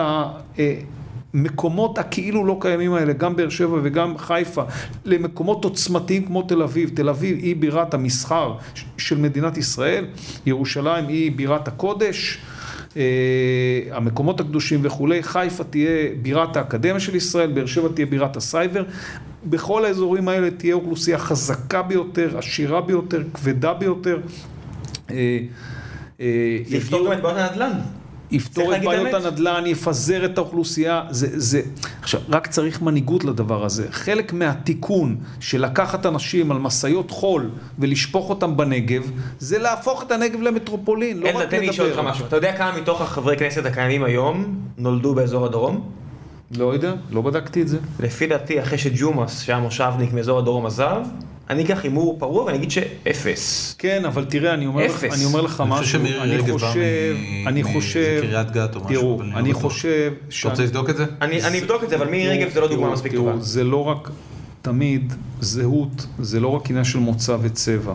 מקומות הכאילו לא קיימים האלה, גם באר שבע וגם חיפה, למקומות עוצמתיים כמו תל אביב. תל אביב היא בירת המסחר של מדינת ישראל, ירושלים היא בירת הקודש, המקומות הקדושים וכולי, חיפה תהיה בירת האקדמיה של ישראל, באר שבע תהיה בירת הסייבר, בכל האזורים האלה תהיה אוכלוסייה חזקה ביותר, עשירה ביותר, כבדה ביותר. זה יפתור גם את בעיות הנדל"ן. יפתור את בעיות הנדל"ן, יפזר את האוכלוסייה, עכשיו, רק צריך מנהיגות לדבר הזה. חלק מהתיקון של לקחת אנשים על מסעיות חול ולשפוך אותם בנגב, זה להפוך את הנגב למטרופולין, לא רק לדבר. תן לי לשאול אותך משהו, אתה יודע כמה מתוך החברי כנסת הקיימים היום נולדו באזור הדרום? לא יודע, לא בדקתי את זה. לפי דעתי, אחרי שג'ומאס, שהיה מושבניק מאזור הדרום עזב, אני אקח הימור פרוע ואני אגיד שאפס. כן, אבל תראה, אני אומר לך משהו, אני חושב, זה קריית גת או משהו. תראו, אני חושב, אתה רוצה לבדוק את זה? אני אבדוק את זה, אבל מירי רגב זה לא דוגמה מספיק טובה. זה לא רק, תמיד, זהות, זה לא רק עניין של מוצא וצבע.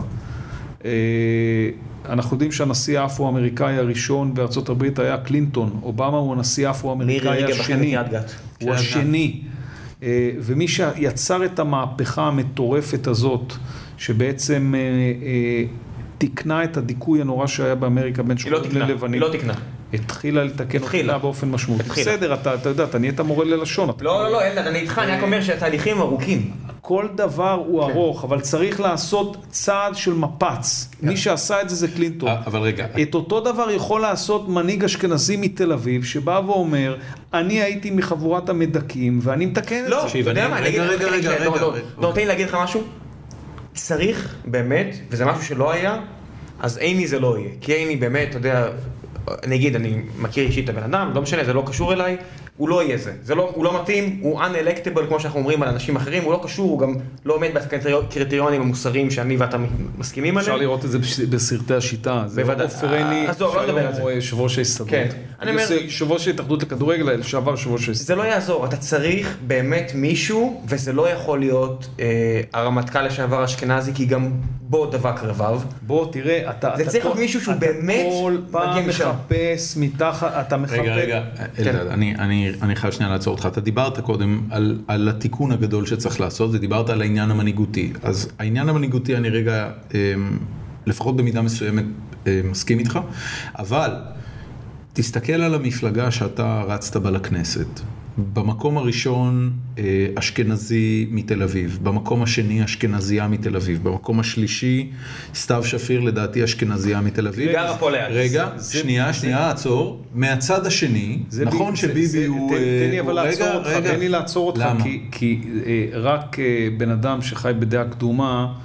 אנחנו יודעים שהנשיא האפרו-אמריקאי הראשון בארצות הברית היה קלינטון, אובמה הוא הנשיא האפרו-אמריקאי השני. הוא השני. ומי שיצר את המהפכה המטורפת הזאת, שבעצם תקנה את הדיכוי הנורא שהיה באמריקה בין שחורים ללבנים. היא לא תקנה. התחילה לתקן אותה באופן משמעותי. בסדר, אתה יודע, אתה נהיית מורה ללשון. לא, אלדד, אני איתך, אני רק אומר שהתהליכים ארוכים. כל דבר הוא ארוך, אבל צריך לעשות צעד של מפץ. מי שעשה את זה זה קלינטון. אבל רגע. את אותו דבר יכול לעשות מנהיג אשכנזי מתל אביב, שבא ואומר, אני הייתי מחבורת המדכאים, ואני מתקן את זה. לא, אתה יודע מה, תן לי להגיד לך משהו. צריך באמת, וזה משהו שלא היה, אז עיני זה לא יהיה. כי עיני באמת, אתה יודע, נגיד, אני מכיר אישית את הבן אדם, לא משנה, זה לא קשור אליי, הוא לא יהיה זה. הוא לא מתאים, הוא unelectable, כמו שאנחנו אומרים על אנשים אחרים, הוא לא קשור, הוא גם לא עומד בקריטריונים המוסריים שאני ואתה מסכימים עליהם. אפשר לראות את זה בסרטי השיטה. בוודאי. עזוב, לא נדבר על זה. יושב ראש ההסתדרות. כן. יושב ראש ההתאחדות לכדורגל, שעבר יושב ראש ההסתדרות. זה לא יעזור, אתה צריך באמת מישהו, וזה לא יכול להיות הרמטכ"ל לשעבר אשכנזי, כי גם בו דבק רבב. בוא, תראה, זה צריך להיות מישהו שהוא באמת כל פעם מחפש מתחת, אתה מחפש. רגע, אלדד, אני חייב שנייה לעצור אותך. אתה דיברת קודם על התיקון הגדול שצריך לעשות, ודיברת על העניין המנהיגותי. אז העניין המנהיגותי, אני רגע, לפחות במידה מסוימת, מסכים איתך, אבל תסתכל על המפלגה שאתה רצת בה לכנסת. במקום הראשון אשכנזי מתל אביב, במקום השני אשכנזייה מתל אביב, במקום השלישי סתיו שפיר לדעתי אשכנזייה מתל אביב. רגע, שנייה, עצור. מהצד השני, נכון שביבי הוא... תן לי לעצור אותך, כי רק בן אדם שחי בדעה קדומה,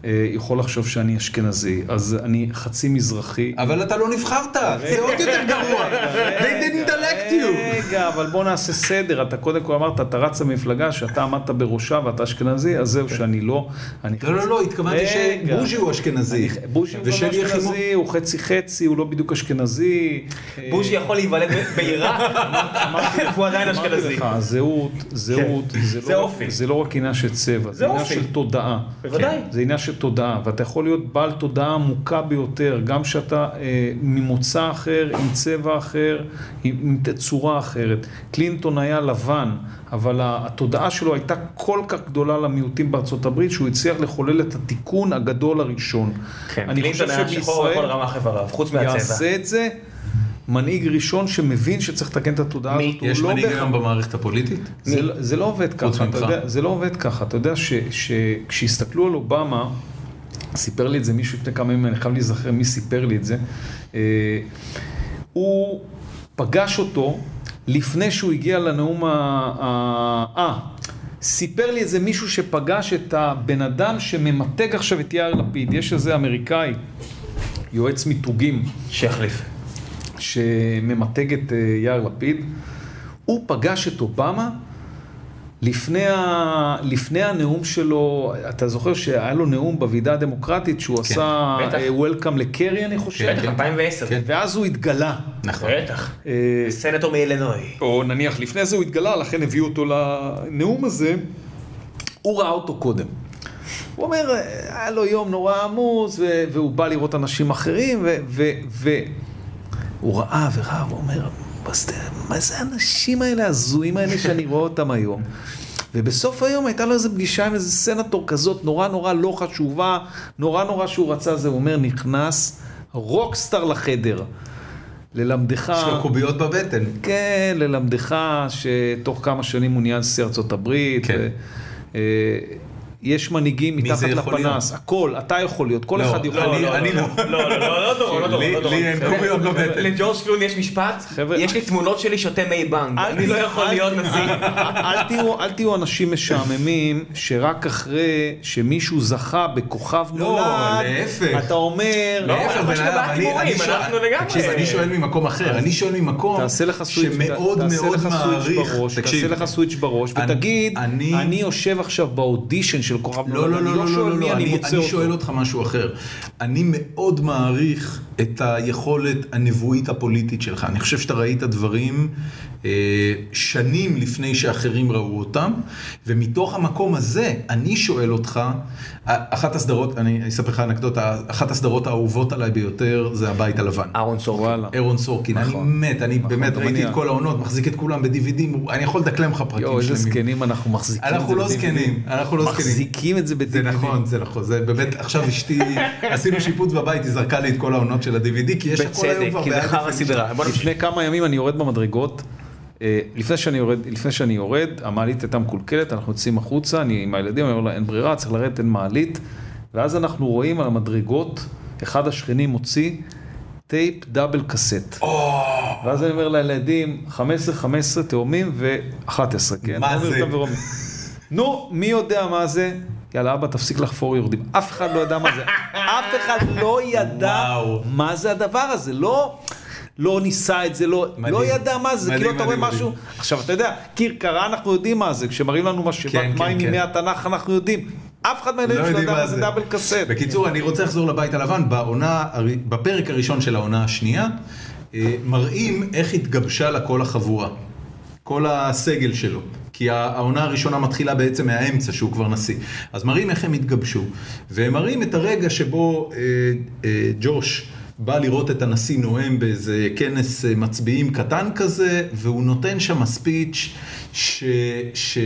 יכול לחשוב שאני אשכנזי, אז אני חצי מזרחי. אבל אתה לא נבחרת, זה עוד יותר גרוע. They didn't elect you. רגע, אבל בוא נעשה סדר. אתה קודם כל אמרת, אתה רץ למפלגה שאתה עמדת בראשה ואתה אשכנזי, אז זהו שאני לא. לא, התכוונתי שבוז'י הוא אשכנזי. בוז'י הוא לא אשכנזי, הוא חצי, הוא לא בדיוק אשכנזי. בוז'י יכול להיוולד בעיראק, הוא עדיין אשכנזי. זהות, זה לא רק עניין של צבע, זה עניין של תודעה. בוודאי. זה עניין של תודעה, ואתה יכול להיות בעל תודעה עמוקה ביותר, גם שאתה ממוצא אחר, עם צבע אחר, עם צורה אחרת. קלינטון היה לבן, אבל התודעה שלו הייתה כל כך גדולה למיעוטים בארצות הברית, שהוא הצליח לחולל את התיקון הגדול הראשון. כן, קלינטון היה שחור בכל רמ"ח איבריו, חוץ מהצבע. יעשה את זה, מנהיג ראשון שמבין שצריך לתקן את התודעה הזאת. יש מנהיג היום במערכת הפוליטית? זה לא עובד ככה, זה לא עובד ככה. אתה יודע שכשהסתכלו על אובמה, סיפר לי את זה מישהו לפני כמה ימים, אני חייב להיזכר מי סיפר לי את זה, הוא פגש אותו לפני שהוא הגיע לנאום סיפר לי איזה מישהו שפגש את הבן אדם שממתג עכשיו את יאיר לפיד. יש איזה אמריקאי, יועץ מיתוגים, שיחליף, שממתג את יאיר לפיד. הוא פגש את אובמה לפני הנאום שלו. אתה זוכר שהיה לו נאום בוועידה הדמוקרטית שהוא עשה Welcome לקרי, אני חושב. בטח, 2010. ואז הוא התגלה. נכון. בטח. סנטור מאילינוי. או נניח לפני זה הוא התגלה, לכן הביאו אותו לנאום הזה. הוא ראה אותו קודם. הוא אומר, היה לו יום נורא עמוס, והוא בא לראות אנשים אחרים, והוא ראה והוא אומר, מה זה האנשים האלה, הזויים האלה שאני רואה אותם היום? ובסוף היום הייתה לו איזו פגישה עם איזה סנטור כזאת, נורא נורא לא חשובה, נורא שהוא רצה זה, הוא אומר, נכנס רוקסטאר לחדר, ללמדך... יש לו קוביות בבטן. כן, ללמדך שתוך כמה שנים הוא נהיה נשיא ארצות הברית, כן. יש מנהיגים מתחת לפנס, הכל, אתה יכול להיות, כל אחד יכול להיות. אני לא. לא. לי אין קוביות בבטן. לג'ורג' קלוני יש משפט, יש לי תמונות שלי שותה מי בנג, אני לא יכול להיות נשיא. אל תהיו אנשים משעממים, שרק אחרי שמישהו זכה בכוכב נולד, להפך. אתה אומר... להפך, אני שואל ממקום אחר, אני שואל ממקום שמאוד מאוד מעריך. תעשה לך סוויץ' בראש, ותגיד, אני יושב עכשיו באודישן של כוכב נולד, אני לא שואל מי אני מוצא אותו. אני שואל אותך משהו אחר. אני מאוד מעריך את היכולת הנבואית הפוליטית שלך. אני חושב שאתה ראית דברים שנים לפני שאחרים ראו אותם, ומתוך המקום הזה אני שואל אותך, אחת הסדרות, אני אספר לך אנקדוטה, אחת הסדרות האהובות עליי ביותר זה הבית הלבן. אהרון סורקין. אני מת, אני באמת ראיתי את כל העונות, מחזיק את כולם ב-DVD, אני יכול לדקלם לך פרקים שלמים. איזה זקנים אנחנו מחזיקים את זה. אנחנו לא זקנים, מחזיקים את זה ב-DVD. זה נכון, זה נכון. זה באמת, עכשיו אשתי, עשינו שיפוץ בבית, היא זרקה לי את כל העונות של ה-DVD, כי יש הכל היום כבר. כי זה חר הסדרה. לפני כמה ימים אני יורד במדרגות, לפני שאני יורד, המעלית הייתה מקולקלת, אנחנו יוצאים החוצה, אני עם הילדים, אני אומר לה, אין ברירה, צריך לרדת, אין מעלית, ואז אנחנו רואים על המדרגות, אחד השכנים מוציא טייפ דאבל קסט. ואז אני אומר לילדים, 15 תאומים ו-11, כן? מה זה? נו, מי יודע מה זה? יאללה, אבא, תפסיק לחפור יורדים. אף אחד לא ידע מה זה. אף אחד לא ידע מה זה הדבר הזה. לא ניסה את זה, לא ידע מה זה, כאילו אתה רואה משהו. עכשיו, אתה יודע, כרכרה אנחנו יודעים מה זה, כשמראים לנו משאבת מים מימי התנ"ך אנחנו יודעים. אף אחד מהילדים שלא יודע מה זה דאבל קסט. בקיצור, אני רוצה לחזור לבית הלבן, בפרק הראשון של העונה השנייה, מראים איך התגבשה לה כל החבורה, כל הסגל שלו. כי העונה הראשונה מתחילה בעצם מהאמצע שהוא כבר נשיא. אז מראים איך הם התגבשו, והם מראים את הרגע שבו ג'וש בא לראות את הנשיא נואם באיזה כנס מצביעים קטן כזה, והוא נותן שם ספיץ'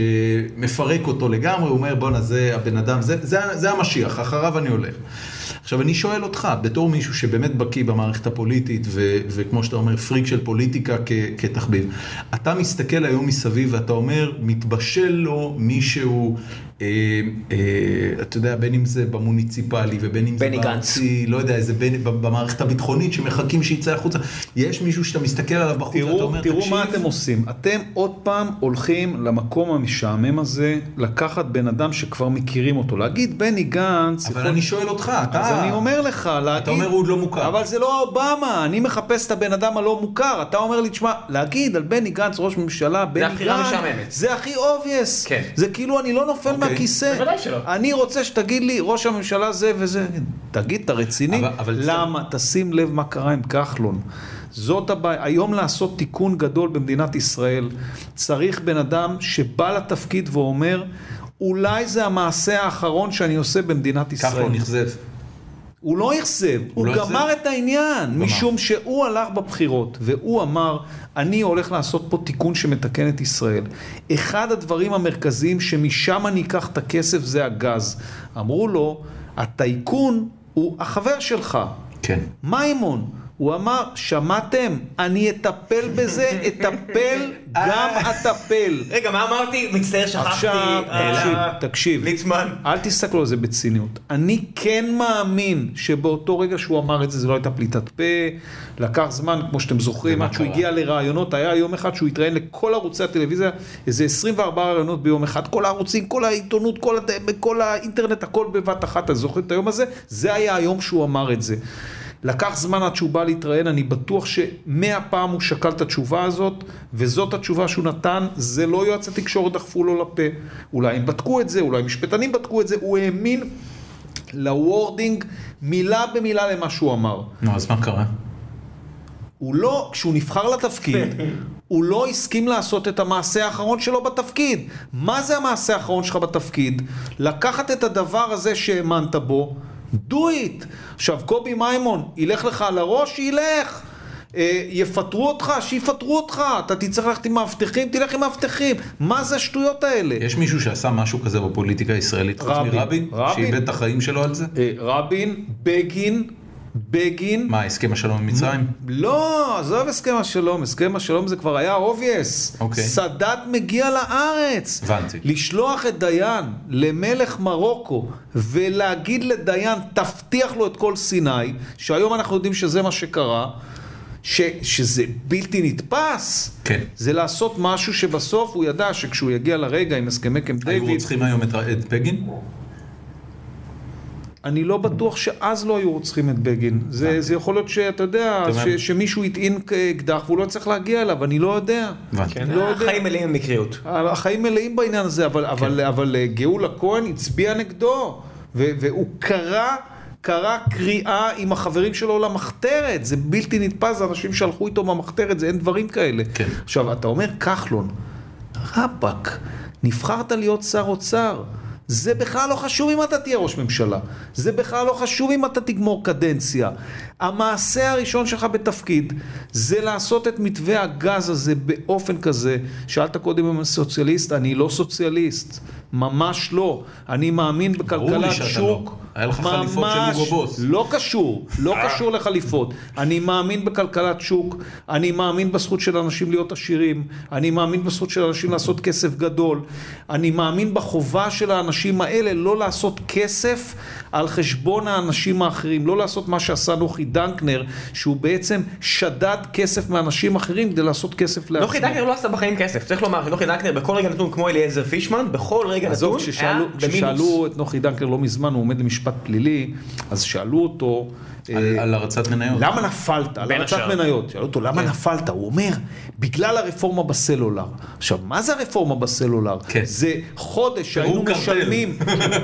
שמפרק אותו לגמרי, הוא אומר בוא נזה הבן אדם, זה המשיח, אחריו אני הולך. עכשיו אני שואל אותך, בתור מישהו שבאמת בקיא במערכת הפוליטית, וכמו שאתה אומר, פריק של פוליטיקה כתחביב, אתה מסתכל היום מסביב ואתה אומר, מתבשל לו מישהו, אתה יודע, בין אם זה במוניציפלי ובין אם זה בארצי, לא יודע, איזה במערכת הביטחונית שמחכים שיצא החוצה, יש מישהו שאתה מסתכל עליו בחוץ ואתה אומר, תראו מה אתם עושים, אתם עוד פעם הולכים למקום המשעמם הזה, לקחת בן אדם שכבר מכירים אותו, להגיד בני גנץ, אבל אני שואל אותך, אז אני אומר לך, אתה אומר הוא לא מוכר, אבל זה לא אובמה, אני מחפש את הבן אדם הלא מוכר, אתה אומר לי, תשמע, להגיד על בני גנץ ראש ממשלה, בני גנץ, זה הכי obvious, זה כאילו אני לא נופל מהכיסא, אני רוצה שתגיד לי ראש הממשלה זה וזה, תגיד, אתה רציני? למה? תשים לב מה קרה עם כחלון. זאת הבעיה. היום לעשות תיקון גדול במדינת ישראל, צריך בן אדם שבא לתפקיד ואומר, אולי זה המעשה האחרון שאני עושה במדינת ישראל. כחלון נכזב. הוא לא יחזב, הוא גמר את העניין, משום שהוא הלך בבחירות, והוא אמר, אני הולך לעשות פה תיקון שמתקן את ישראל. אחד הדברים המרכזיים שמשם אני אקח את הכסף זה הגז. אמרו לו, הטייקון הוא החבר שלך. כן. מימון. הוא אמר, שמעתם? אני אטפל בזה, אטפל, גם אטפל. רגע, מה אמרתי? מצטער, שכחתי. עכשיו, תקשיב. ליצמן. אל תסתכלו על זה בציניות. אני כן מאמין שבאותו רגע שהוא אמר את זה, זה לא הייתה פליטת פה, לקח זמן, כמו שאתם זוכרים, עד שהוא הגיע לרעיונות, היה יום אחד שהוא התראיין לכל ערוצי הטלוויזיה, איזה 24 רעיונות ביום אחד, כל הערוצים, כל העיתונות, כל האינטרנט, הכל בבת אחת, אז זוכרים את היום הזה? זה היה היום שהוא אמר את זה. לקח זמן עד שהוא בא להתראיין, אני בטוח ש100 פעם הוא שקל את התשובה הזאת, וזאת התשובה שהוא נתן, זה לא יועץ התקשורת דחפו לו לפה. אולי הם בדקו את זה, אולי משפטנים בדקו את זה, הוא האמין לוורדינג מילה במילה למה שהוא אמר. נו, אז מה קרה? הוא לא, כשהוא נבחר לתפקיד, הוא לא הסכים לעשות את המעשה האחרון שלו בתפקיד. מה זה המעשה האחרון שלך בתפקיד? לקחת את הדבר הזה שהאמנת בו, do it. עכשיו, קובי מימון, ילך לך על הראש, ילך. יפטרו אותך, שיפטרו אותך. אתה תצטרך ללכת עם מאבטחים, תלך עם מאבטחים. מה זה השטויות האלה? יש מישהו שעשה משהו כזה בפוליטיקה הישראלית? חוץ מרבין? שאיבד את החיים שלו על זה? רבין, בגין. מה, הסכם השלום עם מצרים? לא, עזוב הסכם השלום. הסכם השלום זה כבר היה obvious. סאדאת מגיע לארץ. הבנתי. לשלוח את דיין למלך מרוקו ולהגיד לדיין, תבטיח לו את כל סיני, שהיום אנחנו יודעים שזה מה שקרה, שזה בלתי נתפס. כן. זה לעשות משהו שבסוף הוא ידע שכשהוא יגיע לרגע עם הסכמי קמפ דיוויד... היו רוצחים היום את בגין? אני לא בטוח שאז לא היו רוצחים את בגין. זה יכול להיות שאתה יודע, שמישהו יטעין אקדח והוא לא צריך להגיע אליו, אני לא יודע. החיים מלאים במקריות. החיים מלאים בעניין הזה, אבל גאולה כהן הצביע נגדו, והוא קרא קריאה עם החברים שלו למחתרת. זה בלתי נתפס, אנשים שהלכו איתו מהמחתרת, זה אין דברים כאלה. עכשיו, אתה אומר, כחלון, רבק, נבחרת להיות שר אוצר, זה בכלל לא חשוב אם אתה תהיה ראש ממשלה. זה בכלל לא חשוב אם אתה תגמור קדנציה. המעשה הראשון שלך בתפקיד זה לעשות את מתווה הגז הזה באופן כזה. שאלת קודם אם אני סוציאליסט, אני לא סוציאליסט. ממש לא. אני מאמין בכלכלת שוק. היה לך חליפות של לוגו בוס. לא קשור לחליפות. אני מאמין בכלכלת שוק. אני מאמין בזכות של אנשים להיות עשירים. אני מאמין בזכות של אנשים לעשות כסף גדול. אני מאמין בחובה של האנשים האלה לא לעשות כסף על חשבון האנשים האחרים. לא לעשות מה שעשה נוחי דנקנר, שהוא בעצם שדד כסף מאנשים אחרים כדי לעשות כסף לעצמו. נוחי דנקנר לא עשה בחיים כסף. צריך לומר, נוחי דנקנר בכל רגע נתון כמו אליעזר פישמן, בכל רגע נתון היה במינוס. כששאלו את נוחי דנקנר לא מזמן, הוא עומד למשפט פלילי, אז שאלו אותו... על הרצת מניות. למה נפלת? על הרצת מניות. שאלו אותו, למה נפלת? הוא אומר, בגלל הרפורמה בסלולר. עכשיו, מה זה הרפורמה בסלולר? זה חודש שהיינו משלמים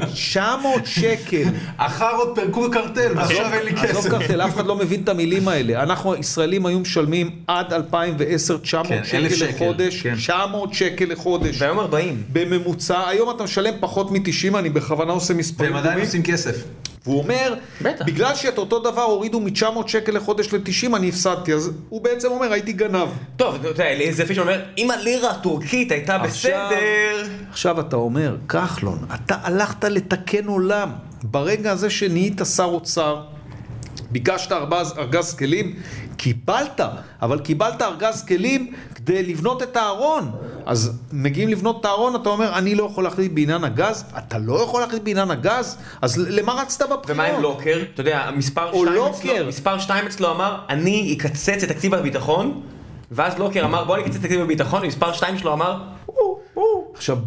900 שקל. אחר עוד פרקו קרטל, ועכשיו אין לי כסף. עזוב קרטל, אף אחד לא מבין את המילים האלה. אנחנו, ישראלים, היום משלמים עד 2010 900 שקל לחודש. 900 שקל לחודש. והיום 40. בממוצע, היום אתה משלם פחות מ-90, אני בכוונה עושה מספרים. והם עדיין עושים כסף. והוא אומר, בגלל שאת אותו דבר הורידו מ-900 שקל לחודש ל-90, אני הפסדתי. אז הוא בעצם אומר, הייתי גנב. טוב, אתה יודע, אליעזר פישמן אומר, אם הלירה הטורקית הייתה בסדר... עכשיו אתה אומר, כחלון, אתה הלכת לתקן עולם. ברגע הזה שנהיית שר אוצר, ביקשת ארגז כלים, קיבלת, אבל קיבלת ארגז כלים כדי לבנות את הארון. אז מגיעים לבנות את הארון, אתה אומר, אני לא יכול להחליט בעניין הגז, אתה לא יכול להחליט בעניין הגז, אז למה רצת בבחירות? ומה עם לוקר? אתה יודע, מספר 2 אצלו אמר, אני אקצץ את תקציב הביטחון, ואז לוקר אמר, בוא נקצץ את תקציב הביטחון, ומספר 2 שלו אמר, עכשיו,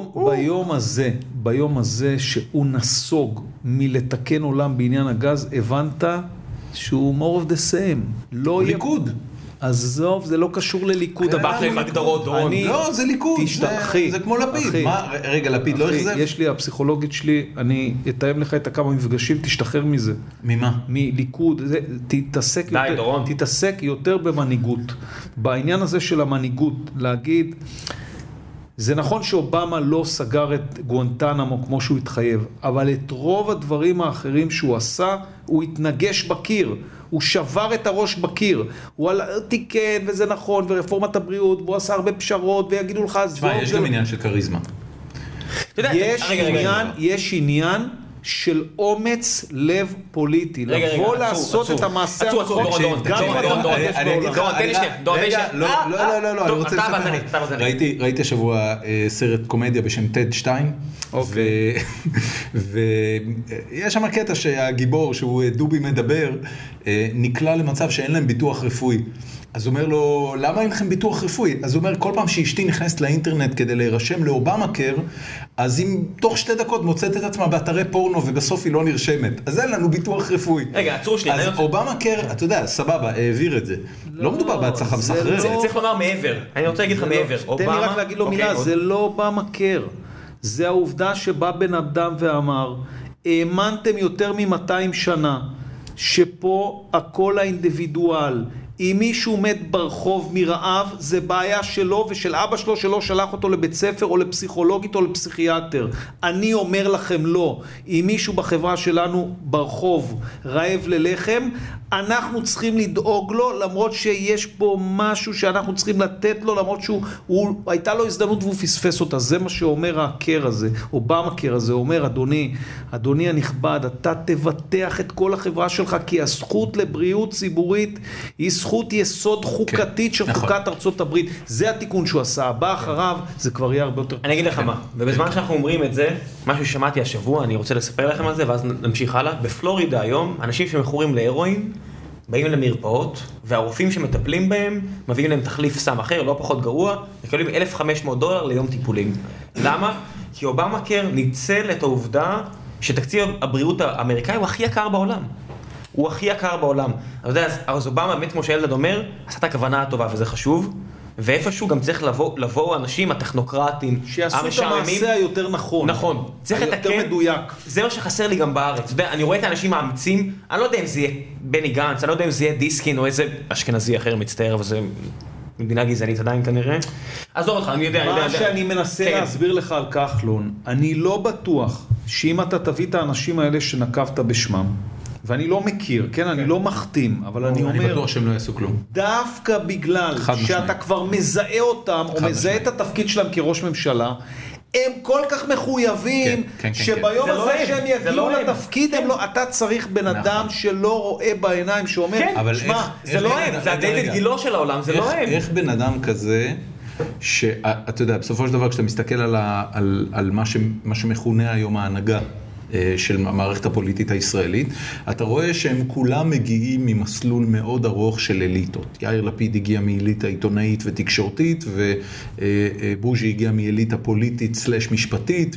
ביום הזה שהוא נסוג מלתקן עולם בעניין הגז, הבנת שהוא more of the same. לא ליכוד. עזוב, זה לא קשור לליכוד. אתה בא להם הגדרות, דורון. לא, זה ליכוד. זה כמו לפיד. רגע, לפיד לא יחזב? יש לי, הפסיכולוגית שלי, אני אתאם לך את כמה מפגשים, תשתחרר מזה. ממה? מליכוד. תתעסק יותר במנהיגות. בעניין הזה של המנהיגות, להגיד, זה נכון שאובמה לא סגר את גואנטנמו כמו שהוא התחייב, אבל את רוב הדברים האחרים שהוא עשה, הוא התנגש בקיר. הוא שבר את הראש בקיר, הוא תיקן וזה נכון, ורפורמת הבריאות, והוא עשה הרבה פשרות, ויגידו לך, תשמע, יש גם עניין של קריזמה. יש עניין של אומץ לב פוליטי, לבוא לעשות את המעשה הנכון, אני רוצה לספר, ראיתי השבוע סרט קומדיה בשם טד 2, ויש שם קטע שהגיבור שהוא דובי מדבר, נקלע למצב שאין להם ביטוח רפואי. אז הוא אומר לו, למה אין לכם ביטוח רפואי? אז הוא אומר, כל פעם שאשתי נכנסת לאינטרנט כדי להירשם לאובמה קר, אז אם תוך 2 דקות מוצאת את עצמה באתרי פורנו ובסוף היא לא נרשמת, אז אין לנו ביטוח רפואי. רגע, עצרו שנייה. אז אובמה קר, אתה יודע, סבבה, העביר את זה. לא מדובר בהצלחה מסחררת. צריך לומר מעבר. אני רוצה להגיד לך מעבר. תן לי רק להגיד לו מילה, זה לא אובמה קר. זה העובדה שבא בן אדם ואמר, האמנתם יותר מ-200 שנה, שפה הכל האינדיבידואל, אם מישהו מת ברחוב מרעב, זה בעיה שלו ושל אבא שלו שלא שלח אותו לבית ספר או לפסיכולוגית או לפסיכיאטר. אני אומר לכם לא. אם מישהו בחברה שלנו ברחוב רעב ללחם, אנחנו צריכים לדאוג לו, למרות שיש פה משהו שאנחנו צריכים לתת לו, למרות הייתה לו הזדמנות והוא פספס אותה. זה מה שאומר הקר הזה, אובמה קר הזה, אומר, אדוני הנכבד, אתה תבטח את כל החברה שלך, כי הזכות לבריאות ציבורית היא זכות יסוד חוקתית של חוקת ארצות הברית. זה התיקון שהוא עשה. הבא אחריו, זה כבר יהיה הרבה יותר. אני אגיד לך מה, ובזמן שאנחנו אומרים את זה, משהו ששמעתי השבוע, אני רוצה לספר לכם על זה, ואז נמשיך הלאה. בפלורידה היום, אנשים שמכורים להרואין, באים למרפאות, והרופאים שמטפלים בהם, מביאים להם תחליף סם אחר, לא פחות גרוע, מקבלים $1,500 ליום טיפולים. למה? כי אובמה קר ניצל את העובדה שתקציב הבריאות האמריקאי הוא הכי יקר בעולם. הוא הכי יקר בעולם. אתה יודע, אז אובמה, באמת כמו שהילד אומר, עשה את הכוונה הטובה, וזה חשוב, ואיפשהו גם צריך לבוא האנשים, הטכנוקרטים, שיעשו את המעשה היותר נכון. נכון. צריך לתקן. היותר מדויק. זה מה שחסר לי גם בארץ. אתה יודע, אני רואה את האנשים האמיצים, אני לא יודע אם זה יהיה בני גנץ, אני לא יודע אם זה יהיה דיסקין או איזה אשכנזי אחר מצטער, אבל זה מדינה גזענית עדיין כנראה. עזוב אותך, אני יודע. מה שאני מנסה להסביר לך על כחלון, אני לא בטוח שאם אתה תביא את האנשים האלה שנקבת בשמם, ואני לא מכיר, כן? אני לא מחתים, אבל אני אומר... אני בטוח שהם לא יעשו כלום. דווקא בגלל שאתה כבר מזהה אותם, או מזהה את התפקיד שלהם כראש ממשלה, הם כל כך מחויבים, שביום הזה שהם יגיעו לתפקיד, אתה צריך בן אדם שלא רואה בעיניים, שאומר, שמע, זה לא הם, זה הדיוויד גילו של העולם, זה לא הם. איך בן אדם כזה, שאתה יודע, בסופו של דבר, כשאתה מסתכל על מה שמכונה היום ההנהגה, של המערכת הפוליטית הישראלית, אתה רואה שהם כולם מגיעים ממסלול מאוד ארוך של אליטות. יאיר לפיד הגיע מאליטה עיתונאית ותקשורתית, ובוז'י הגיע מאליטה פוליטית סלש משפטית,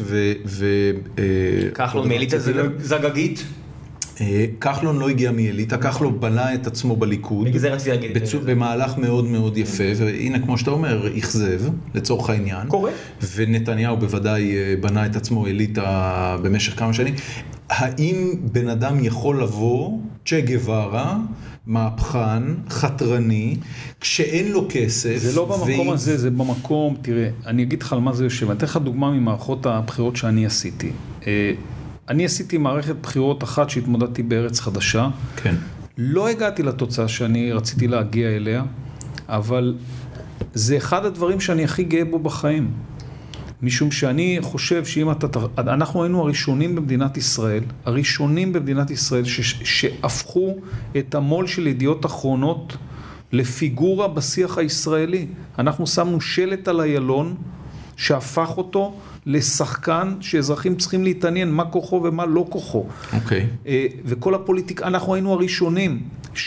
כחלון מאליטה זגגית. כחלון לא הגיע מאליטה, כחלון בנה את עצמו בליכוד, במהלך מאוד מאוד יפה, והנה כמו שאתה אומר, יחזב לצורך העניין, ונתניהו בוודאי בנה את עצמו אליטה במשך כמה שנים. האם בן אדם יכול לבוא, צ'ה גווארה, מהפכן, חתרני, כשאין לו כסף? זה לא במקום הזה, זה במקום, תראה, אני אגיד לך על מה זה יושב, אני אתן לך דוגמה ממערכות הבחירות שאני עשיתי. אני עשיתי מערכת בחירות אחת שהתמודדתי בארץ חדשה. כן. לא הגעתי לתוצאה שאני רציתי להגיע אליה, אבל זה אחד הדברים שאני הכי גאה בו בחיים. משום שאני חושב שאם אנחנו היינו הראשונים במדינת ישראל שהפכו את המול של ידיעות אחרונות לפיגורה בשיח הישראלי. אנחנו שמנו שלט על איילון שהפך אותו לשחקן שאזרחים צריכים להתעניין מה כוחו ומה לא כוחו. אוקיי. וכל הפוליטיקה, אנחנו היינו הראשונים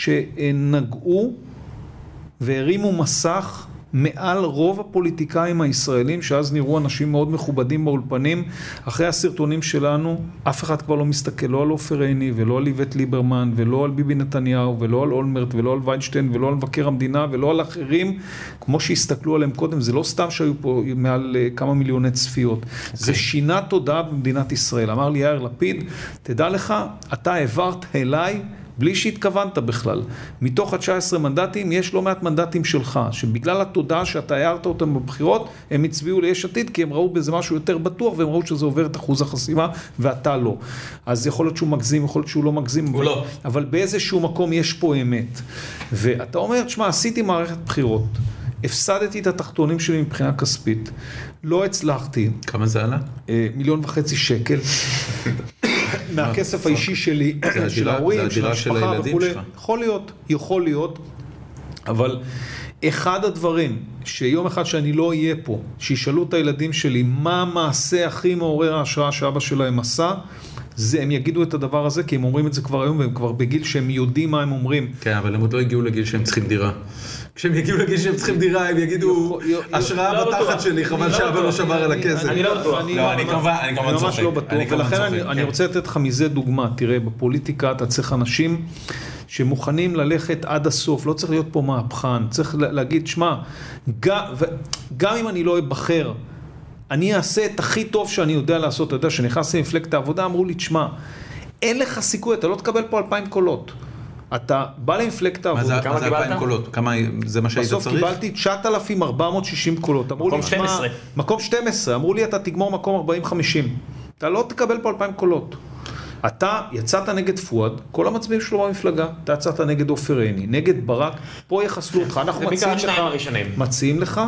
שנגעו והרימו מסך מעל רוב הפוליטיקאים הישראלים, שאז נראו אנשים מאוד מכובדים באולפנים. אחרי הסרטונים שלנו, אף אחד כבר לא מסתכל, לא על עופר עיני, ולא על איווט ליברמן, ולא על ביבי נתניהו, ולא על אולמרט, ולא על ויינשטיין, ולא על מבקר המדינה, ולא על אחרים, כמו שהסתכלו עליהם קודם. זה לא סתם שהיו פה מעל כמה מיליוני צפיות. זה שינה תודעה במדינת ישראל. אמר לי יאיר לפיד, תדע לך, אתה העברת אליי, בלי שהתכוונת בכלל. מתוך ה-19 מנדטים, יש לא מעט מנדטים שלך, שבגלל התודעה שאתה הערת אותם בבחירות, הם הצביעו ליש עתיד, כי הם ראו בזה משהו יותר בטוח, והם ראו שזה עובר את אחוז החסימה, ואתה לא. אז יכול להיות שהוא מגזים, יכול להיות שהוא לא מגזים, אבל באיזשהו מקום יש פה אמת. ואתה אומר, תשמע, עשיתי מערכת בחירות, הפסדתי את התחתונים שלי מבחינה כספית, לא הצלחתי. כמה זה עלה? 1.5 מיליון שקל. מהכסף האישי שלי, של ההורים, של המשפחה וכולי. יכול להיות, אבל אחד הדברים שיום אחד שאני לא אהיה פה, שישאלו את הילדים שלי מה המעשה הכי מעורר ההשראה שאבא שלהם עשה, זה הם יגידו את הדבר הזה, כי הם אומרים את זה כבר היום, והם כבר בגיל שהם יודעים מה הם אומרים. כן, אבל הם עוד לא הגיעו לגיל שהם צריכים דירה. כשהם יגיעו לגיל שהם צריכים דירה, הם יגידו, השראה בתחת שלי, חבל שאבא לא שבר על הכסף. אני לא בטוח. אני כמובן צוחק. ממש לא בטוח, ולכן אני רוצה לתת לך מזה דוגמה. תראה, בפוליטיקה אתה צריך אנשים שמוכנים ללכת עד הסוף, לא צריך להיות פה מהפכן, צריך להגיד, שמע, גם אם אני לא אבחר, אני אעשה את הכי טוב שאני יודע לעשות. אתה יודע, שנכנסתי למפלגת העבודה, אמרו לי, תשמע, אין לך סיכוי, אתה לא תקבל פה 2,000 קולות. אתה בא למפלגת העבודה. מה זה 2,000 קולות? כמה זה מה שהיית צריך? בסוף קיבלתי 9,460 קולות. מקום 12. מקום 12. אמרו לי, אתה תגמור מקום 40-50. אתה לא תקבל פה 2,000 קולות. אתה יצאת נגד פואד, כל המצביעים שלו במפלגה, אתה יצאת נגד עופר עיני, נגד ברק, פה יחסלו אותך. אנחנו מציעים לך,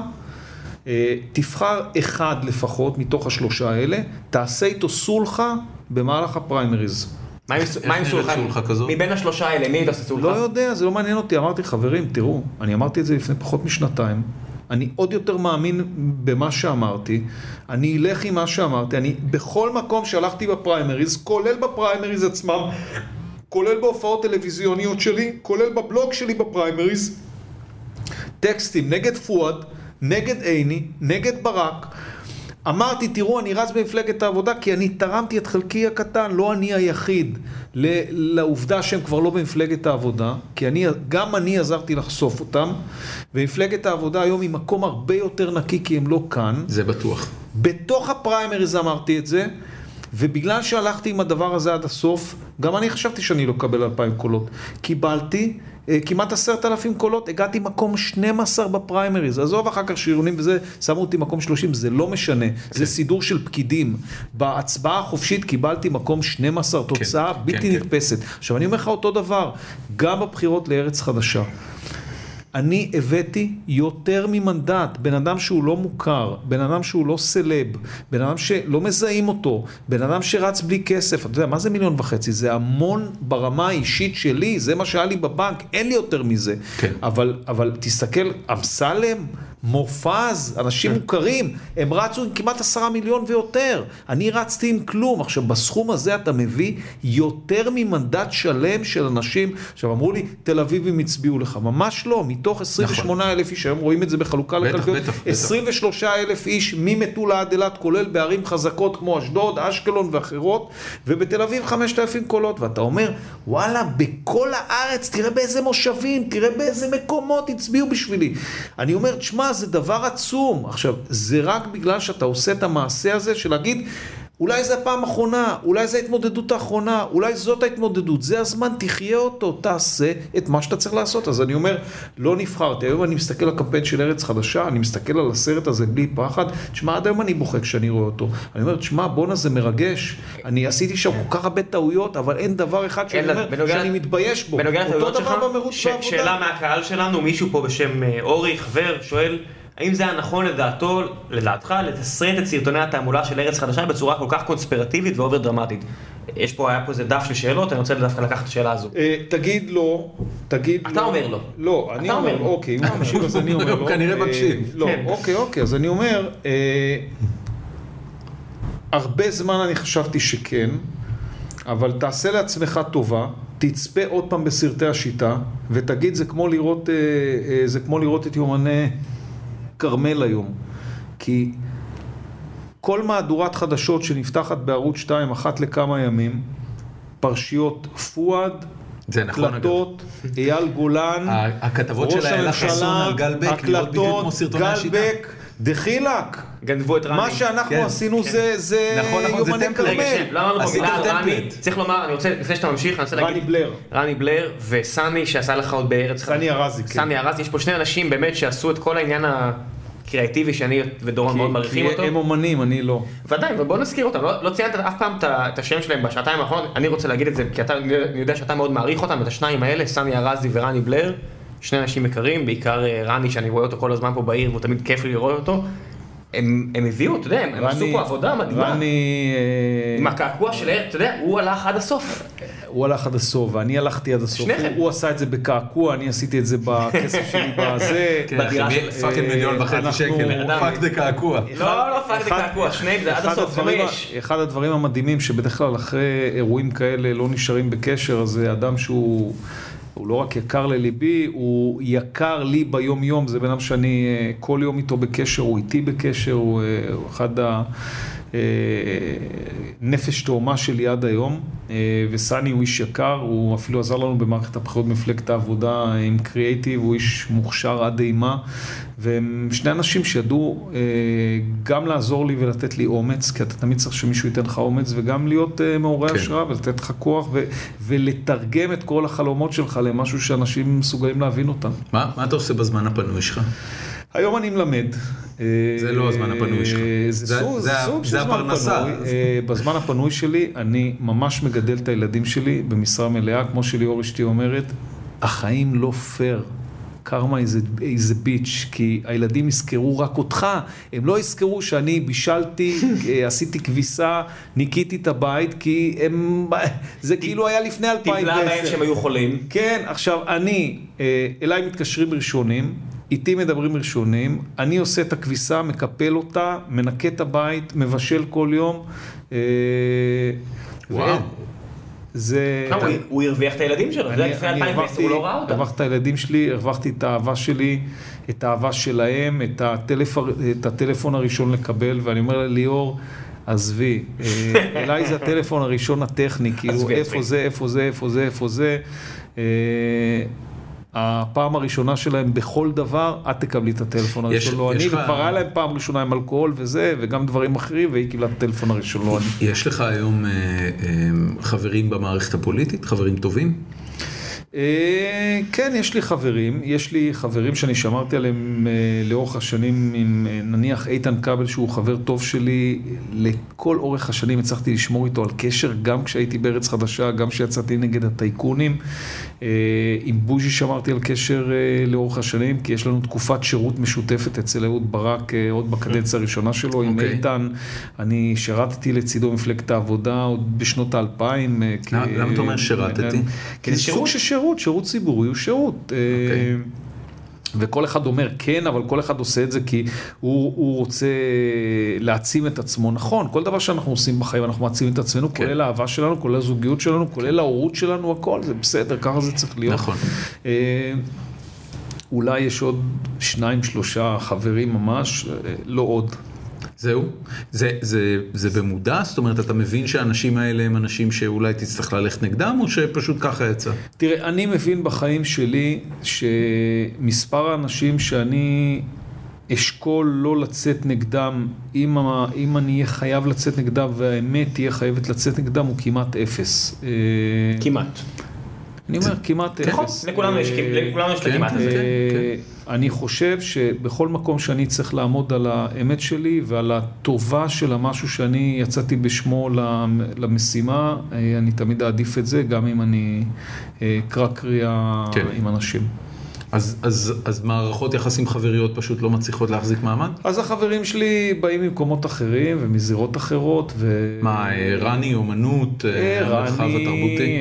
תבחר אחד לפחות מתוך השלושה האלה, תעשה איתו סולחה במהלך הפריימריז. מה עם סולחה כזו? מבין השלושה האלה, מי ידעשה סולחה? לא יודע, זה לא מעניין אותי. אמרתי, חברים, תראו, אני אמרתי את זה לפני פחות משנתיים, אני עוד יותר מאמין במה שאמרתי, אני אלך עם מה שאמרתי, אני בכל מקום שהלכתי בפריימריז, כולל בפריימריז עצמם, כולל בהופעות טלוויזיוניות שלי, כולל בבלוג שלי בפריימריז, טקסטים נגד פואד, נגד עיני, נגד ברק, אמרתי, תראו, אני רץ במפלגת העבודה כי אני תרמתי את חלקי הקטן, לא אני היחיד, לעובדה שהם כבר לא במפלגת העבודה, כי גם אני עזרתי לחשוף אותם, ומפלגת העבודה היום היא מקום הרבה יותר נקי כי הם לא כאן. זה בטוח. בתוך הפריימריז אמרתי את זה, ובגלל שהלכתי עם הדבר הזה עד הסוף, גם אני חשבתי שאני לא אקבל 2,000 קולות. קיבלתי כמעט 10,000 קולות, הגעתי מקום 12 בפריימריז, עזוב אחר כך שריונים וזה, שמו אותי מקום 30, זה לא משנה, זה סידור של פקידים. בהצבעה החופשית קיבלתי מקום 12, תוצאה בלתי נתפסת. עכשיו אני אומר לך אותו דבר, גם בבחירות לארץ חדשה. אני הבאתי יותר ממנדט, בן אדם שהוא לא מוכר, בן אדם שהוא לא סלב, בן אדם שלא מזהים אותו, בן אדם שרץ בלי כסף. אתה יודע, מה זה 1.5 מיליון? זה המון ברמה האישית שלי, זה מה שהיה לי בבנק, אין לי יותר מזה. כן. אבל תסתכל, אמסלם, מופז, אנשים מוכרים, הם רצו עם כמעט 10 מיליון ויותר. אני רצתי עם כלום. עכשיו, בסכום הזה אתה מביא יותר ממנדט שלם של אנשים. עכשיו, אמרו לי, תל אביבים הצביעו לך. ממש לא, מתוך 28,000 איש, היום רואים את זה בחלוקה לקלפיות, 23,000 איש ממטולה עד אילת, כולל בערים חזקות כמו אשדוד, אשקלון ואחרות, ובתל אביב 5,000 קולות. ואתה אומר, וואלה, בכל הארץ, תראה באיזה מושבים, תראה באיזה מקומות הצביעו בשבילי. אני אומר, תשמע, זה דבר עצום. עכשיו, זה רק בגלל שאתה עושה את המעשה הזה של להגיד, אולי זה הפעם האחרונה, אולי זה ההתמודדות האחרונה, אולי זאת ההתמודדות, זה הזמן, תחיה אותו, תעשה את מה שאתה צריך לעשות. אז אני אומר, לא נבחרתי. היום אני מסתכל על הקמפיין של ארץ חדשה, אני מסתכל על הסרט הזה בלי פחד, תשמע, עד היום אני בוכה כשאני רואה אותו. אני אומר, תשמע, בונה, זה מרגש. אני עשיתי שם כל כך הרבה טעויות, אבל אין דבר אחד שאני אומר שאני מתבייש בו. אותו דבר במרוץ בעבודה. שאלה מהקהל שלנו, מישהו פה בשם אורי, חבר, שואל, האם זה היה נכון לדעתך, לתסרט את סרטוני התעמולה של ארץ חדשה בצורה כל כך קונספירטיבית ואובר דרמטית? היה פה איזה דף של שאלות, אני רוצה דווקא לקחת את השאלה הזו. תגיד לא, תגיד לא. אתה אומר לא. לא, אני אומר לו. אוקיי, אם הוא מקשיב אז אני אומר לו. הוא כנראה מקשיב. לא, אוקיי, אז אני אומר, הרבה זמן אני חשבתי שכן, אבל תעשה לעצמך טובה, תצפה עוד פעם בסרטי השיטה, ותגיד, זה כמו לראות את יומני קרמל היום. כי כל מהדורת חדשות שנפתחת בערוץ 2 אחת לכמה ימים, פרשיות פואד, הקלטות, אייל גולן, הכתבות של איילה חסון על גלבק, נראות בדיוק כמו סרטוני השיטה. גלבק, דחילק. גנבו את רני. מה שאנחנו עשינו זה יומני קרמל. לא אמרנו פה מילה על רני. צריך לומר, אני רוצה, לפני שאתה ממשיך, אני רוצה להגיד... רני בלר וסני שעשה לך עוד בארץ חדשה. סני ארזי, כן. סני ארזי, יש פה שני אנשים באמת שעשו את כל העניין הקריאטיבי שאני ודורון מאוד מעריכים אותו. כי הם אומנים, אני לא. ודאי, ובוא נזכיר אותם. לא ציינת אף פעם את השם שלהם בשעתיים האחרונות. אני רוצה להגיד את זה, כי אני יודע שאתה מאוד מעריך אותם, את השניים האלה, סני ארזי ורני בלר. שני אנשים יקרים, בעיקר רני שאני רואה אותו כל הזמן פה בעיר, והוא תמיד כיף לי לראות אותו. הם הביאו, אתה יודע, הם עשו פה עבודה מדהימה. רני... עם הקעקוע של אתה יודע, הוא הלך עד הסוף. הוא הלך עד הסוף, ואני הלכתי עד הסוף. הוא עשה את זה בקעקוע, אני עשיתי את זה בכסף שלי בזה. פאקינג $1.5 מיליון, פאק דה קעקוע. לא פאק דה קעקוע, שני זה עד הסוף, 5. אחד הדברים המדהימים שבדרך כלל אחרי אירועים כאלה לא נשארים בקשר, זה אדם שהוא... הוא לא רק יקר לליבי, הוא יקר לי ביום יום, זה בן אדם שאני כל יום איתו בקשר, הוא איתי בקשר, הוא אחד הנפש תאומה שלי עד היום, וסני הוא איש יקר, הוא אפילו עזר לנו במערכת הבחירות מפלגת העבודה עם קריאייטיב, הוא איש מוכשר עד אימה, והם שני אנשים שידעו גם לעזור לי ולתת לי אומץ, כי אתה תמיד צריך שמישהו ייתן לך אומץ, וגם להיות מעורר השראה ולתת לך כוח, ולתרגם את כל החלומות שלך למשהו שאנשים מסוגלים להבין אותם. מה אתה עושה בזמן הפנוי שלך? היום אני מלמד. זה לא הזמן הפנוי שלך. זה הפרנסה. בזמן הפנוי שלי, אני ממש מגדל את הילדים שלי במשרה מלאה, כמו שליאור אשתי אומרת, החיים לא פייר. קרמה איזה ביץ', כי הילדים יזכרו רק אותך, הם לא יזכרו שאני בישלתי, עשיתי כביסה, ניקיתי את הבית, כי זה כאילו היה לפני 2010. טיפלה בהם שהם היו חולים. כן, עכשיו אליי מתקשרים ראשונים, איתי מדברים ראשונים, אני עושה את הכביסה, מקפל אותה, מנקה את הבית, מבשל כל יום. וואו. הוא הרוויח את הילדים שלו, זה לפני 2010, הוא לא ראה אותם. הרווחתי את הילדים שלי, הרווחתי את האהבה שלי, את האהבה שלהם, את הטלפון הראשון לקבל, ואני אומר ליאור, עזבי, אליי זה הטלפון הראשון הטכני, כאילו איפה זה, איפה זה, איפה זה, איפה זה. הפעם הראשונה שלהם בכל דבר, את תקבלי את הטלפון הראשון, לא אני, וכבר היה להם פעם ראשונה עם אלכוהול וזה, וגם דברים אחרים, והיא קיבלה את הטלפון הראשון, לא אני. יש לך היום חברים במערכת הפוליטית, חברים טובים? כן, יש לי חברים שאני שמרתי עליהם לאורך השנים, עם נניח איתן כבל שהוא חבר טוב שלי, לכל אורך השנים הצלחתי לשמור איתו על קשר, גם כשהייתי בארץ חדשה, גם כשיצאתי נגד הטייקונים, עם בוז'י שמרתי על קשר לאורך השנים, כי יש לנו תקופת שירות משותפת אצל אהוד ברק, עוד בקדנציה הראשונה שלו, עם איתן, אני שירתתי לצידו מפלגת העבודה עוד בשנות ה-2000. למה אתה אומר שירתתי? כי זה סוג של שירות ציבורי הוא שירות. וכל אחד אומר כן, אבל כל אחד עושה את זה כי הוא רוצה להעצים את עצמו. נכון, כל דבר שאנחנו עושים בחיים, אנחנו מעצימים את עצמנו, כולל האהבה שלנו, כולל הזוגיות שלנו, כולל ההורות שלנו, הכל, זה בסדר, ככה זה צריך להיות. נכון. אולי יש עוד 2-3 חברים ממש, לא עוד. זהו? זה במודע? זאת אומרת, אתה מבין שהאנשים האלה הם אנשים שאולי תצטרך ללכת נגדם, או שפשוט ככה יצא? תראה, אני מבין בחיים שלי שמספר האנשים שאני אשכול לא לצאת נגדם, אם אני אהיה חייב לצאת נגדם, והאמת תהיה חייבת לצאת נגדם, הוא כמעט 0. כמעט. אני אומר, כמעט 0. לכולנו יש את הכמעט הזה. אני חושב שבכל מקום שאני צריך לעמוד על האמת שלי ועל הטובה של המשהו שאני יצאתי בשמו למשימה, אני תמיד אעדיף את זה, גם אם אני קרא קריאה עם אנשים. אז מערכות יחסים חבריות פשוט לא מצליחות להחזיק מעמד? אז החברים שלי באים ממקומות אחרים ומזירות אחרות. מה, רני, אומנות, המרחב התרבותי?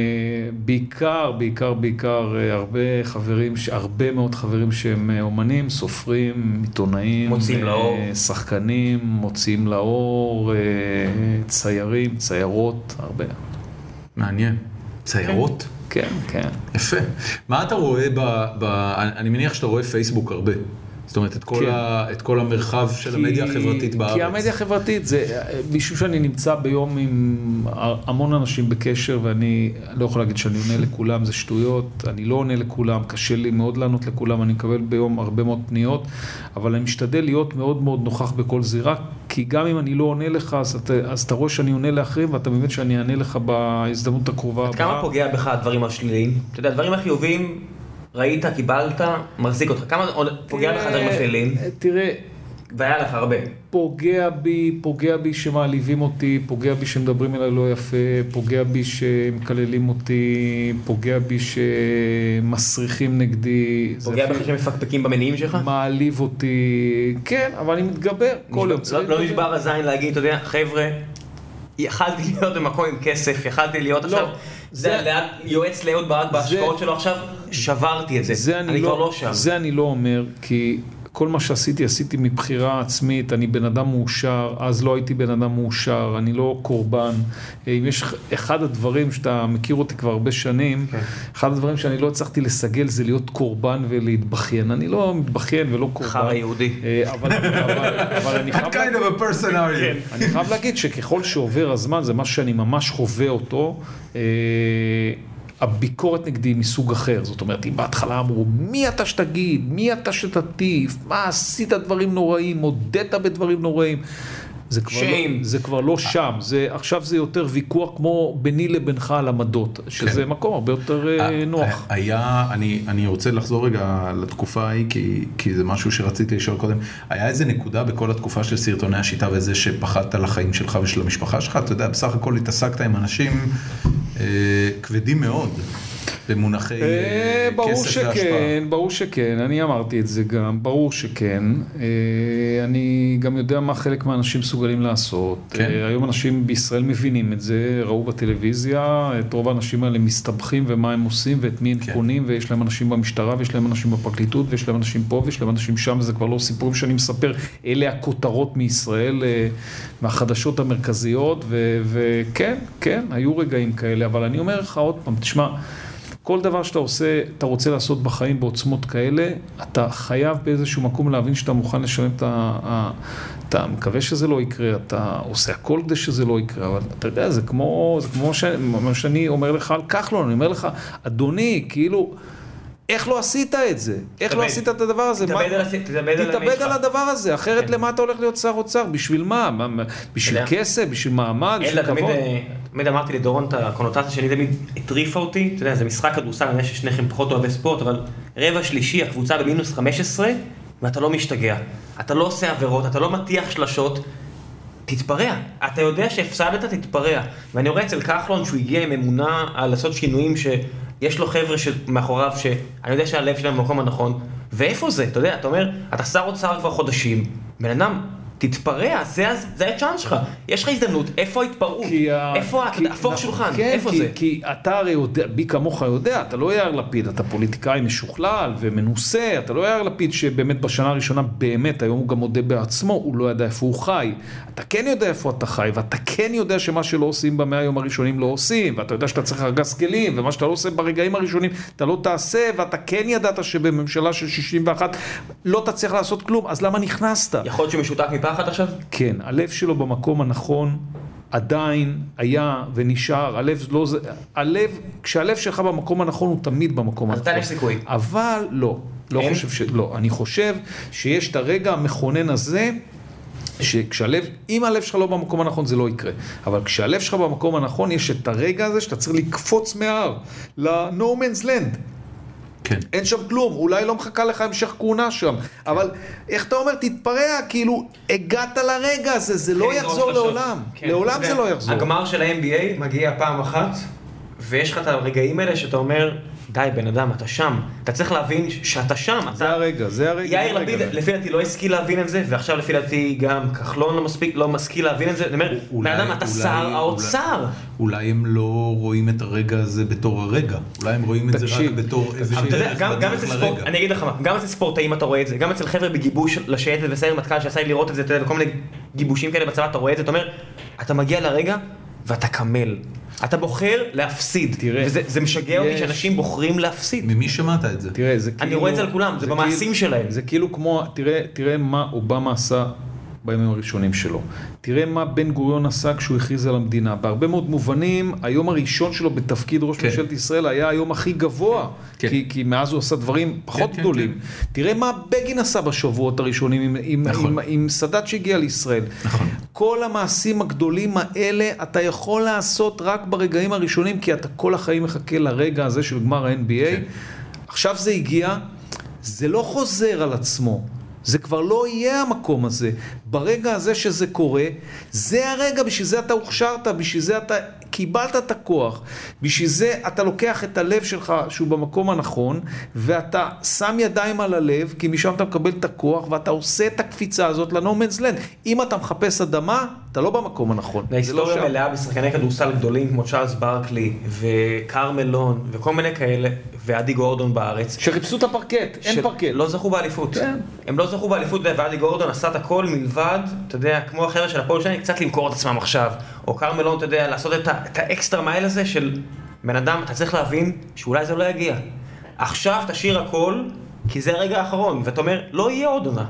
בעיקר הרבה מאוד חברים שהם אומנים, סופרים, עיתונאים, שחקנים, מוציאים לאור, ציירים, ציירות, הרבה. מעניין. ציירות? כן, כן. יפה. מה אתה רואה אני מניח שאתה רואה פייסבוק הרבה. זאת אומרת, את כל המרחב של המדיה החברתית בארץ. כי המדיה החברתית זה, משום שאני נמצא ביום עם המון אנשים בקשר, ואני לא יכול להגיד שאני עונה לכולם, זה שטויות, אני לא עונה לכולם, קשה לי מאוד לענות לכולם, אני מקבל ביום הרבה מאוד פניות, אבל אני משתדל להיות מאוד מאוד נוכח בכל זירה, כי גם אם אני לא עונה לך, אז אתה רואה שאני עונה לאחרים, ואתה מבין שאני אענה לך בהזדמנות הקרובה. עד כמה פוגע בך הדברים השליליים? אתה יודע, הדברים החיוביים ראית, קיבלת, מחזיק אותך. כמה פוגע לך דברים השליליים? תראה, והיה לך הרבה. פוגע בי שמעליבים אותי, פוגע בי שמדברים אליי לא יפה, פוגע בי שמקללים אותי, פוגע בי שמסריחים נגדי. פוגע בך שמפקפקים במניעים שלך? מעליב אותי, כן, אבל אני מתגבר. לא נשבר הזין להגיד, אתה יודע, חבר'ה, יכלתי להיות במקום עם כסף, יכלתי להיות עכשיו, זה יועץ להיות ברק בהשקעות שלו עכשיו, שברתי את זה, אני כבר לא שם. זה אני לא אומר, כי כל מה שעשיתי, עשיתי מבחירה עצמית, אני בן אדם מאושר, אז לא הייתי בן אדם מאושר, אני לא קורבן. אם יש אחד הדברים שאתה מכיר אותי כבר הרבה שנים, אחד הדברים שאני לא הצלחתי לסגל זה להיות קורבן ולהתבכיין. אני לא מתבכיין ולא קורבן. חר היהודי. אבל אני חייב להגיד שככל שעובר הזמן, זה משהו שאני ממש חווה אותו, הביקורת נגדי מסוג אחר, זאת אומרת, אם בהתחלה אמרו, מי אתה שתגיד, מי אתה שתטיף, מה עשית דברים נוראים, הודית בדברים נוראים, זה כבר לא שם, עכשיו זה יותר ויכוח כמו ביני לבינך על עמדות, שזה מקום הרבה יותר נוח. אני רוצה לחזור רגע לתקופה ההיא, כי זה משהו שרציתי לשאול קודם, היה איזה נקודה בכל התקופה של סרטוני השיטה וזה שפחדת על החיים שלך ושל המשפחה שלך, אתה יודע, בסך הכל התעסקת עם אנשים כבדים מאוד, במונחי כסף והשפעה. ברור שכן, אני אמרתי את זה גם, ברור שכן. אני גם יודע מה חלק מהאנשים מסוגלים לעשות. היום אנשים בישראל מבינים את זה, ראו בטלוויזיה, את רוב האנשים האלה מסתבכים ומה הם עושים ואת מי הם קונים, ויש להם אנשים במשטרה ויש להם אנשים בפרקליטות ויש להם אנשים פה ויש להם אנשים שם, וזה כבר לא סיפורים שאני מספר, אלה הכותרות מישראל, מהחדשות המרכזיות, וכן, כן, היו רגעים כאלה, אבל אני אומר לך עוד פעם, תשמע, כל דבר שאתה עושה, אתה רוצה לעשות בחיים בעוצמות כאלה, אתה חייב באיזשהו מקום להבין שאתה מוכן לשלם אתה מקווה שזה לא יקרה, אתה עושה הכל כדי שזה לא יקרה, אבל אתה יודע, זה כמו מה שאני אומר לך על כחלון, אני אומר לך, אדוני, כאילו, איך לא עשית את זה? איך לא עשית את הדבר הזה? תתאבד על הדבר הזה, אחרת למה אתה הולך להיות שר אוצר? בשביל מה? בשביל כסף? בשביל מעמד? בשביל כבוד? תמיד אמרתי לדורון את הקונוטציה שלי, תמיד הטריפה אותי, אתה יודע, זה משחק כדורסל, אני יודע ששניכם פחות אוהבי ספורט, אבל רבע שלישי, הקבוצה במינוס 15, ואתה לא משתגע. אתה לא עושה עבירות, אתה לא מטיח שלשות, תתפרע. אתה יודע שהפסדת, תתפרע. ואני רואה אצל כחלון שהוא הגיע עם אמונה על לעשות שינויים יש לו חבר'ה מאחוריו שאני יודע שהלב שלהם במקום הנכון, ואיפה זה? אתה יודע, אתה אומר, אתה שר אוצר כבר חודשים, בן אדם, תתפרע, זה הצ'אנס שלך, יש לך הזדמנות, איפה ההתפרעות? איפה, הפוך שולחן, איפה זה? כי אתה הרי יודע, בי כמוך יודע, אתה לא יאיר לפיד, אתה פוליטיקאי משוכלל ומנוסה, אתה לא יאיר לפיד שבאמת בשנה הראשונה, באמת, היום הוא גם מודה בעצמו, הוא לא יודע איפה הוא חי, אתה כן יודע איפה אתה חי, ואתה כן יודע שמה שלא עושים במאה היום הראשונים לא עושים, ואתה יודע שאתה צריך ארגז כלים, ומה שאתה לא עושה ברגעים הראשונים, אתה לא תעשה, ואתה כן ידעת שבממשלה של 61 לא תצליח לעשות כלום, אז למה נכנסת? יכול להיות שמשותק מפחד עכשיו? כן, הלב שלו במקום הנכון עדיין היה ונשאר, כשהלב שלך במקום הנכון הוא תמיד במקום הנכון. אז אתה יש סיכוי. אבל לא אני חושב שיש את הרגע המכונן הזה, אם הלב שלך לא במקום הנכון זה לא יקרה, אבל כשהלב שלך במקום הנכון יש את הרגע הזה שאתה צריך לקפוץ מההר ל-No Man's Land. כן. אין שם כלום, אולי לא מחכה לך המשך כהונה שם, אבל איך אתה אומר, תתפרע, כאילו, הגעת לרגע הזה, זה לא יחזור לעולם, לעולם זה לא יחזור. הגמר של ה-NBA מגיע פעם אחת, ויש לך את הרגעים האלה שאתה אומר, די, בן אדם, אתה שם. אתה צריך להבין שאתה שם. זה הרגע, זה הרגע. יאיר לפיד, לפי דעתי, לא השכיל להבין את זה, ועכשיו לפי דעתי גם כחלון לא משכיל להבין את זה. אני אומר, בן אדם, אתה שר האוצר. אולי הם לא רואים את הרגע הזה בתור הרגע. אולי הם רואים את זה רק בתור איזושהי דרך בדרך לרגע. אני אגיד לך מה, גם אצל ספורטאים אתה רואה את זה, גם אצל חבר'ה בגיבוש לשייטת וסיירת מטכ"ל שעשה לי לראות את זה, אתה יודע, בכל מיני גיבושים כאלה בצבא, אתה רואה את זה, אתה אומר, אתה מגיע לרגע ואתה קמל. אתה בוחר להפסיד, וזה משגע אותי שאנשים בוחרים להפסיד. ממי שמעת את זה? תראה, זה כאילו... אני רואה את זה על כולם, זה במעשים שלהם. זה כאילו כמו, תראה מה אובמה עשה בימים הראשונים שלו. תראה מה בן גוריון עשה כשהוא הכריז על המדינה. בהרבה מאוד מובנים, היום הראשון שלו בתפקיד ראש ממשלת ישראל היה היום הכי גבוה, כי מאז הוא עשה דברים פחות גדולים. תראה מה בגין עשה בשבועות הראשונים עם סאדאת שהגיע לישראל. כל המעשים הגדולים האלה אתה יכול לעשות רק ברגעים הראשונים, כי אתה כל החיים מחכה לרגע הזה של גמר ה-NBA. עכשיו זה הגיע, זה לא חוזר על עצמו. זה כבר לא יהיה המקום הזה. ברגע הזה שזה קורה, זה הרגע, בשביל זה אתה הוכשרת, בשביל זה אתה קיבלת את הכוח, בשביל זה אתה לוקח את הלב שלך שהוא במקום הנכון, ואתה שם ידיים על הלב, כי משם אתה מקבל את הכוח, ואתה עושה את הקפיצה הזאת ל-No Man's Land. אם אתה מחפש אדמה, אתה לא במקום הנכון. ההיסטוריה מלאה בשחקני כדורסל גדולים, כמו צ'ארלס ברקלי, וקרמלון, וכל מיני כאלה, ואדי גורדון בארץ. שחיפשו את הפרקט, אין פרקט. לא זכו באליפות. הם לא זכו באליפות, ואדי גורדון עשה את הכל מלבד, אתה יודע, כמו החבר'ה של הפועל שלנו, קצת למכור את עצמם עכשיו. או קרמלון, אתה יודע, לעשות את האקסטרה מייל הזה של בן אדם, אתה צריך להבין שאולי זה לא יגיע. עכשיו תשאיר הכל, כי זה הרגע האחרון, ואתה אומר, לא יהיה עוד עונה.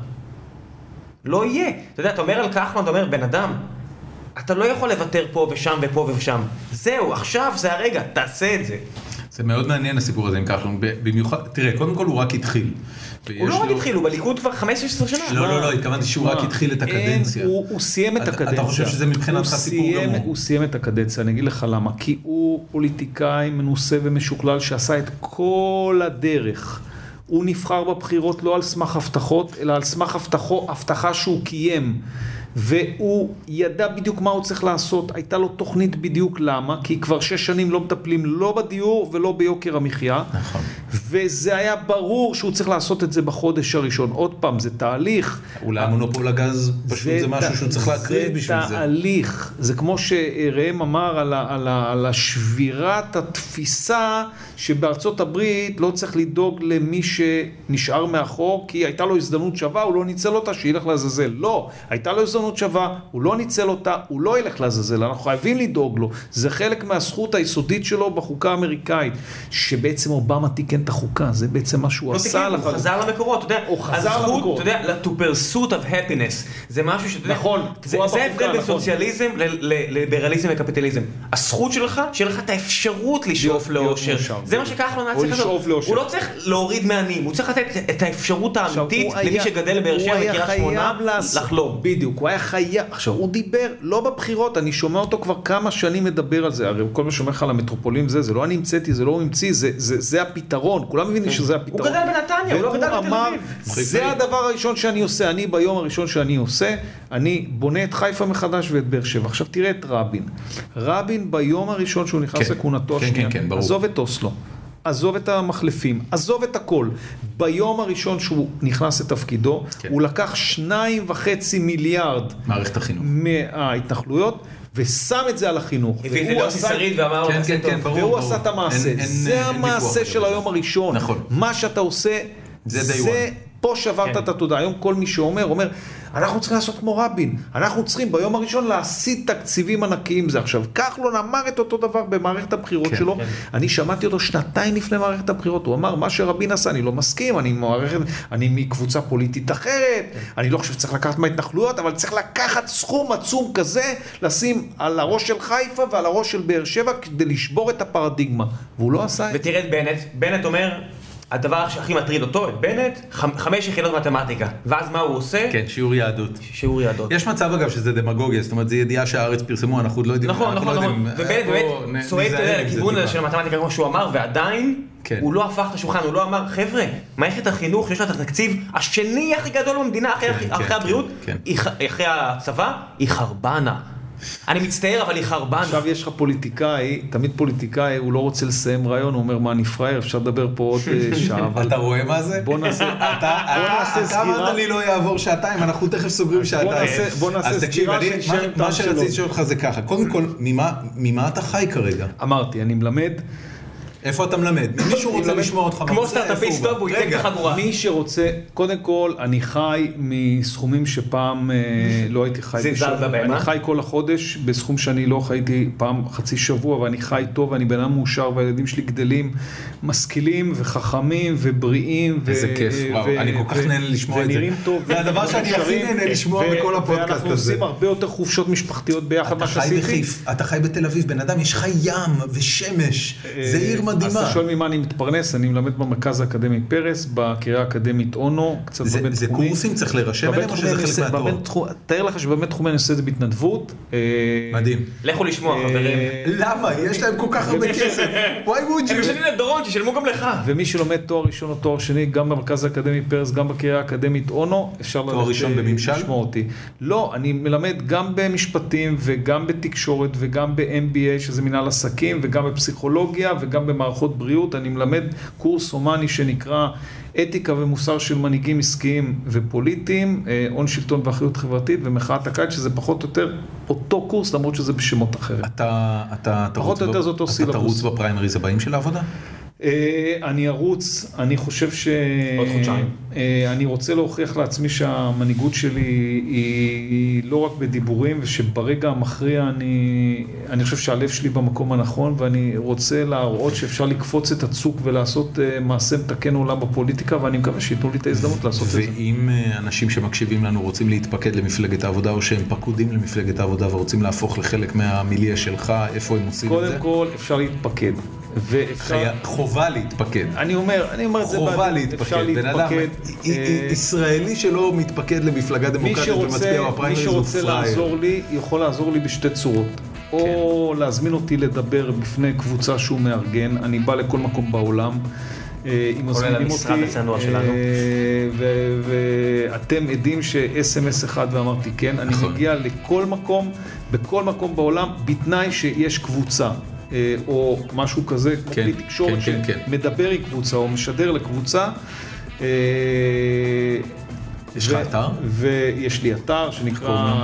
לא יהיה. אתה יודע, אתה אומר על כחלון, אתה אומר, בן אדם, אתה לא יכול לוותר פה ושם ופה ושם. זהו, עכשיו זה הרגע, תעשה את זה. זה מאוד מעניין הסיפור הזה עם כחלון, במיוחד, תראה, קודם כל הוא רק התחיל. הוא לא רק התחיל, הוא בליכוד כבר 15 שנה. לא, התכוונתי שהוא רק התחיל את הקדנציה. הוא סיים את הקדנציה. אתה חושב שזה מבחינתך סיפור גמור? הוא סיים את הקדנציה, אני אגיד לך למה. כי הוא פוליטיקאי מנוסה ומשוקלל שעשה את כל הדרך. הוא נבחר בבחירות לא על סמך הבטחות, אלא על סמך הבטחה שהוא קיים. והוא ידע בדיוק מה הוא צריך לעשות, הייתה לו תוכנית בדיוק למה, כי כבר 6 שנים לא מטפלים לא בדיור ולא ביוקר המחיה, נכון. וזה היה ברור שהוא צריך לעשות את זה בחודש הראשון. עוד פעם, זה תהליך. אולי המונופול הגז פשוט זה משהו שהוא צריך להקריב בשביל זה. זה תהליך, זה כמו שראם אמר על השבירת התפיסה שבארצות הברית לא צריך לדאוג למי שנשאר מאחור, כי הייתה לו הזדמנות שווה, הוא לא ניצל אותה, שילך לעזאזל. לא, הייתה לו הזדמנות שווה, הוא לא ניצל אותה, הוא לא ילך לעזאזל, אנחנו חייבים לדאוג לו. זה חלק מהזכות היסודית שלו בחוקה האמריקאית, שבעצם אובמה תיקן את החוקה, זה בעצם מה שהוא עשה. הוא חזר למקורות, אתה יודע, הזכות, אתה יודע, to pursuit of happiness, זה משהו שאתה יודע, נכון, זה ההבדל בין סוציאליזם לליברליזם וקפיטליזם. הזכות שלך, שיהיה לך את האפשרות לשאוף לאושר. זה מה שכחלון היה צריך לעשות. הוא לא צריך להוריד מענים, הוא צריך לתת את האפשרות האמיתית למי שגדל בבאר שבע וקריית שמונה לחלום. בדיוק, הוא היה חייב. עכשיו, הוא דיבר, לא בבחירות, אני שומע אותו כבר כמה שנים מדבר על זה, הרי כל מה שומע לך על המטרופולים זה לא אני המצאתי, זה לא הוא המציא, זה הפתרון, כולם מבינים שזה הפתרון. הוא גדל בנתניה, הוא לא גדל בתל אביב. זה הדבר הראשון שאני עושה, אני ביום הראשון שאני עושה, אני בונה את חיפה מחדש ואת באר שבע. עכשיו תראה את רבין ביום הראשון שהוא נכנס לכהונתו השנייה, עזוב את אוסלו. עזוב את המחלפים, עזוב את הכל. ביום הראשון שהוא נכנס לתפקידו, הוא לקח 2.5 מיליארד מערכת החינוך מההתנחלויות, ושם את זה על החינוך. הביא את זה ליוסי שריד ואמר לו, והוא עשה את המעשה. זה המעשה של היום הראשון. מה שאתה עושה, זה פה שברת את התודעה. היום כל מי שאומר, אנחנו צריכים לעשות כמו רבין. אנחנו צריכים ביום הראשון להסיט תקציבים ענקיים. זה עכשיו, כחלון אמר את אותו דבר במערכת הבחירות שלו. אני שמעתי אותו 2 לפני מערכת הבחירות. הוא אמר, מה שרבין עשה, אני לא מסכים, אני מקבוצה פוליטית אחרת, אני לא חושב שצריך לקחת מההתנחלויות, אבל צריך לקחת סכום עצום כזה, לשים על הראש של חיפה ועל הראש של באר שבע, כדי לשבור את הפרדיגמה. והוא לא עשה את זה. ותראה את בנט, בנט אומר, הדבר שהכי מטריד אותו, את בנט, 5 יחידות מתמטיקה. ואז מה הוא עושה? כן, שיעור יהדות. שיעור יהדות. יש מצב אגב שזה דמגוגיה, זאת אומרת, זה ידיעה שהארץ פרסמו, אנחנו לא יודעים. נכון. ובנט באמת צועק לכיוון הזה של המתמטיקה כמו שהוא אמר, ועדיין הוא לא הפך את השולחן, הוא לא אמר, חבר'ה, מערכת החינוך שיש לה את התקציב השני הכי גדול במדינה, אחרי הבריאות, אחרי הצבא, היא חרבנה. אני מצטער, אבל היא חרבן. עכשיו יש לך פוליטיקאי, תמיד פוליטיקאי, הוא לא רוצה לסיים רעיון, הוא אומר, מה, אני פראייר, אפשר לדבר פה עוד שעה. אתה רואה מה זה? בוא נעשה אתה אמרת לי לא יעבור שעתיים, אנחנו תכף סוגרים שעתיים. בוא נעשה סגירה של שם טעם שלו. מה שרציתי לשאול אותך זה ככה, קודם כל, ממה אתה חי כרגע? אמרתי, אני מלמד. איפה אתה מלמד? מישהו רוצה לשמוע אותך. כמו סטארט-אפיסט טוב, הוא ייתן לך חגורה. מי שרוצה, קודם כל, אני חי מסכומים שפעם לא הייתי חי. אני חי כל החודש, בסכום שאני לא חייתי פעם חצי שבוע, ואני חי טוב, ואני בן אדם מאושר, והילדים שלי גדלים, משכילים וחכמים ובריאים. איזה כיף, וואו, אני כל כך נהנה לשמוע את זה. ונראים טוב. זה הדבר שאני הכי נהנה לשמוע בכל הפודקאסט הזה. ואנחנו עושים הרבה יותר חופשות משפחתיות ביחד מה שעשיתי. אתה חי בתל אביב, בן אדם, יש לך ים ושמש, זה עיר מדהימה. אז אתה שואל ממה אני מתפרנס, אני מלמד במרכז האקדמי פרס, בקריה האקדמית אונו, קצת בבין תחומי. זה קורסים צריך להירשם אליהם או שזה חלק מהתואר? תאר לך שבאמת תחומי אני עושה את זה בהתנדבות. מדהים. לכו לשמוע חברים. למה? יש להם כל כך הרבה כסף. Why would you? הם משנים לדורון, תשלמו גם לך. ומי שלומד תואר ראשון או תואר שני, גם במרכז האקדמי פרס, גם בקריה האקדמית אונו, אפשר תואר ראשון בממשל? לשמוע אותי. לא, אני מלמד גם במשפטים וגם בתקשורת וגם ב-MBA, שזה מנהל עסקים, וגם בפסיכולוגיה וגם במערכות בריאות. אני מלמד קורס הומני שנקרא אתיקה ומוסר של מנהיגים עסקיים ופוליטיים, הון שלטון ואחריות חברתית ומחאת הקיץ, שזה פחות או יותר אותו קורס, למרות שזה בשמות אחרת. אתה תרוץ בפריימריז הבאים של העבודה? אני ארוץ, אני חושב עוד חודשיים. אני רוצה להוכיח לעצמי שהמנהיגות שלי היא לא רק בדיבורים, ושברגע המכריע אני חושב שהלב שלי במקום הנכון, ואני רוצה להראות שאפשר לקפוץ את הצוק ולעשות מעשה מתקן עולם בפוליטיקה, ואני מקווה שיתנו לי את ההזדמנות לעשות את זה. ואם אנשים שמקשיבים לנו רוצים להתפקד למפלגת העבודה, או שהם פקודים למפלגת העבודה ורוצים להפוך לחלק מהמיליה שלך, איפה הם עושים את זה? קודם כל אפשר להתפקד. חובה להתפקד. אני אומר את זה חובה להתפקד. בן אדם, ישראלי שלא מתפקד למפלגה דמוקרטית ומצביע בפריימריז הוא פראייר. מי שרוצה לעזור לי, יכול לעזור לי בשתי צורות. או להזמין אותי לדבר בפני קבוצה שהוא מארגן, אני בא לכל מקום בעולם. כולל המשרד הצנוע שלנו. ואתם עדים ש-SMS אחד ואמרתי כן, אני מגיע לכל מקום, בכל מקום בעולם, בתנאי שיש קבוצה. או משהו כזה, כמו כלי תקשורת שמדבר עם קבוצה או משדר לקבוצה. יש לך אתר? ויש לי אתר שנקרא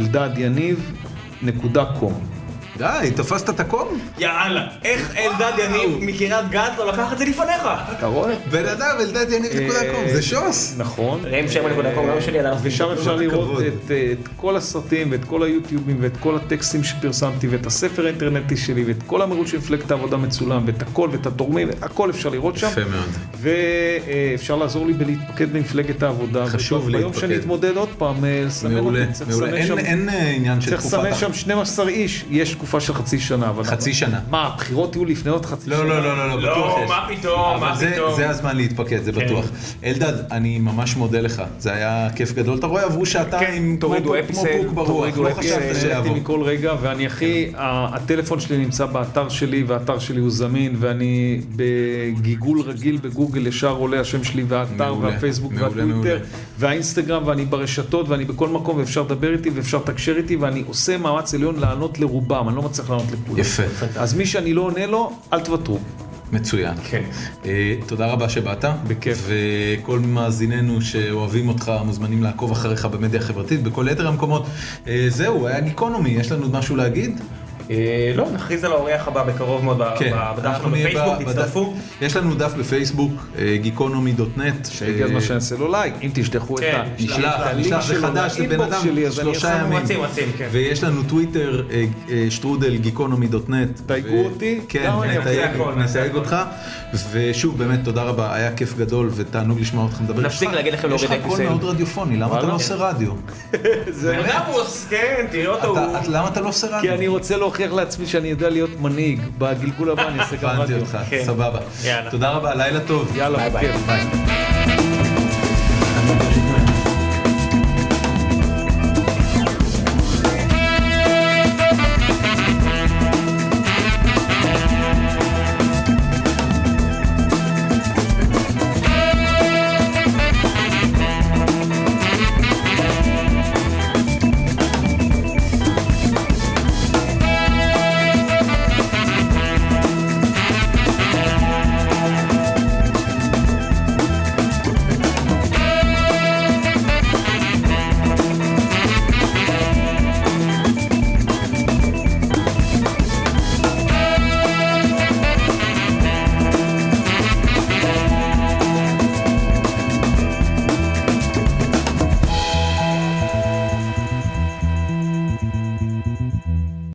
eldadyaniv.com. די, תפסת את הקום? יאללה, איך אלדד יניב מקריית גת לא לקח את זה לפניך? אתה רואה? בן אדם, eldadyaniv.com, זה שוס. נכון. רם.com, גם שלי, ושם אפשר לראות את כל הסרטים ואת כל היוטיובים ואת כל הטקסטים שפרסמתי ואת הספר האינטרנטי שלי ואת כל המהירות של מפלגת העבודה מצולם ואת הכל ואת התורמים, הכל אפשר לראות שם. יפה מאוד. ואפשר לעזור לי בלהתפקד במפלגת העבודה. חשוב להתפקד. ביום שאני אתמודד עוד פעם, מעולה. אין עניין של תקופה. צריך לסמן שם 12 איש, יש תקופה של חצי שנה. חצי שנה. מה, הבחירות יהיו לפני עוד חצי שנה? לא, בטוח יש. מה פתאום, מה פתאום. זה הזמן להתפקד, זה בטוח. אלדד, אני ממש מודה לך, זה היה כיף גדול. אתה רואה, עברו שעתיים כמו בוק ברוח, לא חשבת שיעבור. מכל רגע, ואני הטלפון שלי נמצא באתר שלי, והאתר שלי הוא זמין, ואני בגיגול רגיל בגוגל ישר עולה השם שלי, והאתר והפייסבוק והטוויטר, והאינסטגרם, ואני ברשתות, ואני בכל מקום, ואפשר לדבר איתי, ואפשר לתקשר איתי, ואני עושה מאמץ עליון לענות לרובם, אני לא מצליח לענות לכולם. יפה. אז מי שאני לא עונה לו, אל תוותרו. מצוין. כן. תודה רבה שבאת. בכיף. וכל מאזיננו שאוהבים אותך מוזמנים לעקוב אחריך במדיה החברתית, בכל יתר המקומות. זהו, היה גיקונומי, יש לנו משהו להגיד? לא, נכריז על האורח הבא בקרוב מאוד בדף שלנו בפייסבוק, תצטרפו. יש לנו דף בפייסבוק, geekonomy.net. שהגיע הזמן שאני אעשה לו לייק, אם תשלחו את נשלח, זה חדש לבן אדם, 3 ימים. ויש לנו טוויטר, strudel.geekonomy.net. תייגו אותי, כן, נתייג אותך. ושוב, באמת, תודה רבה, היה כיף גדול ותענוג לשמוע אותך מדבר. נפסיק להגיד לכם להוריד יש לך קול מאוד רדיופוני, למה אתה לא עושה רדיו? זה רמוס, כן, תראו אותו. למה אתה לא עושה רדיו? כי אני רוצה להוכיח לעצמי שאני יודע להיות מנהיג. בגלגול הבא אני אעשה גם רדיו. הבנתי אותך, סבבה. תודה רבה, לילה טוב. יאללה, בכיף. ביי.